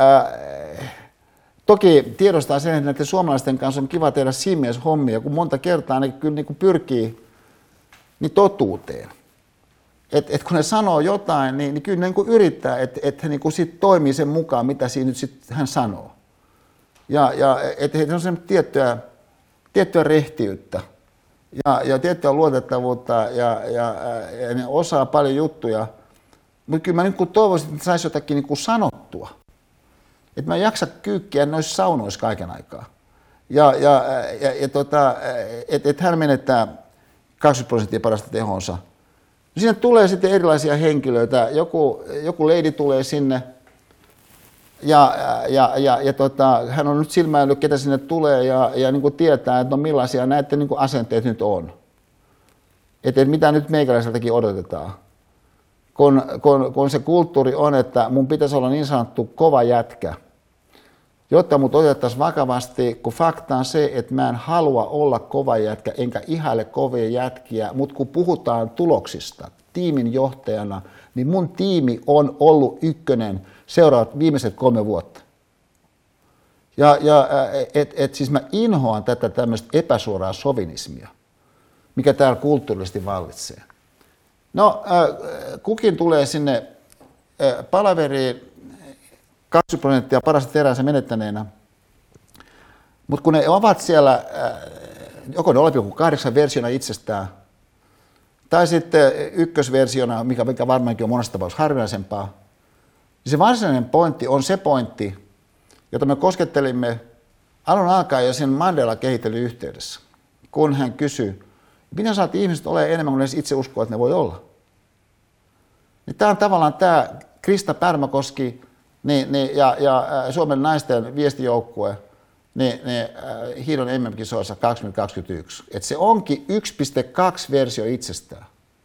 toki tiedostaa sen, että näiden suomalaisten kanssa on kiva tehdä hommia, kun monta kertaa ne kyllä niin kuin pyrkii niin totuuteen. Et kun ne sanoo jotain, niin kyllä ne niin kuin yrittää, että he niin kuin sit toimii sen mukaan, mitä siinä nyt sit hän sanoo. Ja että he on semmoista tiettyä rehtiyttä ja tiettyä luotettavuutta ja ne osaa paljon juttuja. Mutta kyllä mä niin kuin toivoisin, että saisi jotakin niin kuin sanottua. Että mä en jaksa kyykkiä noissa saunoissa kaiken aikaa. Että hän menettää 20% parasta tehonsa. Sinne tulee sitten erilaisia henkilöitä. Joku lady tulee sinne ja hän on nyt silmäillyt, ketä sinne tulee ja niin kuin tietää, että no millaisia näiden niin kuin asenteet nyt on. Että mitä nyt meikäläiseltäkin odotetaan. Kun se kulttuuri on, että mun pitäisi olla niin sanottu kova jätkä, jotta mut otettaisiin vakavasti, kun fakta on se, että mä en halua olla kova jätkä, enkä ihaile kovia jätkiä, mutta kun puhutaan tuloksista tiimin johtajana, niin mun tiimi on ollut ykkönen seuraavat viimeiset 3 vuotta. Siis mä inhoan tätä tämmöistä epäsuoraa sovinismia, mikä täällä kulttuurisesti vallitsee. No, kukin tulee sinne palaveriin 20% parasta teräänsä menettäneenä, mutta kun ne ovat siellä joko 0,8 versiona itsestään, tai sitten ykkösversiona, mikä varmaankin on monessa tapauksessa harvinaisempaa, niin se varsinainen pointti on se pointti, jota me koskettelimme alun alkaen jo sen Mandela-kehittelyn yhteydessä, kun hän kysyi, minä saat ihmiset olemaan enemmän kuin ne itse uskoo, että ne voi olla. Niin tämä on tavallaan tämä Krista Pärmäkoski ja Suomen naisten viestijoukkue hiidon MM-kisoissa 2021. Että se onkin 1.2 versio itsestään.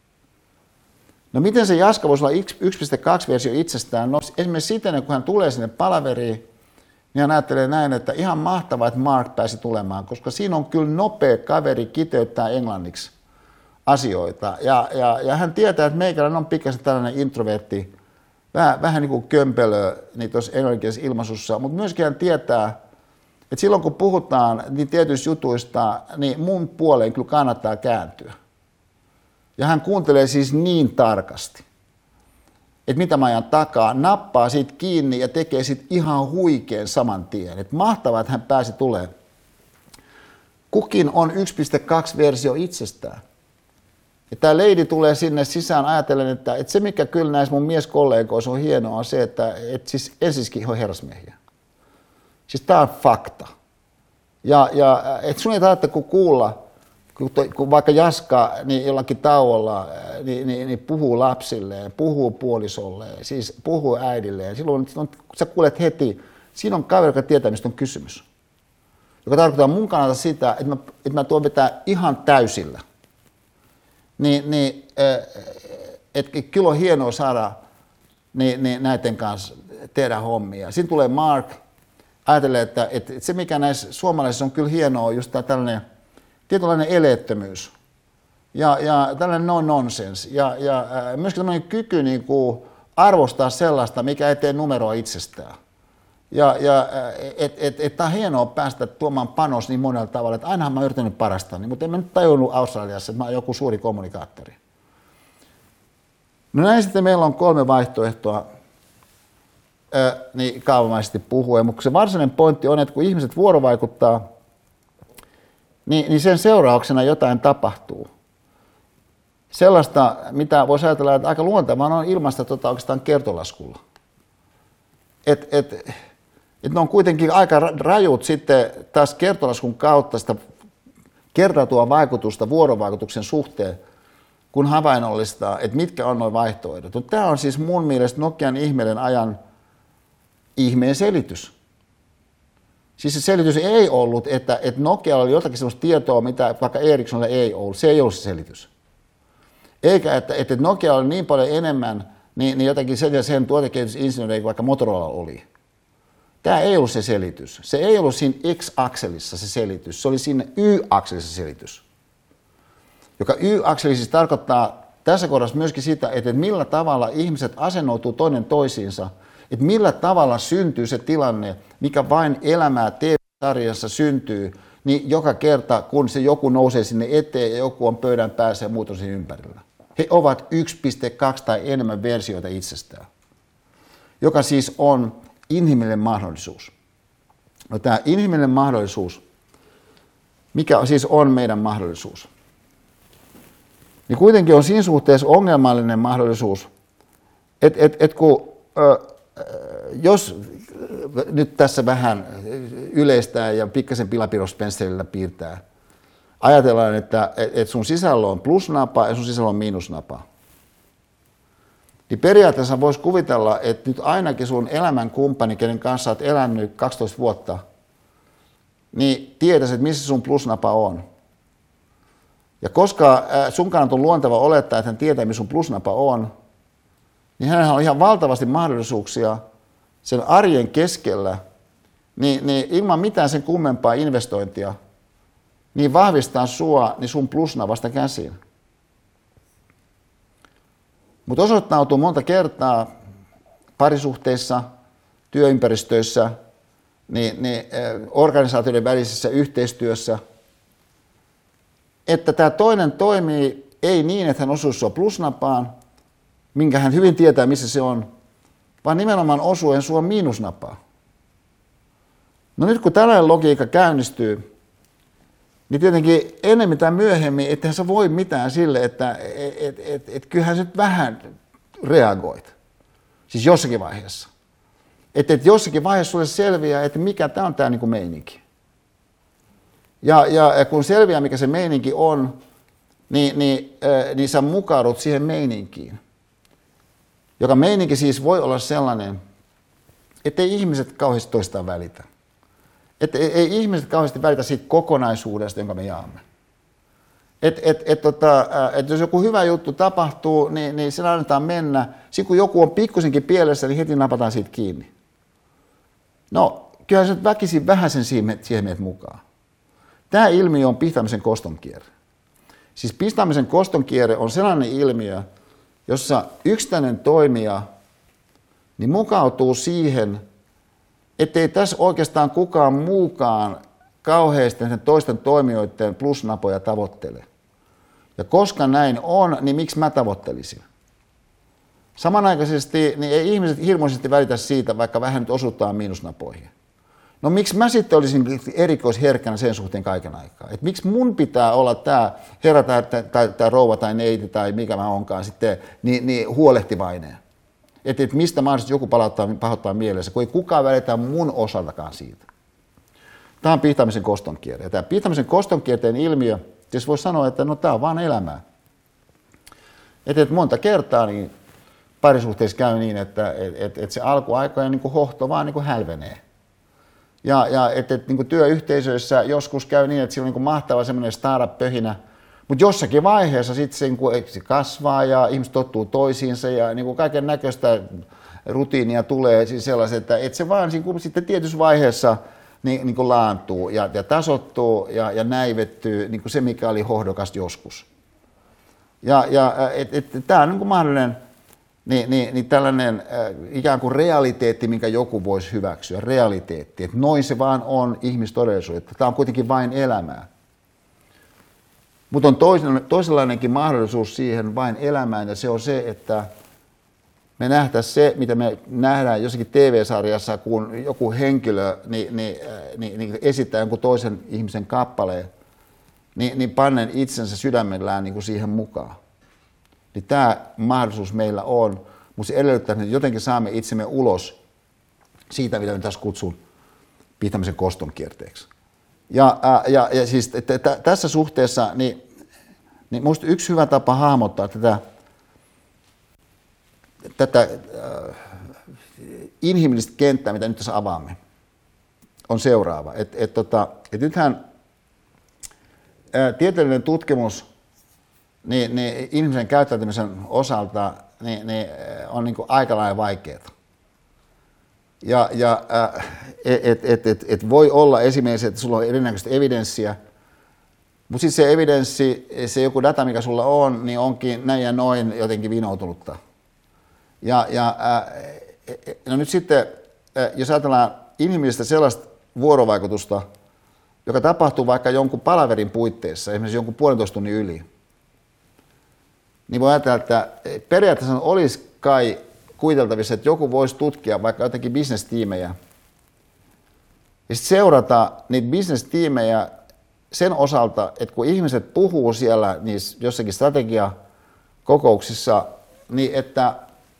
No miten se Jaska voisi olla 1.2 versio itsestään? No esimerkiksi siten, kun hän tulee sinne palaveriin, niin hän ajattelee näin, että ihan mahtavaa, että Mark pääsi tulemaan, koska siinä on kyllä nopea kaveri kiteyttää englanniksi asioita. Ja hän tietää, että meikäläinen on pikkasen tällainen introvertti, vähän niin kuin kömpelö niin tuossa englanninkielisessä ilmaisussa, mutta myöskin hän tietää, että silloin kun puhutaan niin tietyistä jutuista, niin mun puoleen kyllä kannattaa kääntyä. Ja hän kuuntelee siis niin tarkasti, että mitä mä ajan takaa, nappaa siitä kiinni ja tekee sit ihan huikean saman tien. Että mahtavaa, että hän pääsi tulemaan. Kukin on 1.2 versio itsestään. Ja tämä lady tulee sinne sisään ajatellen, että se mikä kyllä näissä mun mieskollegoissa on hienoa on se, että siis ensiskin on herrasmiehiä. Siis tää on fakta. Ja et sun ei tarvitse kuulla, kun vaikka Jaska niin jollakin tauolla niin puhuu lapsilleen, puhuu puolisolleen, siis puhuu äidilleen. Silloin sä kuulet heti, siinä on kaveri, joka tietää, mistä on kysymys. Joka tarkoittaa mun kannalta sitä, että mä tuon vetää ihan täysillä. Että kyllä on hienoa saada näiden kanssa tehdä hommia. Siinä tulee Mark, ajattelee, että se mikä näissä suomalaisissa on kyllä hienoa, on just tällainen tietynlainen eleettömyys ja tällainen no-nonsense ja myöskin tämmöinen kyky niin kuin arvostaa sellaista, mikä ei tee numeroa itsestään. Että on hienoa päästä tuomaan panos niin monella tavalla, että ainahan mä oon yrittänyt parastani, mutta en mä nyt tajunnut Australiassa, että mä oon joku suuri kommunikaattori. No näin sitten meillä on 3 vaihtoehtoa. niin kaavamaisesti puhuen, mutta se varsinainen pointti on, että kun ihmiset vuorovaikuttaa, niin sen seurauksena jotain tapahtuu. Sellaista, mitä voisi ajatella, että aika luontevaa on ilmaista oikeastaan kertolaskulla. Ne on kuitenkin aika rajut sitten taas kertolaskun kautta sitä kertautua vaikutusta vuorovaikutuksen suhteen, kun havainnollistaa, että mitkä on nuo vaihtoehdot. Tämä on siis mun mielestä Nokian ihmeiden ajan ihmeen selitys. Siis se selitys ei ollut, että Nokialla oli jotakin sellaista tietoa, mitä vaikka Ericssonilla ei ollut. Se ei ollut se selitys. Eikä, että Nokia oli niin paljon enemmän niin jotakin sen tuotekehitysinsinöörejä, vaikka Motorola oli. Tämä ei ollut se selitys. Se ei ollut siinä X-akselissa se selitys. Se oli siinä Y-akselissa se selitys. Joka Y-akselissa tarkoittaa tässä kohdassa myöskin sitä, että millä tavalla ihmiset asennoituu toinen toisiinsa. Että millä tavalla syntyy se tilanne, mikä vain elämää TV-sarjassa syntyy, niin joka kerta, kun se joku nousee sinne eteen ja joku on pöydän päässä ja muut on siinä ympärillä. He ovat 1.2 tai enemmän versioita itsestään, joka siis on inhimillinen mahdollisuus. No, tämä inhimillinen mahdollisuus, mikä siis on meidän mahdollisuus, niin kuitenkin on siinä suhteessa ongelmallinen mahdollisuus, että jos nyt tässä vähän yleistää ja pikkasen pilapiirrospensselillä piirtää, ajatellaan, että sun sisällä on plusnapa ja sun sisällä on miinusnapa. Niin periaatteessa voisi kuvitella, että nyt ainakin sun elämän kumppani, kenen kanssa olet elänyt 12 vuotta, niin tietäisi, että missä sun plusnapa on. Ja koska sun kannalta on luonteva olettaa, että hän tietää, missä sun plusnapa on, niin hänellä on ihan valtavasti mahdollisuuksia sen arjen keskellä, niin ilman mitään sen kummempaa investointia, niin vahvistaa sua niin sun plusnavasta käsin. Mutta osoittautuu monta kertaa parisuhteissa, työympäristöissä, niin organisaatioiden välisessä yhteistyössä, että tämä toinen toimii ei niin, että hän osuisi sua plusnapaan, minkä hän hyvin tietää, missä se on, vaan nimenomaan osuen sua miinusnapaan. No nyt kun tällainen logiikka käynnistyy, niin tietenkin enemmän tai myöhemmin, ettehän sä voi mitään sille, että kyllähän sä nyt vähän reagoit. Siis jossakin vaiheessa. Että jossakin vaiheessa sulle selviää, että mikä tämä on tämä niinku meininki. Ja kun selviää, mikä se meininki on, niin sä mukaudut siihen meininkiin. Joka meininki siis voi olla sellainen, ettei ihmiset kauheasti toistaan välitä. Että ei ihmiset kauheasti välitä siitä kokonaisuudesta, jonka me jaamme. Että jos joku hyvä juttu tapahtuu, niin sen annetaan mennä. Sitten kun joku on pikkusenkin pielessä, niin heti napataan siitä kiinni. No, kyllähän se väkisin vähäsen siihen meidät mukaan. Tämä ilmiö on pistämisen kostonkierre. Siis pistämisen kostonkierre on sellainen ilmiö, jossa yksittäinen toimija niin mukautuu siihen, ettei tässä oikeastaan kukaan muukaan kauheasti sen toisten toimijoiden plusnapoja tavoittele. Ja koska näin on, niin miksi mä tavoittelisin? Samanaikaisesti niin ei ihmiset hirmuisesti välitä siitä, vaikka vähän nyt osutaan miinusnapoihin. No miksi mä sitten olisin erikoisherkkänä sen suhteen kaiken aikaa? Et miksi mun pitää olla tämä herra tai rouva tai neiti tai mikä mä onkaan sitten niin huolehtivainen? Että mistä mahdollisesti joku pahoittaa mielessä, kun ei kukaan välitä mun osaltakaan siitä. Tämä on piihtaamisen kostonkierre. Ja tämä piihtaamisen kostonkierteen ilmiö, jos voisi sanoa, että no tämä on vaan elämää. Että monta kertaa niin parisuhteessa käy niin, että se alkuaikojen niin hohto vaan niin hälvenee. Ja että niin työyhteisöissä joskus käy niin, että siellä on niin mahtava semmoinen startup-pöhinä, mutta jossakin vaiheessa sitten se kasvaa ja ihmiset tottuu toisiinsa ja niin kaiken näköistä rutiinia tulee siis sellaiset, että se vaan sitten tietyssä vaiheessa niin laantuu ja tasoittuu ja näivettyy niin se, mikä oli hohdokasta joskus. Tämä on niin mahdollinen niin tällainen ikään kuin realiteetti, minkä joku voisi hyväksyä, realiteetti, että noin se vaan on ihmistodellisuutta. Tämä on kuitenkin vain elämää. Mutta on toisenlainenkin mahdollisuus siihen vain elämään, ja se on se, että me nähtäisiin se, mitä me nähdään jossakin TV-sarjassa, kun joku henkilö niin esittää jonkun toisen ihmisen kappaleen, niin pannen itsensä sydämellään niin kuin siihen mukaan. Niin tämä mahdollisuus meillä on, mutta se edellyttää, että jotenkin saamme itsemme ulos siitä, mitä me tässä kutsun pitämisen koston kierteeksi. Ja siis tässä suhteessa, niin minusta yksi hyvä tapa hahmottaa tätä inhimillistä kenttää, mitä nyt tässä avaamme, on seuraava. Nythän tieteellinen tutkimus niin ihmisen käyttäytymisen osalta on niin kuin aika lailla vaikeaa. Voi olla esimerkiksi, että sulla on erinäköistä evidenssiä, mutta sitten se evidenssi, se joku data, mikä sulla on, niin onkin näin ja noin jotenkin vinoutunutta. No nyt sitten, jos ajatellaan inhimillistä sellaista vuorovaikutusta, joka tapahtuu vaikka jonkun palaverin puitteissa, esimerkiksi jonkun 1,5 tunnin yli, niin voi ajatella, että periaatteessa olisi kai kuviteltavissa, että joku voisi tutkia vaikka jotenkin business-tiimejä ja sitten seurata niitä business-tiimejä sen osalta, että kun ihmiset puhuu siellä niissä jossakin strategiakokouksissa, niin että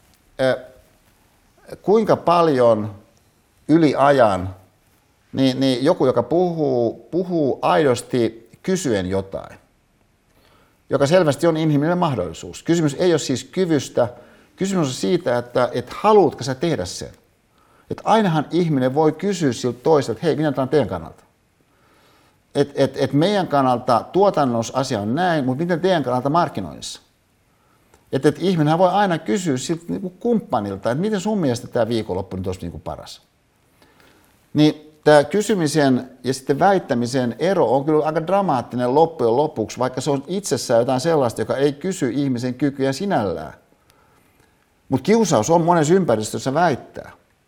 kuinka paljon yli ajan niin joku, joka puhuu aidosti kysyen jotain, joka selvästi on inhimillinen mahdollisuus. Kysymys ei ole siis kyvystä, kysymys on siitä, että haluatko sä tehdä sen. Että ainahan ihminen voi kysyä siltä toiselta, että hei, minä tämä on teidän kannalta. Meidän kannalta tuotannossa asia on näin, mutta miten teidän kannalta markkinoinnissa? Että ihminenhän voi aina kysyä siltä niin kuin kumppanilta, että miten sun mielestä tämä viikonloppu nyt olisi niin kuin paras. Niin tämä kysymisen ja sitten väittämisen ero on kyllä aika dramaattinen loppujen lopuksi, vaikka se on itsessään jotain sellaista, joka ei kysy ihmisen kykyjä sinällään. Mutta kiusaus on monessa ympäristössä väittää.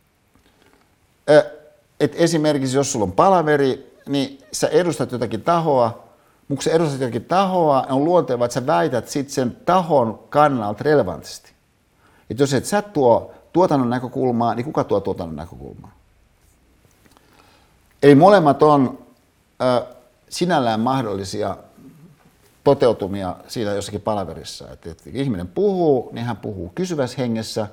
Että esimerkiksi jos sulla on palaveri, niin sä edustat jotakin tahoa, mutta kun sä edustat jotakin tahoa, on luontevaa, että sä väität sit sen tahon kannalta relevantisti. Että jos et sä tuo tuotannon näkökulmaa, niin kuka tuo tuotannon näkökulmaa? Eli molemmat on sinällään mahdollisia toteutumia siinä jossakin palaverissa. Että ihminen puhuu, niin hän puhuu kysyvässä hengessä,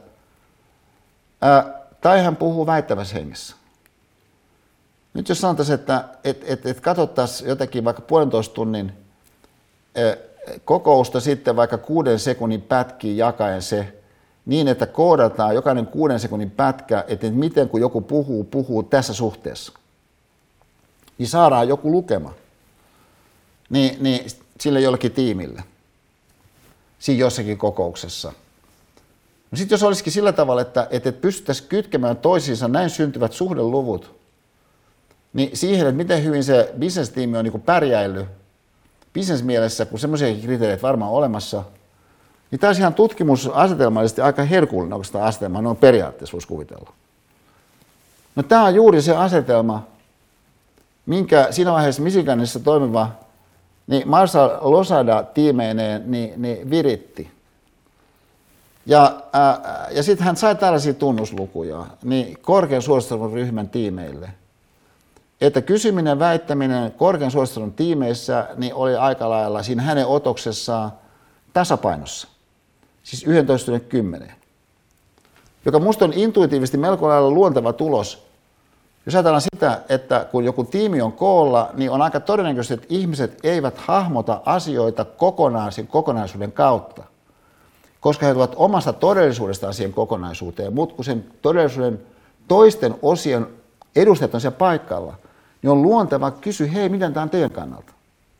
tai hän puhuu väittävässä hengessä. Nyt jos sanotaan, että katsottaisiin jotakin vaikka 1,5 tunnin kokousta sitten vaikka 6 sekunnin pätkiin jakaen se, niin että koodataan jokainen 6 sekunnin pätkä, että miten kun joku puhuu tässä suhteessa, niin saadaan joku lukema niin sille jollekin tiimille siinä jossakin kokouksessa. No sitten jos olisikin sillä tavalla, että pystyttäisiin kytkemään toisiinsa näin syntyvät suhdeluvut, niin siihen, että miten hyvin se business-tiimi on niin kuin pärjäillyt business-mielessä, kun semmoisia kriteereitä varmaan on olemassa, niin tämä olisi ihan tutkimusasetelmallisesti aika herkullinen oikeastaan asetelma, noin periaatteessa voisi kuvitella. No tämä on juuri se asetelma, minkä siinä vaiheessa Michiganissa toimiva niin Marshall Losada tiimeineen niin viritti. Ja sitten hän sai tällaisia tunnuslukuja niin korkean suosittelun ryhmän tiimeille. Että kysyminen väittäminen korkean suosittelun tiimeissä niin oli aika lailla siinä hänen otoksessaan tasapainossa. Siis 11-10. Joka musta on intuitiivisesti melko lailla luonteva tulos. Jos ajatellaan sitä, että kun joku tiimi on koolla, niin on aika todennäköistä, että ihmiset eivät hahmota asioita kokonaisuuden kautta, koska he ovat omasta todellisuudestaan siihen kokonaisuuteen, mutta kun sen todellisuuden toisten osien edustajat on siellä paikalla, niin on luonteva kysyä, hei, miten tämä on teidän kannalta?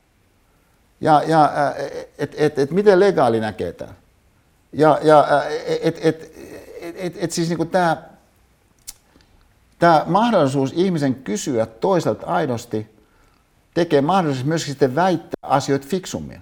Miten legaali näkee tämä? Siis niin tämä mahdollisuus ihmisen kysyä toiselta aidosti tekee mahdollisuus myöskin sitten väittää asioita fiksummin.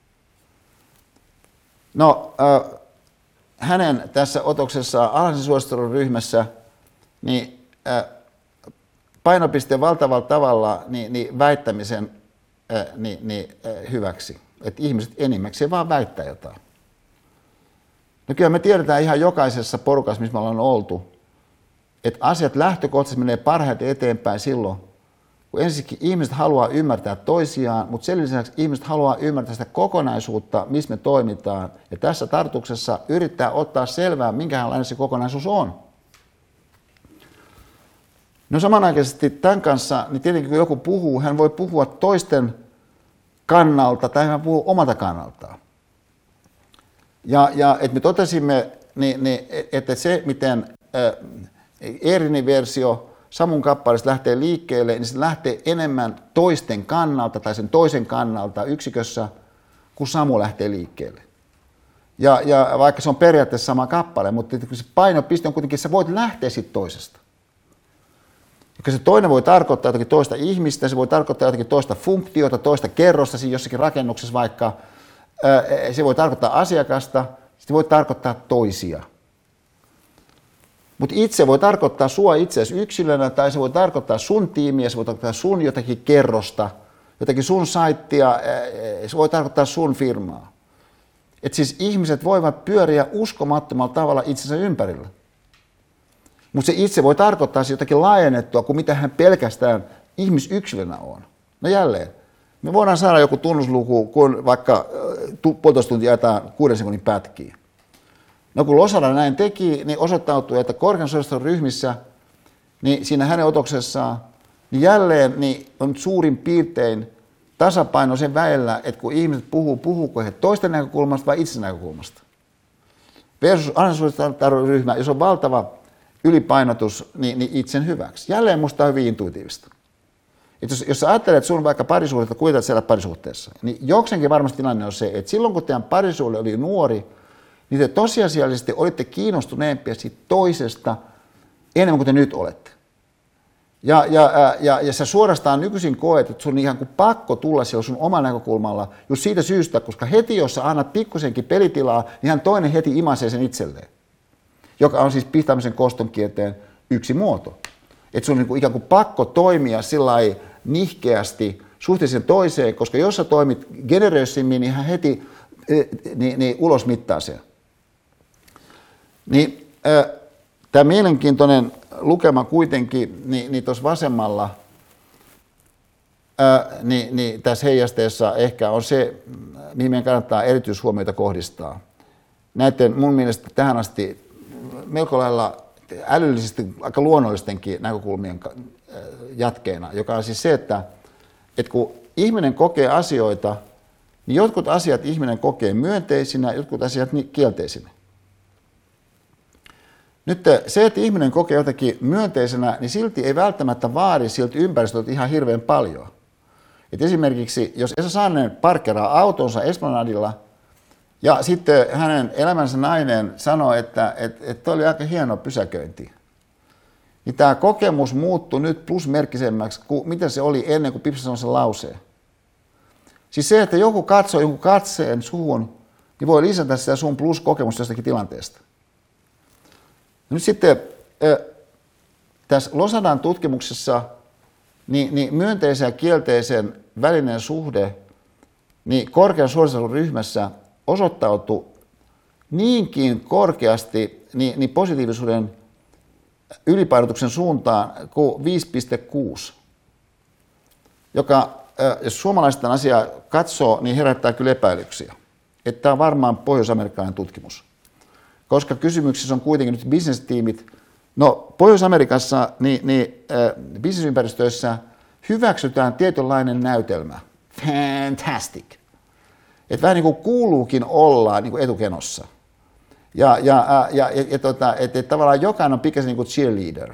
No, hänen tässä otoksessaan alhaisen suosittelun ryhmässä niin painopiste valtavalla tavalla niin väittämisen hyväksi. Että ihmiset enimmäkseen vaan väittää jotain. No kyllä me tiedetään ihan jokaisessa porukassa, missä me ollaan oltu, että asiat lähtökohtaisesti menee parhaiten eteenpäin silloin, kun ensinnäkin ihmiset haluaa ymmärtää toisiaan, mutta sen lisäksi ihmiset haluaa ymmärtää sitä kokonaisuutta, missä me toimitaan. Ja tässä tarkoituksessa yrittää ottaa selvää, minkälainen se kokonaisuus on. No samanaikaisesti tämän kanssa, niin tietenkin kun joku puhuu, hän voi puhua toisten kannalta tai hän puhuu omalta kannaltaan. Ja että me totesimme, että se miten Eerinin versio Samun kappaleesta lähtee liikkeelle, niin se lähtee enemmän toisten kannalta tai sen toisen kannalta yksikössä, kun Samu lähtee liikkeelle. Ja vaikka se on periaatteessa sama kappale, mutta se painopiste on kuitenkin, että sä voit lähteä siitä toisesta. Ja se toinen voi tarkoittaa jotakin toista ihmistä, se voi tarkoittaa jotakin toista funktiota, toista kerrosta siinä jossakin rakennuksessa vaikka, se voi tarkoittaa asiakasta, se voi tarkoittaa toisia. Mutta itse voi tarkoittaa sua itseäsi yksilönä, tai se voi tarkoittaa sun tiimiä, se voi tarkoittaa sun jotakin kerrosta, jotakin sun saittia, se voi tarkoittaa sun firmaa. Että siis ihmiset voivat pyöriä uskomattomalla tavalla itsensä ympärillä. Mutta se itse voi tarkoittaa jotakin laajennettua kuin mitä hän pelkästään ihmisyksilönä on. No jälleen, me voidaan saada joku tunnusluku, kun vaikka 1,5 tuntia jaetaan 6 sekunnin pätkiä. No kun Losada näin teki, niin osoittautui, että korkean suoritustason ryhmissä, niin siinä hänen otoksessaan, niin jälleen niin on suurin piirtein tasapaino sen väellä, että kun ihmiset puhuuko he toisten näkökulmasta vai itse näkökulmasta. Versus alhaisuudestaan ryhmä, jos on valtava ylipainotus, niin itsen hyväksi. Jälleen musta on hyvin intuitiivista. Että jos sä ajattelet, että sun vaikka parisuhdetta, kuvitellaan siellä parisuhteessa, niin jokseenkin varmasti tilanne on se, että silloin kun teidän parisuhde oli nuori, niin te tosiasiallisesti olitte kiinnostuneempia siitä toisesta enemmän kuin te nyt olette. Ja sä suorastaan nykyisin koet, että sun on ihan kuin pakko tulla siellä sun oman näkökulmalla just siitä syystä, koska heti jos sä annat pikkusenkin pelitilaa, niin hän toinen heti imasee sen itselleen. Joka on siis pistämisen kostonkierteen yksi muoto. Että sun on niin ikään kuin pakko toimia sillai nihkeästi suhteellisen toiseen, koska jos sä toimit generöisimmin, niin hän heti ulos mittaa sen. Niin, tämä mielenkiintoinen lukema kuitenkin, niin tuossa vasemmalla, niin tässä heijasteessa ehkä on se, mihin meidän kannattaa erityishuomiota kohdistaa. Näiden mun mielestä tähän asti melko lailla älyllisesti, aika luonnollistenkin näkökulmien jatkeena, joka on siis se, että kun ihminen kokee asioita, niin jotkut asiat ihminen kokee myönteisinä, jotkut asiat kielteisinä. Nyt se, että ihminen kokee jotakin myönteisenä, niin silti ei välttämättä vaadi silti ympäristöltä ihan hirveän paljon. Et esimerkiksi, jos Esa Sannen parkkeraa autonsa Esplanadilla, ja sitten hänen elämänsä nainen sanoo, että toi oli aika hieno pysäköinti, niin tämä kokemus muuttui nyt plusmerkkisemmäksi kuin mitä se oli ennen kuin Pipsa sanoi sen lauseen. Siis se, että joku katsoo jonkun katseen suhun, niin voi lisätä sitä sun pluskokemusta jostakin tilanteesta. Nyt sitten tässä Losadan tutkimuksessa niin myönteisen ja kielteisen välinen suhde niin korkean suoritustason ryhmässä osoittautui niinkin korkeasti niin positiivisuuden ylipainotuksen suuntaan kuin 5,6, joka, jos suomalaiset tämän asiaa katsoo, niin herättää kyllä epäilyksiä. Että tämä on varmaan pohjois-amerikkalainen tutkimus. Koska kysymyksessä on kuitenkin nyt business-tiimit. No, Pohjois-Amerikassa business-ympäristöissä hyväksytään tietynlainen näytelmä. Fantastic. Että vähän niin kuin kuuluukin olla niin kuin etukenossa. Että tavallaan jokainen on pikkasen niin kuin cheerleader.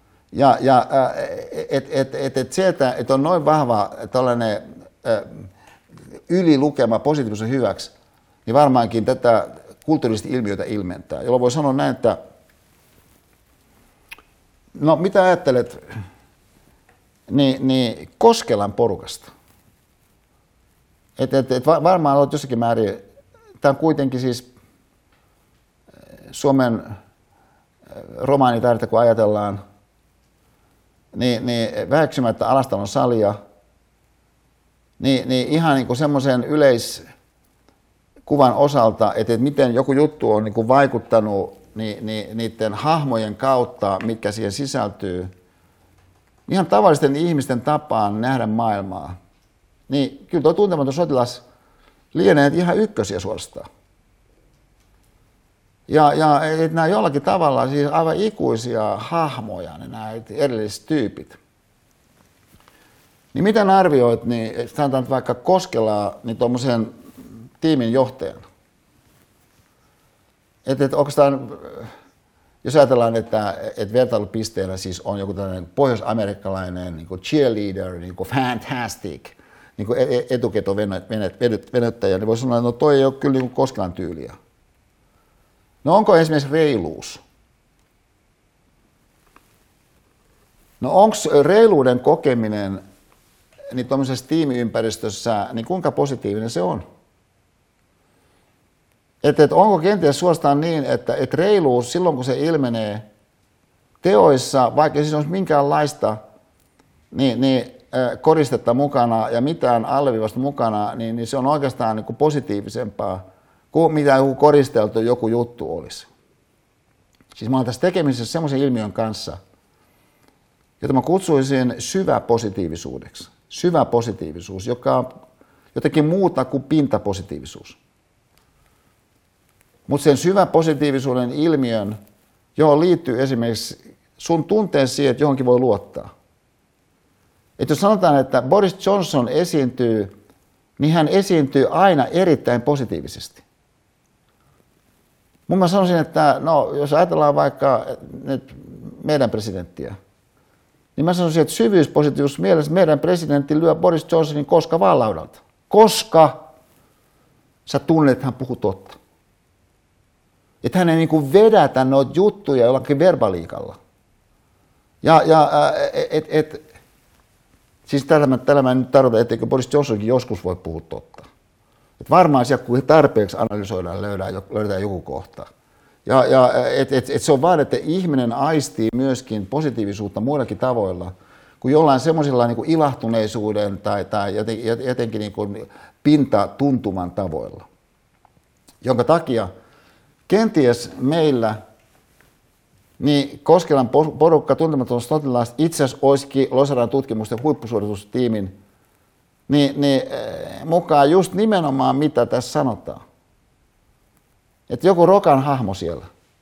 Että se, että on noin vahva tällainen ylilukema positiivisen hyväksi, niin varmaankin tätä kulttuurista ilmiötä ilmentää, jolloin voi sanoa näin, että no mitä ajattelet niin Koskelan porukasta? Varmaan olet jossakin määrin, tämä on kuitenkin siis Suomen romaanitaidetta, kun ajatellaan, niin väheksymättä Alastalon salia, niin ihan niin kuin semmoisen kuvan osalta, että miten joku juttu on niin kuin vaikuttanut niiden hahmojen kautta, mitkä siihen sisältyy, ihan tavallisten ihmisten tapaan nähdä maailmaa, niin kyllä tuo Tuntematon sotilas lienee ihan ykkösiä suorastaan. Ja että nämä jollakin tavalla siis aivan ikuisia hahmoja, nämä erilliset tyypit. Niin miten arvioit, niin sanotaan nyt vaikka Koskelaa, niin tuommoisen tiimin johtajana? Että onko tämä, jos ajatellaan, että vertailupisteenä siis on joku tällainen pohjois-amerikkalainen niin kuin cheerleader, niin kuin fantastic, niin kuin etuketovenyttäjä, niin voisi sanoa, että no toi ei ole kyllä niin kuin Koskelan tyyliä. No onko esimerkiksi reiluus? No onko reiluuden kokeminen niin tuollaisessa tiimiympäristössä, niin kuinka positiivinen se on? Että onko kenties suorastaan niin, että reiluus silloin kun se ilmenee teoissa, vaikka siis olisi minkäänlaista koristetta mukana ja mitään alleviivasta mukana, niin se on oikeastaan niin kuin positiivisempaa kuin mitä joku koristeltu joku juttu olisi. Siis mä olen tässä tekemisessä semmoisen ilmiön kanssa, jota mä kutsuisin syväpositiivisuudeksi. Syvä positiivisuus, joka on jotenkin muuta kuin pintapositiivisuus. Mutta sen syväpositiivisuuden ilmiön, johon liittyy esimerkiksi sun tunteen siihen, että johonkin voi luottaa. Että jos sanotaan, että Boris Johnson esiintyy, niin hän esiintyy aina erittäin positiivisesti. Mä sanoisin, että no, jos ajatellaan vaikka nyt meidän presidenttiä, niin mä sanoisin, että syvyyspositiivisuus mielessä meidän presidentti lyö Boris Johnsonin koska vaan laudalta. Koska sä tunnet, että hän puhuu totta. Että hän ei niin kuin vedätä noita juttuja jollakin verbaliikalla. Siis tällä mä nyt tarkoitan, etteikö Boris Johnsonkin joskus voi puhua totta. Et varmaan siellä, kun tarpeeksi analysoidaan, löydetään joku kohta. Et se on vaan, että ihminen aistii myöskin positiivisuutta muillakin tavoilla, kuin jollain semmoisilla niin kuin ilahtuneisuuden tai jotenkin niin kuin pintatuntuman tavoilla. Jonka takia kenties meillä niin Koskelan porukka Tuntematon sotilas itse asiassa olisikin Losaran tutkimusten huippusuoritustiimin niin mukaan just nimenomaan mitä tässä sanotaan. Että joku rokan hahmo siellä.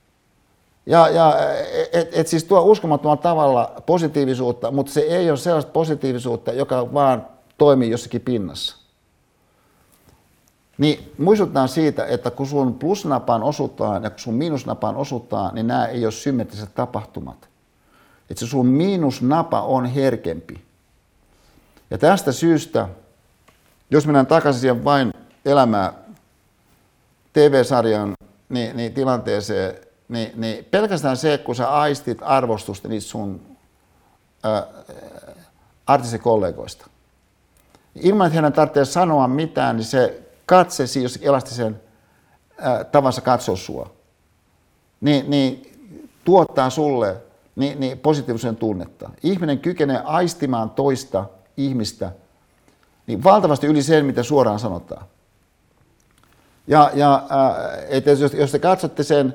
Et siis tuo uskomattomalla tavalla positiivisuutta, mutta se ei ole sellaista positiivisuutta, joka vaan toimii jossakin pinnassa. Niin muistutetaan siitä, että kun sun plusnapaan osutaan ja kun sun miinusnapaan osutaan, niin nämä ei ole symmetriset tapahtumat. Että se sun miinusnapa on herkempi. Ja tästä syystä, jos mennään takaisin siihen vain elämää TV-sarjan tilanteeseen, niin pelkästään se, kun sä aistit arvostusta niistä sun artistikollegoista. Ilman, että heidän tarvitsee sanoa mitään, niin se katsesi, jos elastisen tavansa katsoa sua, niin tuottaa sulle niin positiivisen tunnetta. Ihminen kykenee aistimaan toista ihmistä niin valtavasti yli sen, mitä suoraan sanotaan. Että jos te katsotte sen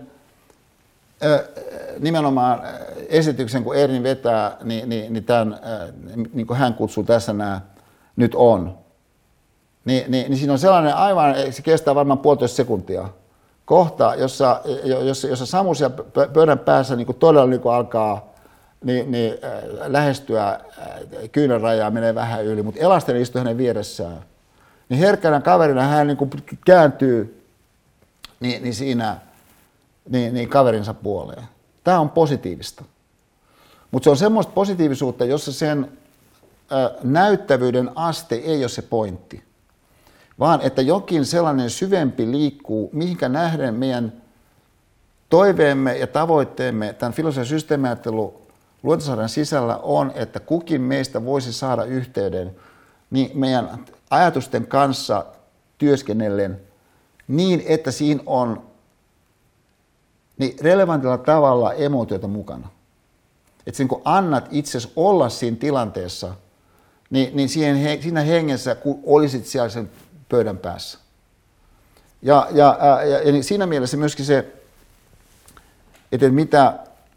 nimenomaan esityksen, kun Erni vetää, niin tämän, niin kuin hän kutsuu tässä nämä nyt on, niin siinä on sellainen aivan, se kestää varmaan 1,5 sekuntia, kohta, jossa Samu siellä pöydän päässä niin kuin todella niin kuin alkaa lähestyä kyynärajaa, menee vähän yli, mutta Elastinen istuu hänen vieressään. Niin herkkänä kaverina hän niin kuin kääntyy siinä kaverinsa puoleen. Tämä on positiivista. Mutta se on semmoista positiivisuutta, jossa sen näyttävyyden aste ei ole se pointti, vaan että jokin sellainen syvempi liikkuu, mihinkä nähden meidän toiveemme ja tavoitteemme tämän filosofian systeemiajattelun luontosarjan sisällä on, että kukin meistä voisi saada yhteyden niin meidän ajatusten kanssa työskennellen niin, että siinä on niin relevantilla tavalla emootioita mukana. Että sen kun annat itsesi olla siinä tilanteessa, niin siinä hengessä, kun olisit siellä sen pöydän päässä. Ja niin siinä mielessä myöskin se, että mitä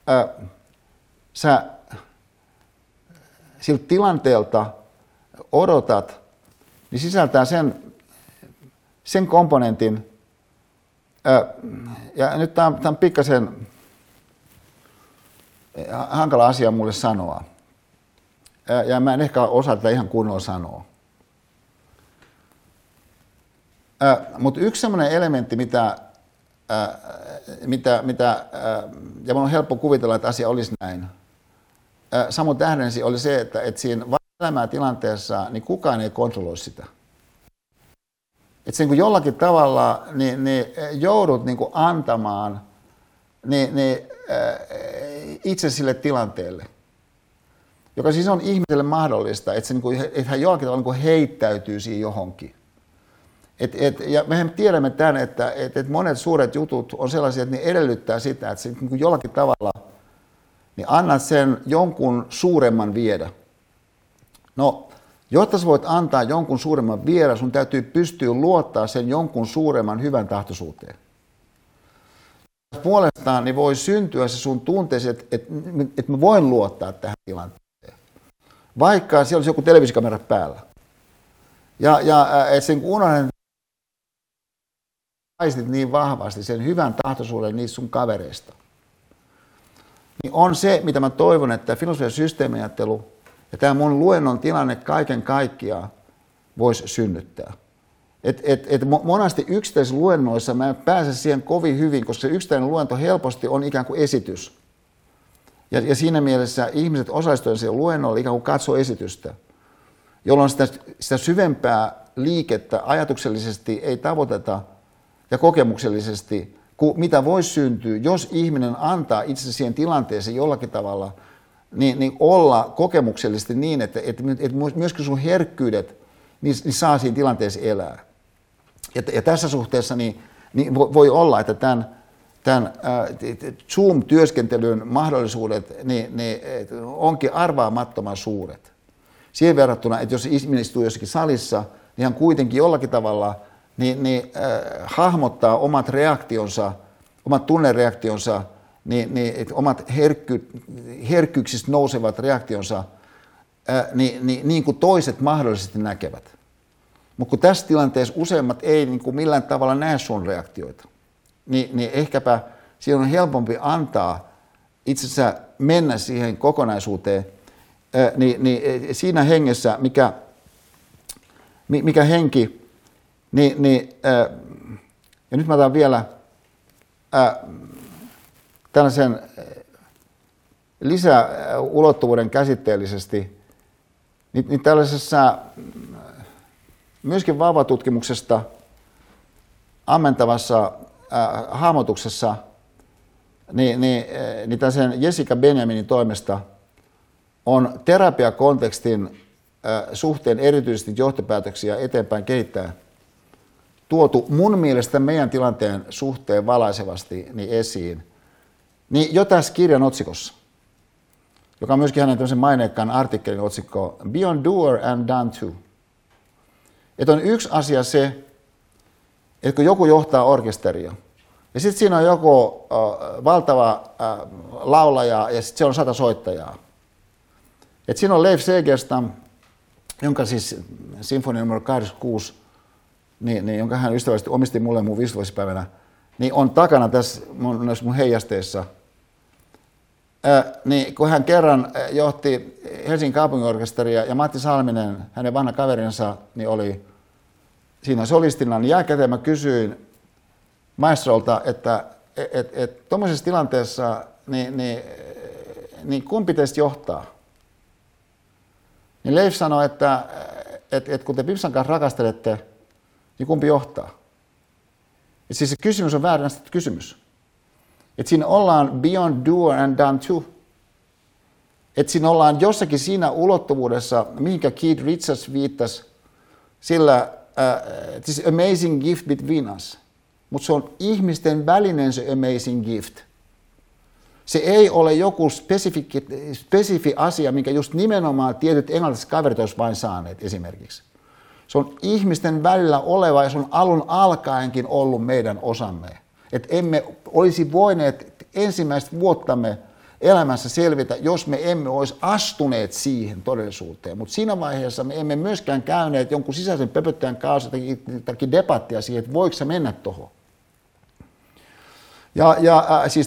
sä siltä tilanteelta odotat, niin sisältää sen komponentin, ja nyt tämä on pikkasen hankala asia mulle sanoa, ja mä en ehkä osaa tätä ihan kunnolla sanoa. Mutta yksi semmoinen elementti, ja mun on helppo kuvitella, että asia olisi näin, Samu tähdensi, oli se, että siinä elämäntilanteessa niin kukaan ei kontrolloi sitä. Että sen kun jollakin tavalla niin joudut niin antamaan itse sille tilanteelle, joka siis on ihmiselle mahdollista, että hän jollakin tavalla niin heittäytyy siihen johonkin. Ja mehän tiedämme tämän, että monet suuret jutut on sellaisia, että ne edellyttää sitä, että se niin jollakin tavalla niin annat sen jonkun suuremman viedä. No, jotta sä voit antaa jonkun suuremman viedä, sun täytyy pystyä luottaa sen jonkun suuremman hyvän tahtoisuuteen. Puolestaan niin voi syntyä se sun tunteesi, että mä voin luottaa tähän tilanteeseen, vaikka siellä olisi joku televisiokamera päällä. Ja että sen kun unohdan aistit niin vahvasti sen hyvän tahtoisuuden niistä sun kavereista, niin on se, mitä mä toivon, että filosofian systeemiajattelu ja tämä mun luennon tilanne kaiken kaikkiaan voisi synnyttää. Monasti yksittäisissä luennoissa mä en pääse siihen kovin hyvin, koska se yksittäinen luento helposti on ikään kuin esitys. Ja siinä mielessä ihmiset osallistuvat siihen luennolle ikään kuin katsoo esitystä, jolloin sitä syvempää liikettä ajatuksellisesti ei tavoiteta ja kokemuksellisesti, mitä voisi syntyä, jos ihminen antaa itse siihen tilanteeseen jollakin tavalla niin olla kokemuksellisesti niin, että myöskin sun herkkyydet niin saa siinä tilanteessa elää. Ja tässä suhteessa niin voi olla, että tämän Zoom-työskentelyn mahdollisuudet niin onkin arvaamattoman suuret. Siihen verrattuna, että jos ihminen istuu jossakin salissa, niin hän kuitenkin jollakin tavalla hahmottaa omat reaktionsa, omat tunnereaktionsa, omat herkkyyksistä nousevat reaktionsa, niin kuin toiset mahdollisesti näkevät. Mutta kun tässä tilanteessa useimmat ei niin kuin millään tavalla näe sun reaktioita, niin ehkäpä siinä on helpompi antaa itsensä mennä siihen kokonaisuuteen, niin siinä hengessä, mikä henki, ja nyt mä otan vielä tällaisen lisäulottuvuuden käsitteellisesti, niin tällaisessa myöskin vauvatutkimuksesta ammentavassa hahmotuksessa, niin tällaisen Jessica Benjaminin toimesta on terapiakontekstin suhteen erityisesti johtopäätöksiä eteenpäin kehittää tuotu mun mielestä meidän tilanteen suhteen valaisevasti esiin. Niin jo tässä kirjan otsikossa, joka on myöskin hänen tämmöisen maineikkaan artikkelin otsikko Beyond Doer and Done To. Että on yksi asia se, että kun joku johtaa orkesteria, ja sitten siinä on joku valtava laulaja ja sitten siellä on 100 soittajaa. Että siinä on Leif Segerstam, jonka siis sinfonia numero 86, jonka hän ystävällisesti omisti mulle mun 5-vuotispäivänä, niin on takana tässä mun heijasteessa. Niin kun hän kerran johti Helsingin kaupunginorkesteria ja Matti Salminen, hänen vanha kaverinsa, niin oli siinä solistina, niin jälkikäteen mä kysyin maestrolta, että tuommoisessa tilanteessa niin kumpi teistä johtaa? Niin Leif sanoi, että kun te Pipsan kanssa rakastelette, niin kumpi johtaa? Et siis se kysymys on väärä kysymys. Että siinä ollaan beyond doer and done to. Että siinä ollaan jossakin siinä ulottuvuudessa, mihinkä Keith Richards viittasi, sillä this amazing gift between us. Mutta se on ihmisten välinen se amazing gift. Se ei ole joku spesifi asia, minkä just nimenomaan tietyt englantilaiset kaverit olisi vain saaneet esimerkiksi. Se on ihmisten välillä oleva ja se on alun alkaenkin ollut meidän osamme. Että emme olisi voineet ensimmäistä vuottamme elämässä selvitä, jos me emme olisi astuneet siihen todellisuuteen. Mutta siinä vaiheessa me emme myöskään käyneet jonkun sisäisen pöpöttäjän kanssa tai debattia siihen, että voiko se mennä tuohon. Siis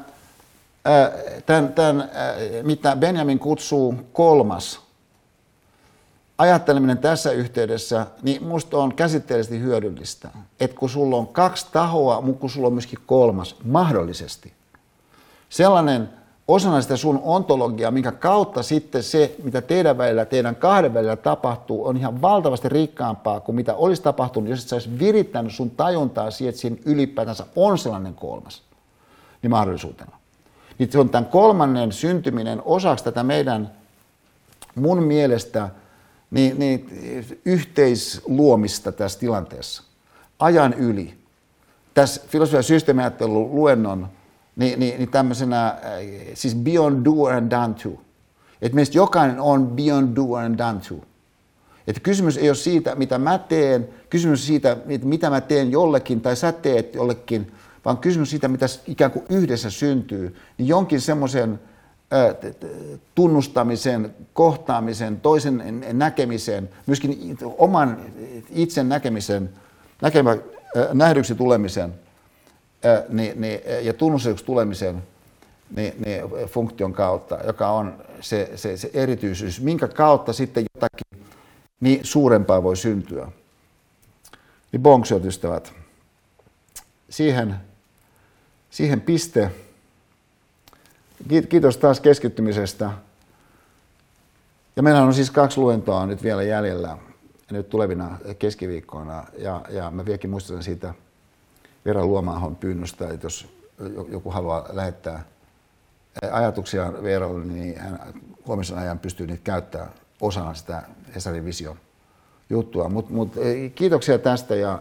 mitä Benjamin kutsuu kolmas ajatteleminen tässä yhteydessä, niin musta on käsitteellisesti hyödyllistä, että kun sulla on kaksi tahoa, mutta kun sulla on myöskin kolmas, mahdollisesti. Sellainen osana sitä sun ontologiaa, minkä kautta sitten se, mitä teidän välillä, teidän kahden välillä tapahtuu, on ihan valtavasti rikkaampaa kuin mitä olisi tapahtunut, jos et sä olisi virittänyt sun tajuntaa siihen, että siinä ylipäätänsä on sellainen kolmas, niin mahdollisuutena. Niin se on tämän kolmannen syntyminen osaksi tätä meidän, mun mielestä, niin yhteisluomista tässä tilanteessa, ajan yli. Tässä filosofia- ja systeemiajattelun luennon, niin tämmöisenä, siis beyond doer and done to. Että meistä jokainen on beyond doer and done to. Että kysymys ei ole siitä, mitä mä teen, kysymys on siitä, mitä mä teen jollekin tai sä teet jollekin, vaan kysymys siitä, mitä ikään kuin yhdessä syntyy, niin jonkin semmoisen tunnustamisen, kohtaamisen, toisen näkemisen, myöskin oman itsen näkemisen, nähdyksi tulemisen ja tunnustetuksi tulemisen funktion kautta, joka on se erityisyys, minkä kautta sitten jotakin niin suurempaa voi syntyä. Niin bonksiot ystävät, siihen piste. Kiitos taas keskittymisestä. Ja meillä on siis 2 luentoa nyt vielä jäljellä nyt tulevina keskiviikkoina. Ja mä vieläkin muistutan siitä Vera Luomaahon pyynnöstä, että jos joku haluaa lähettää ajatuksia Veeralle, niin hän huomisen ajan pystyy niitä käyttämään osana sitä Hesarin Vision juttua. Mut kiitoksia tästä ja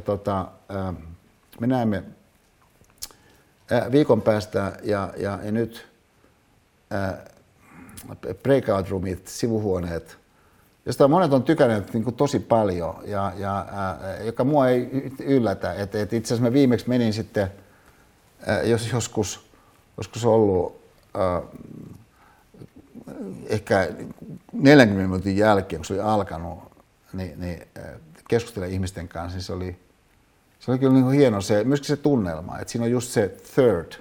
me näemme viikon päästä ja nyt breakout roomit, sivuhuoneet, josta monet on tykänneet niin kuin tosi paljon ja joka mua ei yllätä. Et itse asiassa mä viimeksi menin sitten, joskus ollut ehkä 40 minuutin jälkeen, kun se oli alkanut, niin keskustelemaan ihmisten kanssa, niin se oli kyllä niin kuin hieno myöskin se tunnelma, että siinä on just se third,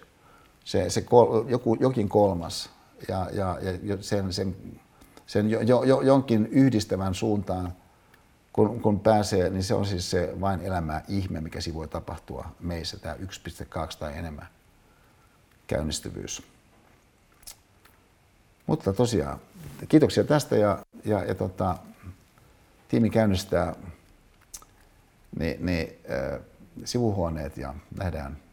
jokin kolmas ja sen jonkin yhdistävän suuntaan, kun pääsee, niin se on siis se vain elämää ihme, mikä siinä voi tapahtua meissä, tämä 1,2 tai enemmän käynnistyvyys. Mutta tosiaan, kiitoksia tästä ja tiimi käynnistää sivuhuoneet ja nähdään